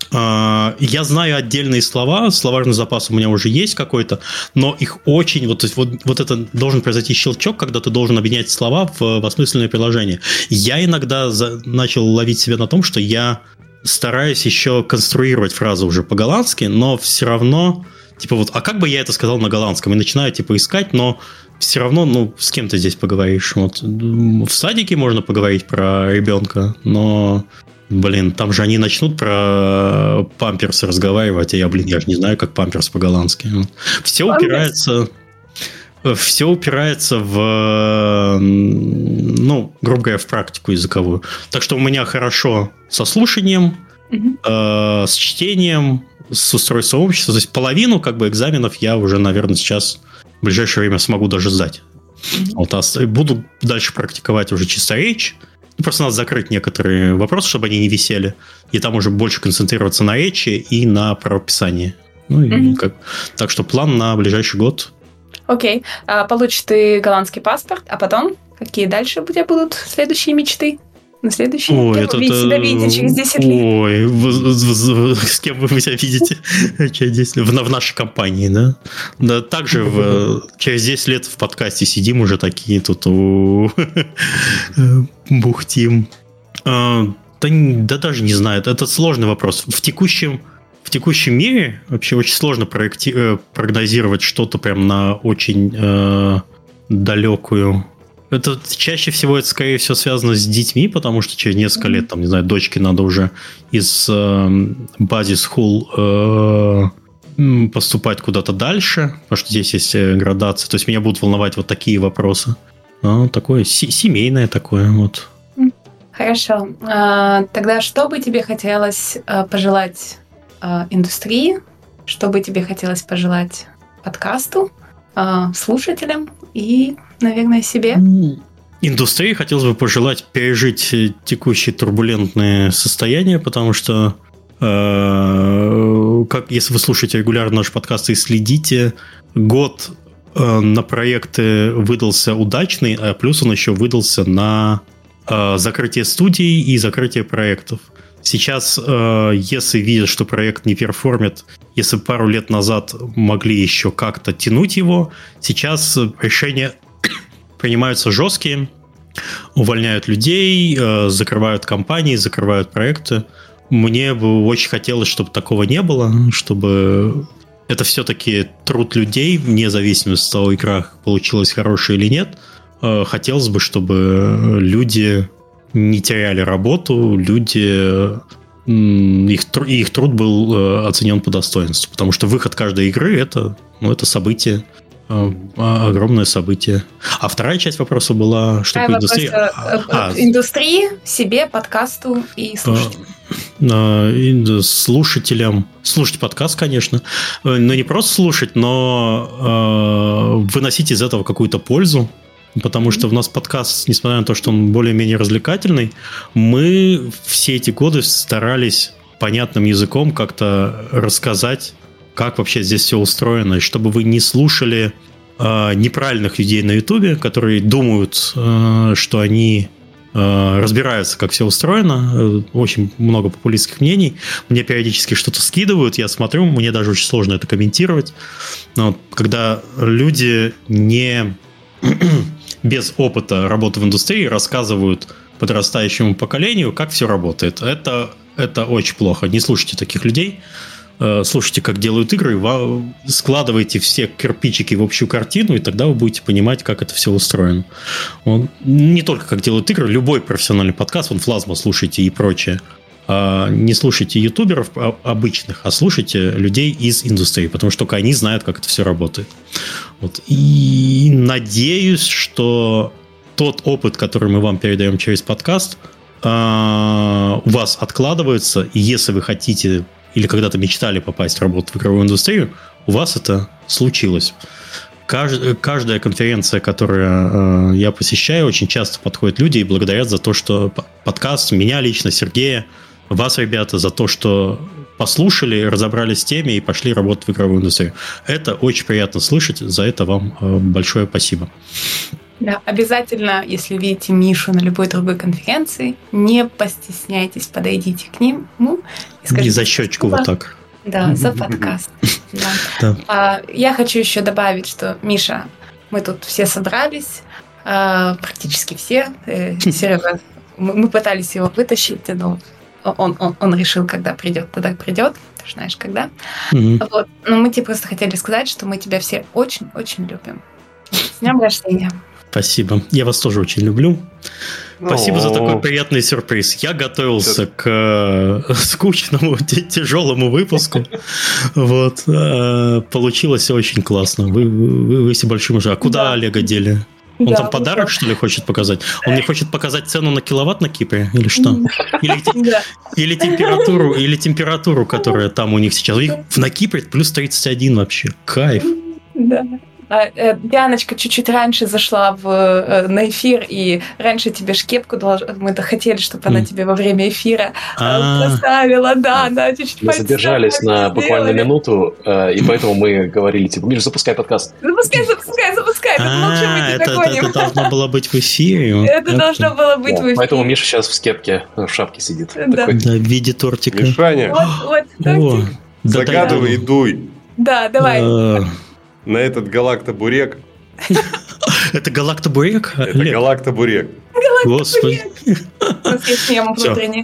[SPEAKER 2] Я знаю отдельные слова, словарный запас у меня уже есть какой-то, но их очень, вот, то есть вот, вот это должен произойти щелчок, когда ты должен объединять слова в, в осмысленное приложение. Я иногда за, начал ловить себя на том, что я стараюсь еще конструировать фразу уже по-голландски, но все равно, типа вот, а как бы я это сказал на голландском? И начинаю типа искать, но все равно, ну, с кем ты здесь поговоришь? Вот, в садике можно поговорить про ребенка, но... Блин, там же они начнут про памперс разговаривать, а я, блин, я же не знаю, как памперс по-голландски. Все упирается, все упирается в, ну, грубо говоря, в практику языковую. Так что у меня хорошо со слушанием, mm-hmm. э, с чтением, с устройством общества. То есть половину как бы экзаменов я уже, наверное, сейчас в ближайшее время смогу даже сдать. Mm-hmm. Вот, а буду дальше практиковать уже чисто речь. Просто надо закрыть некоторые вопросы, чтобы они не висели. И там уже больше концентрироваться на речи и на правописании. Ну, и mm-hmm. как... Так что план на ближайший год.
[SPEAKER 3] Окей. Okay. Получишь ты голландский паспорт, а потом какие дальше у тебя будут следующие мечты? На следующий
[SPEAKER 2] Ой,
[SPEAKER 3] кем
[SPEAKER 2] это,
[SPEAKER 3] вы
[SPEAKER 2] это...
[SPEAKER 3] себя видите через десять лет?
[SPEAKER 2] Ой, с кем вы себя видите через десять лет? В нашей компании, да? Да, также в, через десять лет в подкасте сидим уже такие тут бухтим. Да, да даже не знаю, это сложный вопрос. В текущем, в текущем мире вообще очень сложно проекти... прогнозировать что-то прям на очень э, далекую... Это чаще всего это, скорее всего, связано с детьми, потому что через несколько лет, там, не знаю, дочке надо уже из э, базис school э, поступать куда-то дальше, потому что здесь есть градация. То есть меня будут волновать вот такие вопросы. Ну, такое си- семейное такое вот.
[SPEAKER 3] Хорошо. А, тогда что бы тебе хотелось а, пожелать а, индустрии? Что бы тебе хотелось пожелать подкасту, а, слушателям и... наверное, себе?
[SPEAKER 2] Индустрии хотелось бы пожелать пережить текущие турбулентные состояния, потому что, э, как если вы слушаете регулярно наш подкаст и следите, год э, на проекты выдался удачный, а плюс он еще выдался на э, закрытие студий и закрытие проектов. Сейчас, э, если видят, что проект не перформит, если пару лет назад могли еще как-то тянуть его, сейчас решения принимаются жесткие, увольняют людей, э, закрывают компании, закрывают проекты. Мне бы очень хотелось, чтобы такого не было, чтобы это все-таки труд людей, вне зависимости от того, игра получилась хорошая или нет. Э, хотелось бы, чтобы люди не теряли работу, люди, их, их труд был оценен по достоинству, потому что выход каждой игры это, ну, это событие. огромное событие. А вторая часть вопроса была, что по индустрии...
[SPEAKER 3] А, индустрии, себе, подкасту и
[SPEAKER 2] слушателям. Слушателям. Слушать подкаст, конечно. Но не просто слушать, но выносить из этого какую-то пользу. Потому что у нас подкаст, несмотря на то, что он более-менее развлекательный, мы все эти годы старались понятным языком как-то рассказать, как вообще здесь все устроено, чтобы вы не слушали э, неправильных людей на Ютубе, которые думают, э, что они э, разбираются, как все устроено. Очень много популистских мнений. Мне периодически что-то скидывают, я смотрю, мне даже очень сложно это комментировать. Но когда люди не без опыта работы в индустрии рассказывают подрастающему поколению, как все работает. Это, это очень плохо. Не слушайте таких людей. Слушайте, как делают игры, складывайте все кирпичики в общую картину, и тогда вы будете понимать, как это все устроено. Он, не только как делают игры, любой профессиональный подкаст, вон Флазма слушайте и прочее. Не слушайте ютуберов обычных, а слушайте людей из индустрии, потому что только они знают, как это все работает. Вот. И надеюсь, что тот опыт, который мы вам передаем через подкаст, у вас откладывается, и если вы хотите или когда-то мечтали попасть работать в игровую индустрию, у вас это случилось. Каждая конференция, которую я посещаю, очень часто подходят люди и благодарят за то, что подкаст, меня лично, Сергея, вас, ребята, за то, что послушали, разобрались с теме и пошли работать в игровую индустрию. Это очень приятно слышать, за это вам большое спасибо.
[SPEAKER 3] Да, обязательно, если видите Мишу на любой другой конференции, не постесняйтесь, подойдите к ним ну, и скажите...
[SPEAKER 2] Не за щечку вот так.
[SPEAKER 3] Да, за подкаст. Да. Да. А, я хочу еще добавить, что, Миша, мы тут все собрались, а, практически все. Серега, мы пытались его вытащить, но он, он, он решил, когда придет, тогда придет. Ты знаешь, когда. Mm-hmm. Вот. Но мы тебе просто хотели сказать, что мы тебя все очень-очень любим. С днем рождения!
[SPEAKER 2] Спасибо. Я вас тоже очень люблю. Спасибо О-о-о. за такой приятный сюрприз. Я готовился к э, скучному, тяжелому выпуску. Вот. Э, получилось все очень классно. Вы, вы, вы все большие мужи. А куда да. Олега дели? Он да, там подарок, да. что ли, хочет показать? Он мне хочет показать цену на киловатт на Кипре? Или что? Или, да. или, температуру, или температуру, которая там у них сейчас. У них на Кипре плюс тридцать один вообще. Кайф.
[SPEAKER 3] Да. Дианочка чуть-чуть раньше зашла в, на эфир, и раньше тебе шкепку долож... мы хотели, чтобы она тебе во время эфира поставила, да, она чуть-чуть
[SPEAKER 4] Мы задержались на буквально минуту, и поэтому мы говорили, типа, Миша, запускай подкаст.
[SPEAKER 3] Запускай, запускай, запускай,
[SPEAKER 2] это должно было быть в эфире.
[SPEAKER 3] Это должно было быть в эфире.
[SPEAKER 4] Поэтому Миша сейчас в скепке, в шапке сидит.
[SPEAKER 2] Да, в виде тортика.
[SPEAKER 1] Мишаня, загадывай и дуй.
[SPEAKER 3] Да, давай.
[SPEAKER 1] На этот галактобурек.
[SPEAKER 2] Это галактобурек?
[SPEAKER 1] Это галактобурек.
[SPEAKER 2] Господи.
[SPEAKER 3] У нас есть мем внутренний.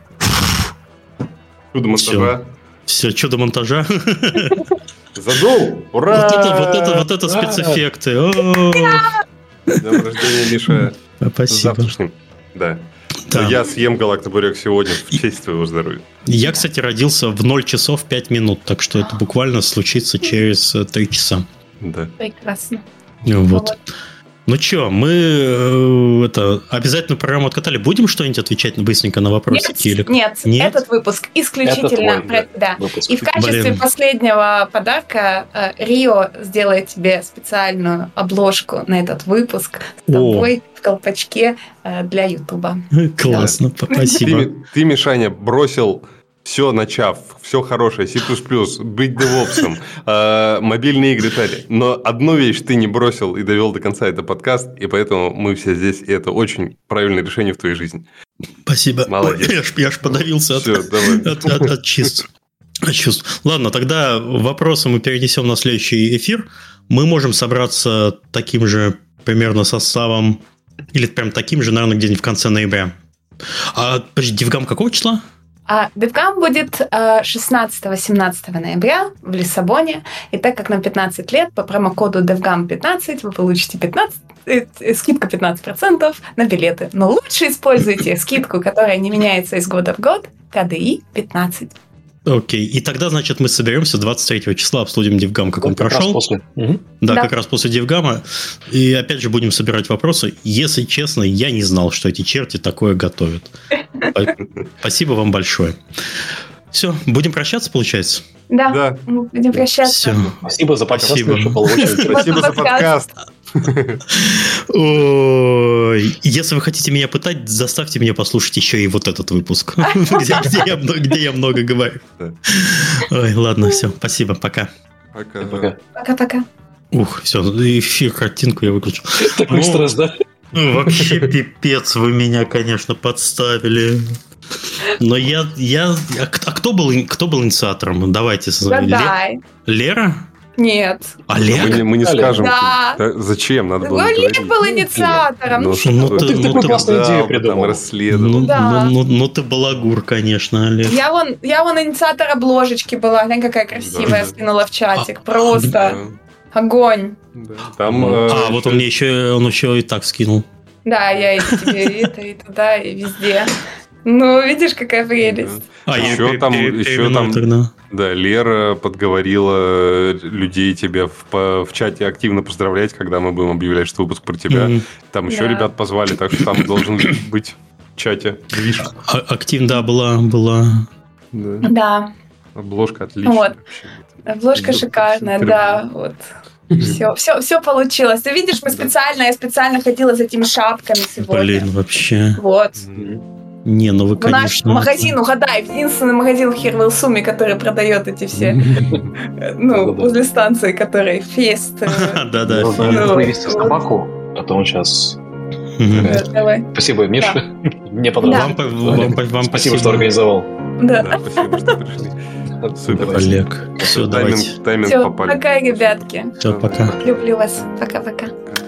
[SPEAKER 1] Чудо монтажа.
[SPEAKER 2] Все, чудо монтажа.
[SPEAKER 1] Задул! Ура!
[SPEAKER 2] Вот это, вот это, вот это спецэффекты.
[SPEAKER 1] Днем рождения, Миша.
[SPEAKER 2] Спасибо.
[SPEAKER 1] С завтрашним. Да. Да. Я съем галактобурек сегодня в честь твоего здоровья.
[SPEAKER 2] Я, кстати, родился в ноль часов пять минут, так что это буквально случится через три часа.
[SPEAKER 1] Да.
[SPEAKER 3] Прекрасно.
[SPEAKER 2] Вот. Ну что, мы э, это, обязательно программу откатали. Будем что-нибудь отвечать быстренько на вопросики?
[SPEAKER 3] Нет,
[SPEAKER 2] или...
[SPEAKER 3] нет, нет, этот выпуск исключительно...
[SPEAKER 4] Это твой,
[SPEAKER 3] да.
[SPEAKER 4] Да. Выпуск.
[SPEAKER 3] И в качестве Блин. последнего подарка э, Рио сделает тебе специальную обложку на этот выпуск с тобой О. в колпачке э, для Ютуба.
[SPEAKER 2] Классно, да. Спасибо.
[SPEAKER 1] Ты, ты, Мишаня, бросил... Все начав, все хорошее, C++, быть девопсом, э, мобильные игры тали. Но одну вещь ты не бросил и довел до конца, это подкаст, и поэтому мы все здесь, и это очень правильное решение в твоей жизни.
[SPEAKER 2] Спасибо.
[SPEAKER 1] Молодец.
[SPEAKER 2] Ой, я ж, я ж подавился от,
[SPEAKER 1] все,
[SPEAKER 2] от, от, от чувств. От чувств. Ладно, тогда вопросы мы перенесем на следующий эфир. Мы можем собраться таким же примерно составом, или прям таким же, наверное, где-нибудь в конце ноября. А, подожди, DevGam какого числа?
[SPEAKER 3] А DevGam будет шестнадцатого-семнадцатого ноября в Лиссабоне. И так как нам пятнадцать лет, по промокоду DevGam пятнадцать вы получите пятнадцать, э, скидка пятнадцать процентов на билеты. Но лучше используйте скидку, которая не меняется из года в год, ка дэ и пятнадцать.
[SPEAKER 2] Окей, и тогда, значит, мы соберемся двадцать третьего числа, обсудим DevGam, как он
[SPEAKER 4] как
[SPEAKER 2] прошел.
[SPEAKER 4] Раз после. Угу.
[SPEAKER 2] Да,
[SPEAKER 3] Да.
[SPEAKER 2] как раз после DevGam. И опять же будем собирать вопросы. Если честно, я не знал, что эти черти такое готовят. Спасибо вам большое. Все, будем прощаться, получается?
[SPEAKER 3] Да,
[SPEAKER 1] Да.
[SPEAKER 3] мы будем прощаться.
[SPEAKER 2] Все.
[SPEAKER 4] Спасибо за подкаст.
[SPEAKER 2] Спасибо.
[SPEAKER 4] Леша, получилось.
[SPEAKER 1] Спасибо за подкаст.
[SPEAKER 2] Ой, если вы хотите меня пытать, заставьте меня послушать еще и вот этот выпуск, где, где я, много- где я много говорю.
[SPEAKER 1] Да.
[SPEAKER 2] Ой, ладно, все, спасибо, пока.
[SPEAKER 1] Пока.
[SPEAKER 4] Пока.
[SPEAKER 3] Пока-пока.
[SPEAKER 2] Ух, все, эфир, картинку я выключил.
[SPEAKER 4] Такой
[SPEAKER 2] Ну,
[SPEAKER 4] стресс, да?
[SPEAKER 2] ну, вообще пипец, вы меня, конечно, подставили. Но я, я, а к- а кто был, ин- кто был инициатором? Давайте. с- Ле-
[SPEAKER 3] Задай.
[SPEAKER 2] Лера?
[SPEAKER 3] Нет.
[SPEAKER 2] Олег?
[SPEAKER 1] Мы не, мы не
[SPEAKER 4] Олег.
[SPEAKER 1] скажем.
[SPEAKER 3] Да.
[SPEAKER 1] Да, зачем? Надо было
[SPEAKER 3] Другой
[SPEAKER 1] говорить.
[SPEAKER 3] Лев был инициатором.
[SPEAKER 1] Ну,
[SPEAKER 3] Ну,
[SPEAKER 1] что
[SPEAKER 2] ну
[SPEAKER 1] вы?
[SPEAKER 2] ты-
[SPEAKER 4] Ты
[SPEAKER 2] ну
[SPEAKER 4] такую
[SPEAKER 2] ты-
[SPEAKER 4] классную идею
[SPEAKER 1] Да,
[SPEAKER 4] придумал.
[SPEAKER 1] там расследовал.
[SPEAKER 2] Ну,
[SPEAKER 3] Да.
[SPEAKER 2] ну, ну, ну ты балагур, конечно, Олег.
[SPEAKER 3] Я вон, я вон инициатор обложечки была. Глянь, какая красивая,
[SPEAKER 1] Да.
[SPEAKER 3] скинула в чатик.
[SPEAKER 2] А,
[SPEAKER 3] Просто
[SPEAKER 1] Да,
[SPEAKER 3] огонь.
[SPEAKER 1] да. Там,
[SPEAKER 4] А,
[SPEAKER 1] э,
[SPEAKER 2] А, вот он мне еще, он еще и так скинул.
[SPEAKER 3] Да, я и тебе и это, и туда, и везде. Ну, видишь, какая прелесть.
[SPEAKER 2] А, я
[SPEAKER 1] Еще
[SPEAKER 2] пере-
[SPEAKER 1] там-
[SPEAKER 2] пере-
[SPEAKER 1] еще
[SPEAKER 2] переименую
[SPEAKER 1] там-
[SPEAKER 2] тогда.
[SPEAKER 1] Да, Лера подговорила людей тебя в, по- в чате активно поздравлять, когда мы будем объявлять, что выпуск про тебя.
[SPEAKER 2] Мгм.
[SPEAKER 1] Там еще
[SPEAKER 3] Да.
[SPEAKER 1] ребят позвали, так что там должен быть в чате движ.
[SPEAKER 2] А- Актив, да, была, была.
[SPEAKER 1] Да.
[SPEAKER 3] Да,
[SPEAKER 1] Обложка отличная.
[SPEAKER 3] Вот.
[SPEAKER 1] вообще.
[SPEAKER 3] обложка
[SPEAKER 1] Да,
[SPEAKER 3] шикарная,
[SPEAKER 1] супер.
[SPEAKER 3] да, вот. Все, все, все получилось. Ты видишь, мы специально, я специально ходила за этими шапками сегодня.
[SPEAKER 2] Блин, вообще.
[SPEAKER 3] Вот.
[SPEAKER 1] Мгм.
[SPEAKER 2] Не, ну вы,
[SPEAKER 3] В наш
[SPEAKER 2] конечно...
[SPEAKER 3] магазин, угадай, единственный магазин в Хирвелсуме, который продает эти все, э, ну,
[SPEAKER 4] Да-да-да.
[SPEAKER 3] возле станции, который фест. э,
[SPEAKER 2] Да-да.
[SPEAKER 4] Нужно
[SPEAKER 3] Ну,
[SPEAKER 4] вывести
[SPEAKER 3] вот.
[SPEAKER 4] собаку, а то он сейчас...
[SPEAKER 2] Мгм.
[SPEAKER 3] э, Давай.
[SPEAKER 4] Спасибо, Миша. Мне понравилось.
[SPEAKER 2] Вам, по- вам, по- вам
[SPEAKER 4] Спасибо, что организовал.
[SPEAKER 3] Да.
[SPEAKER 1] Да, спасибо, что пришли. Супер.
[SPEAKER 4] Давай.
[SPEAKER 2] Олег. Все, давайте.
[SPEAKER 1] Тайминг, тайминг
[SPEAKER 3] Все,
[SPEAKER 1] попали.
[SPEAKER 3] пока, ребятки.
[SPEAKER 2] Все, пока.
[SPEAKER 3] Люблю вас. Пока-пока.
[SPEAKER 1] Пока.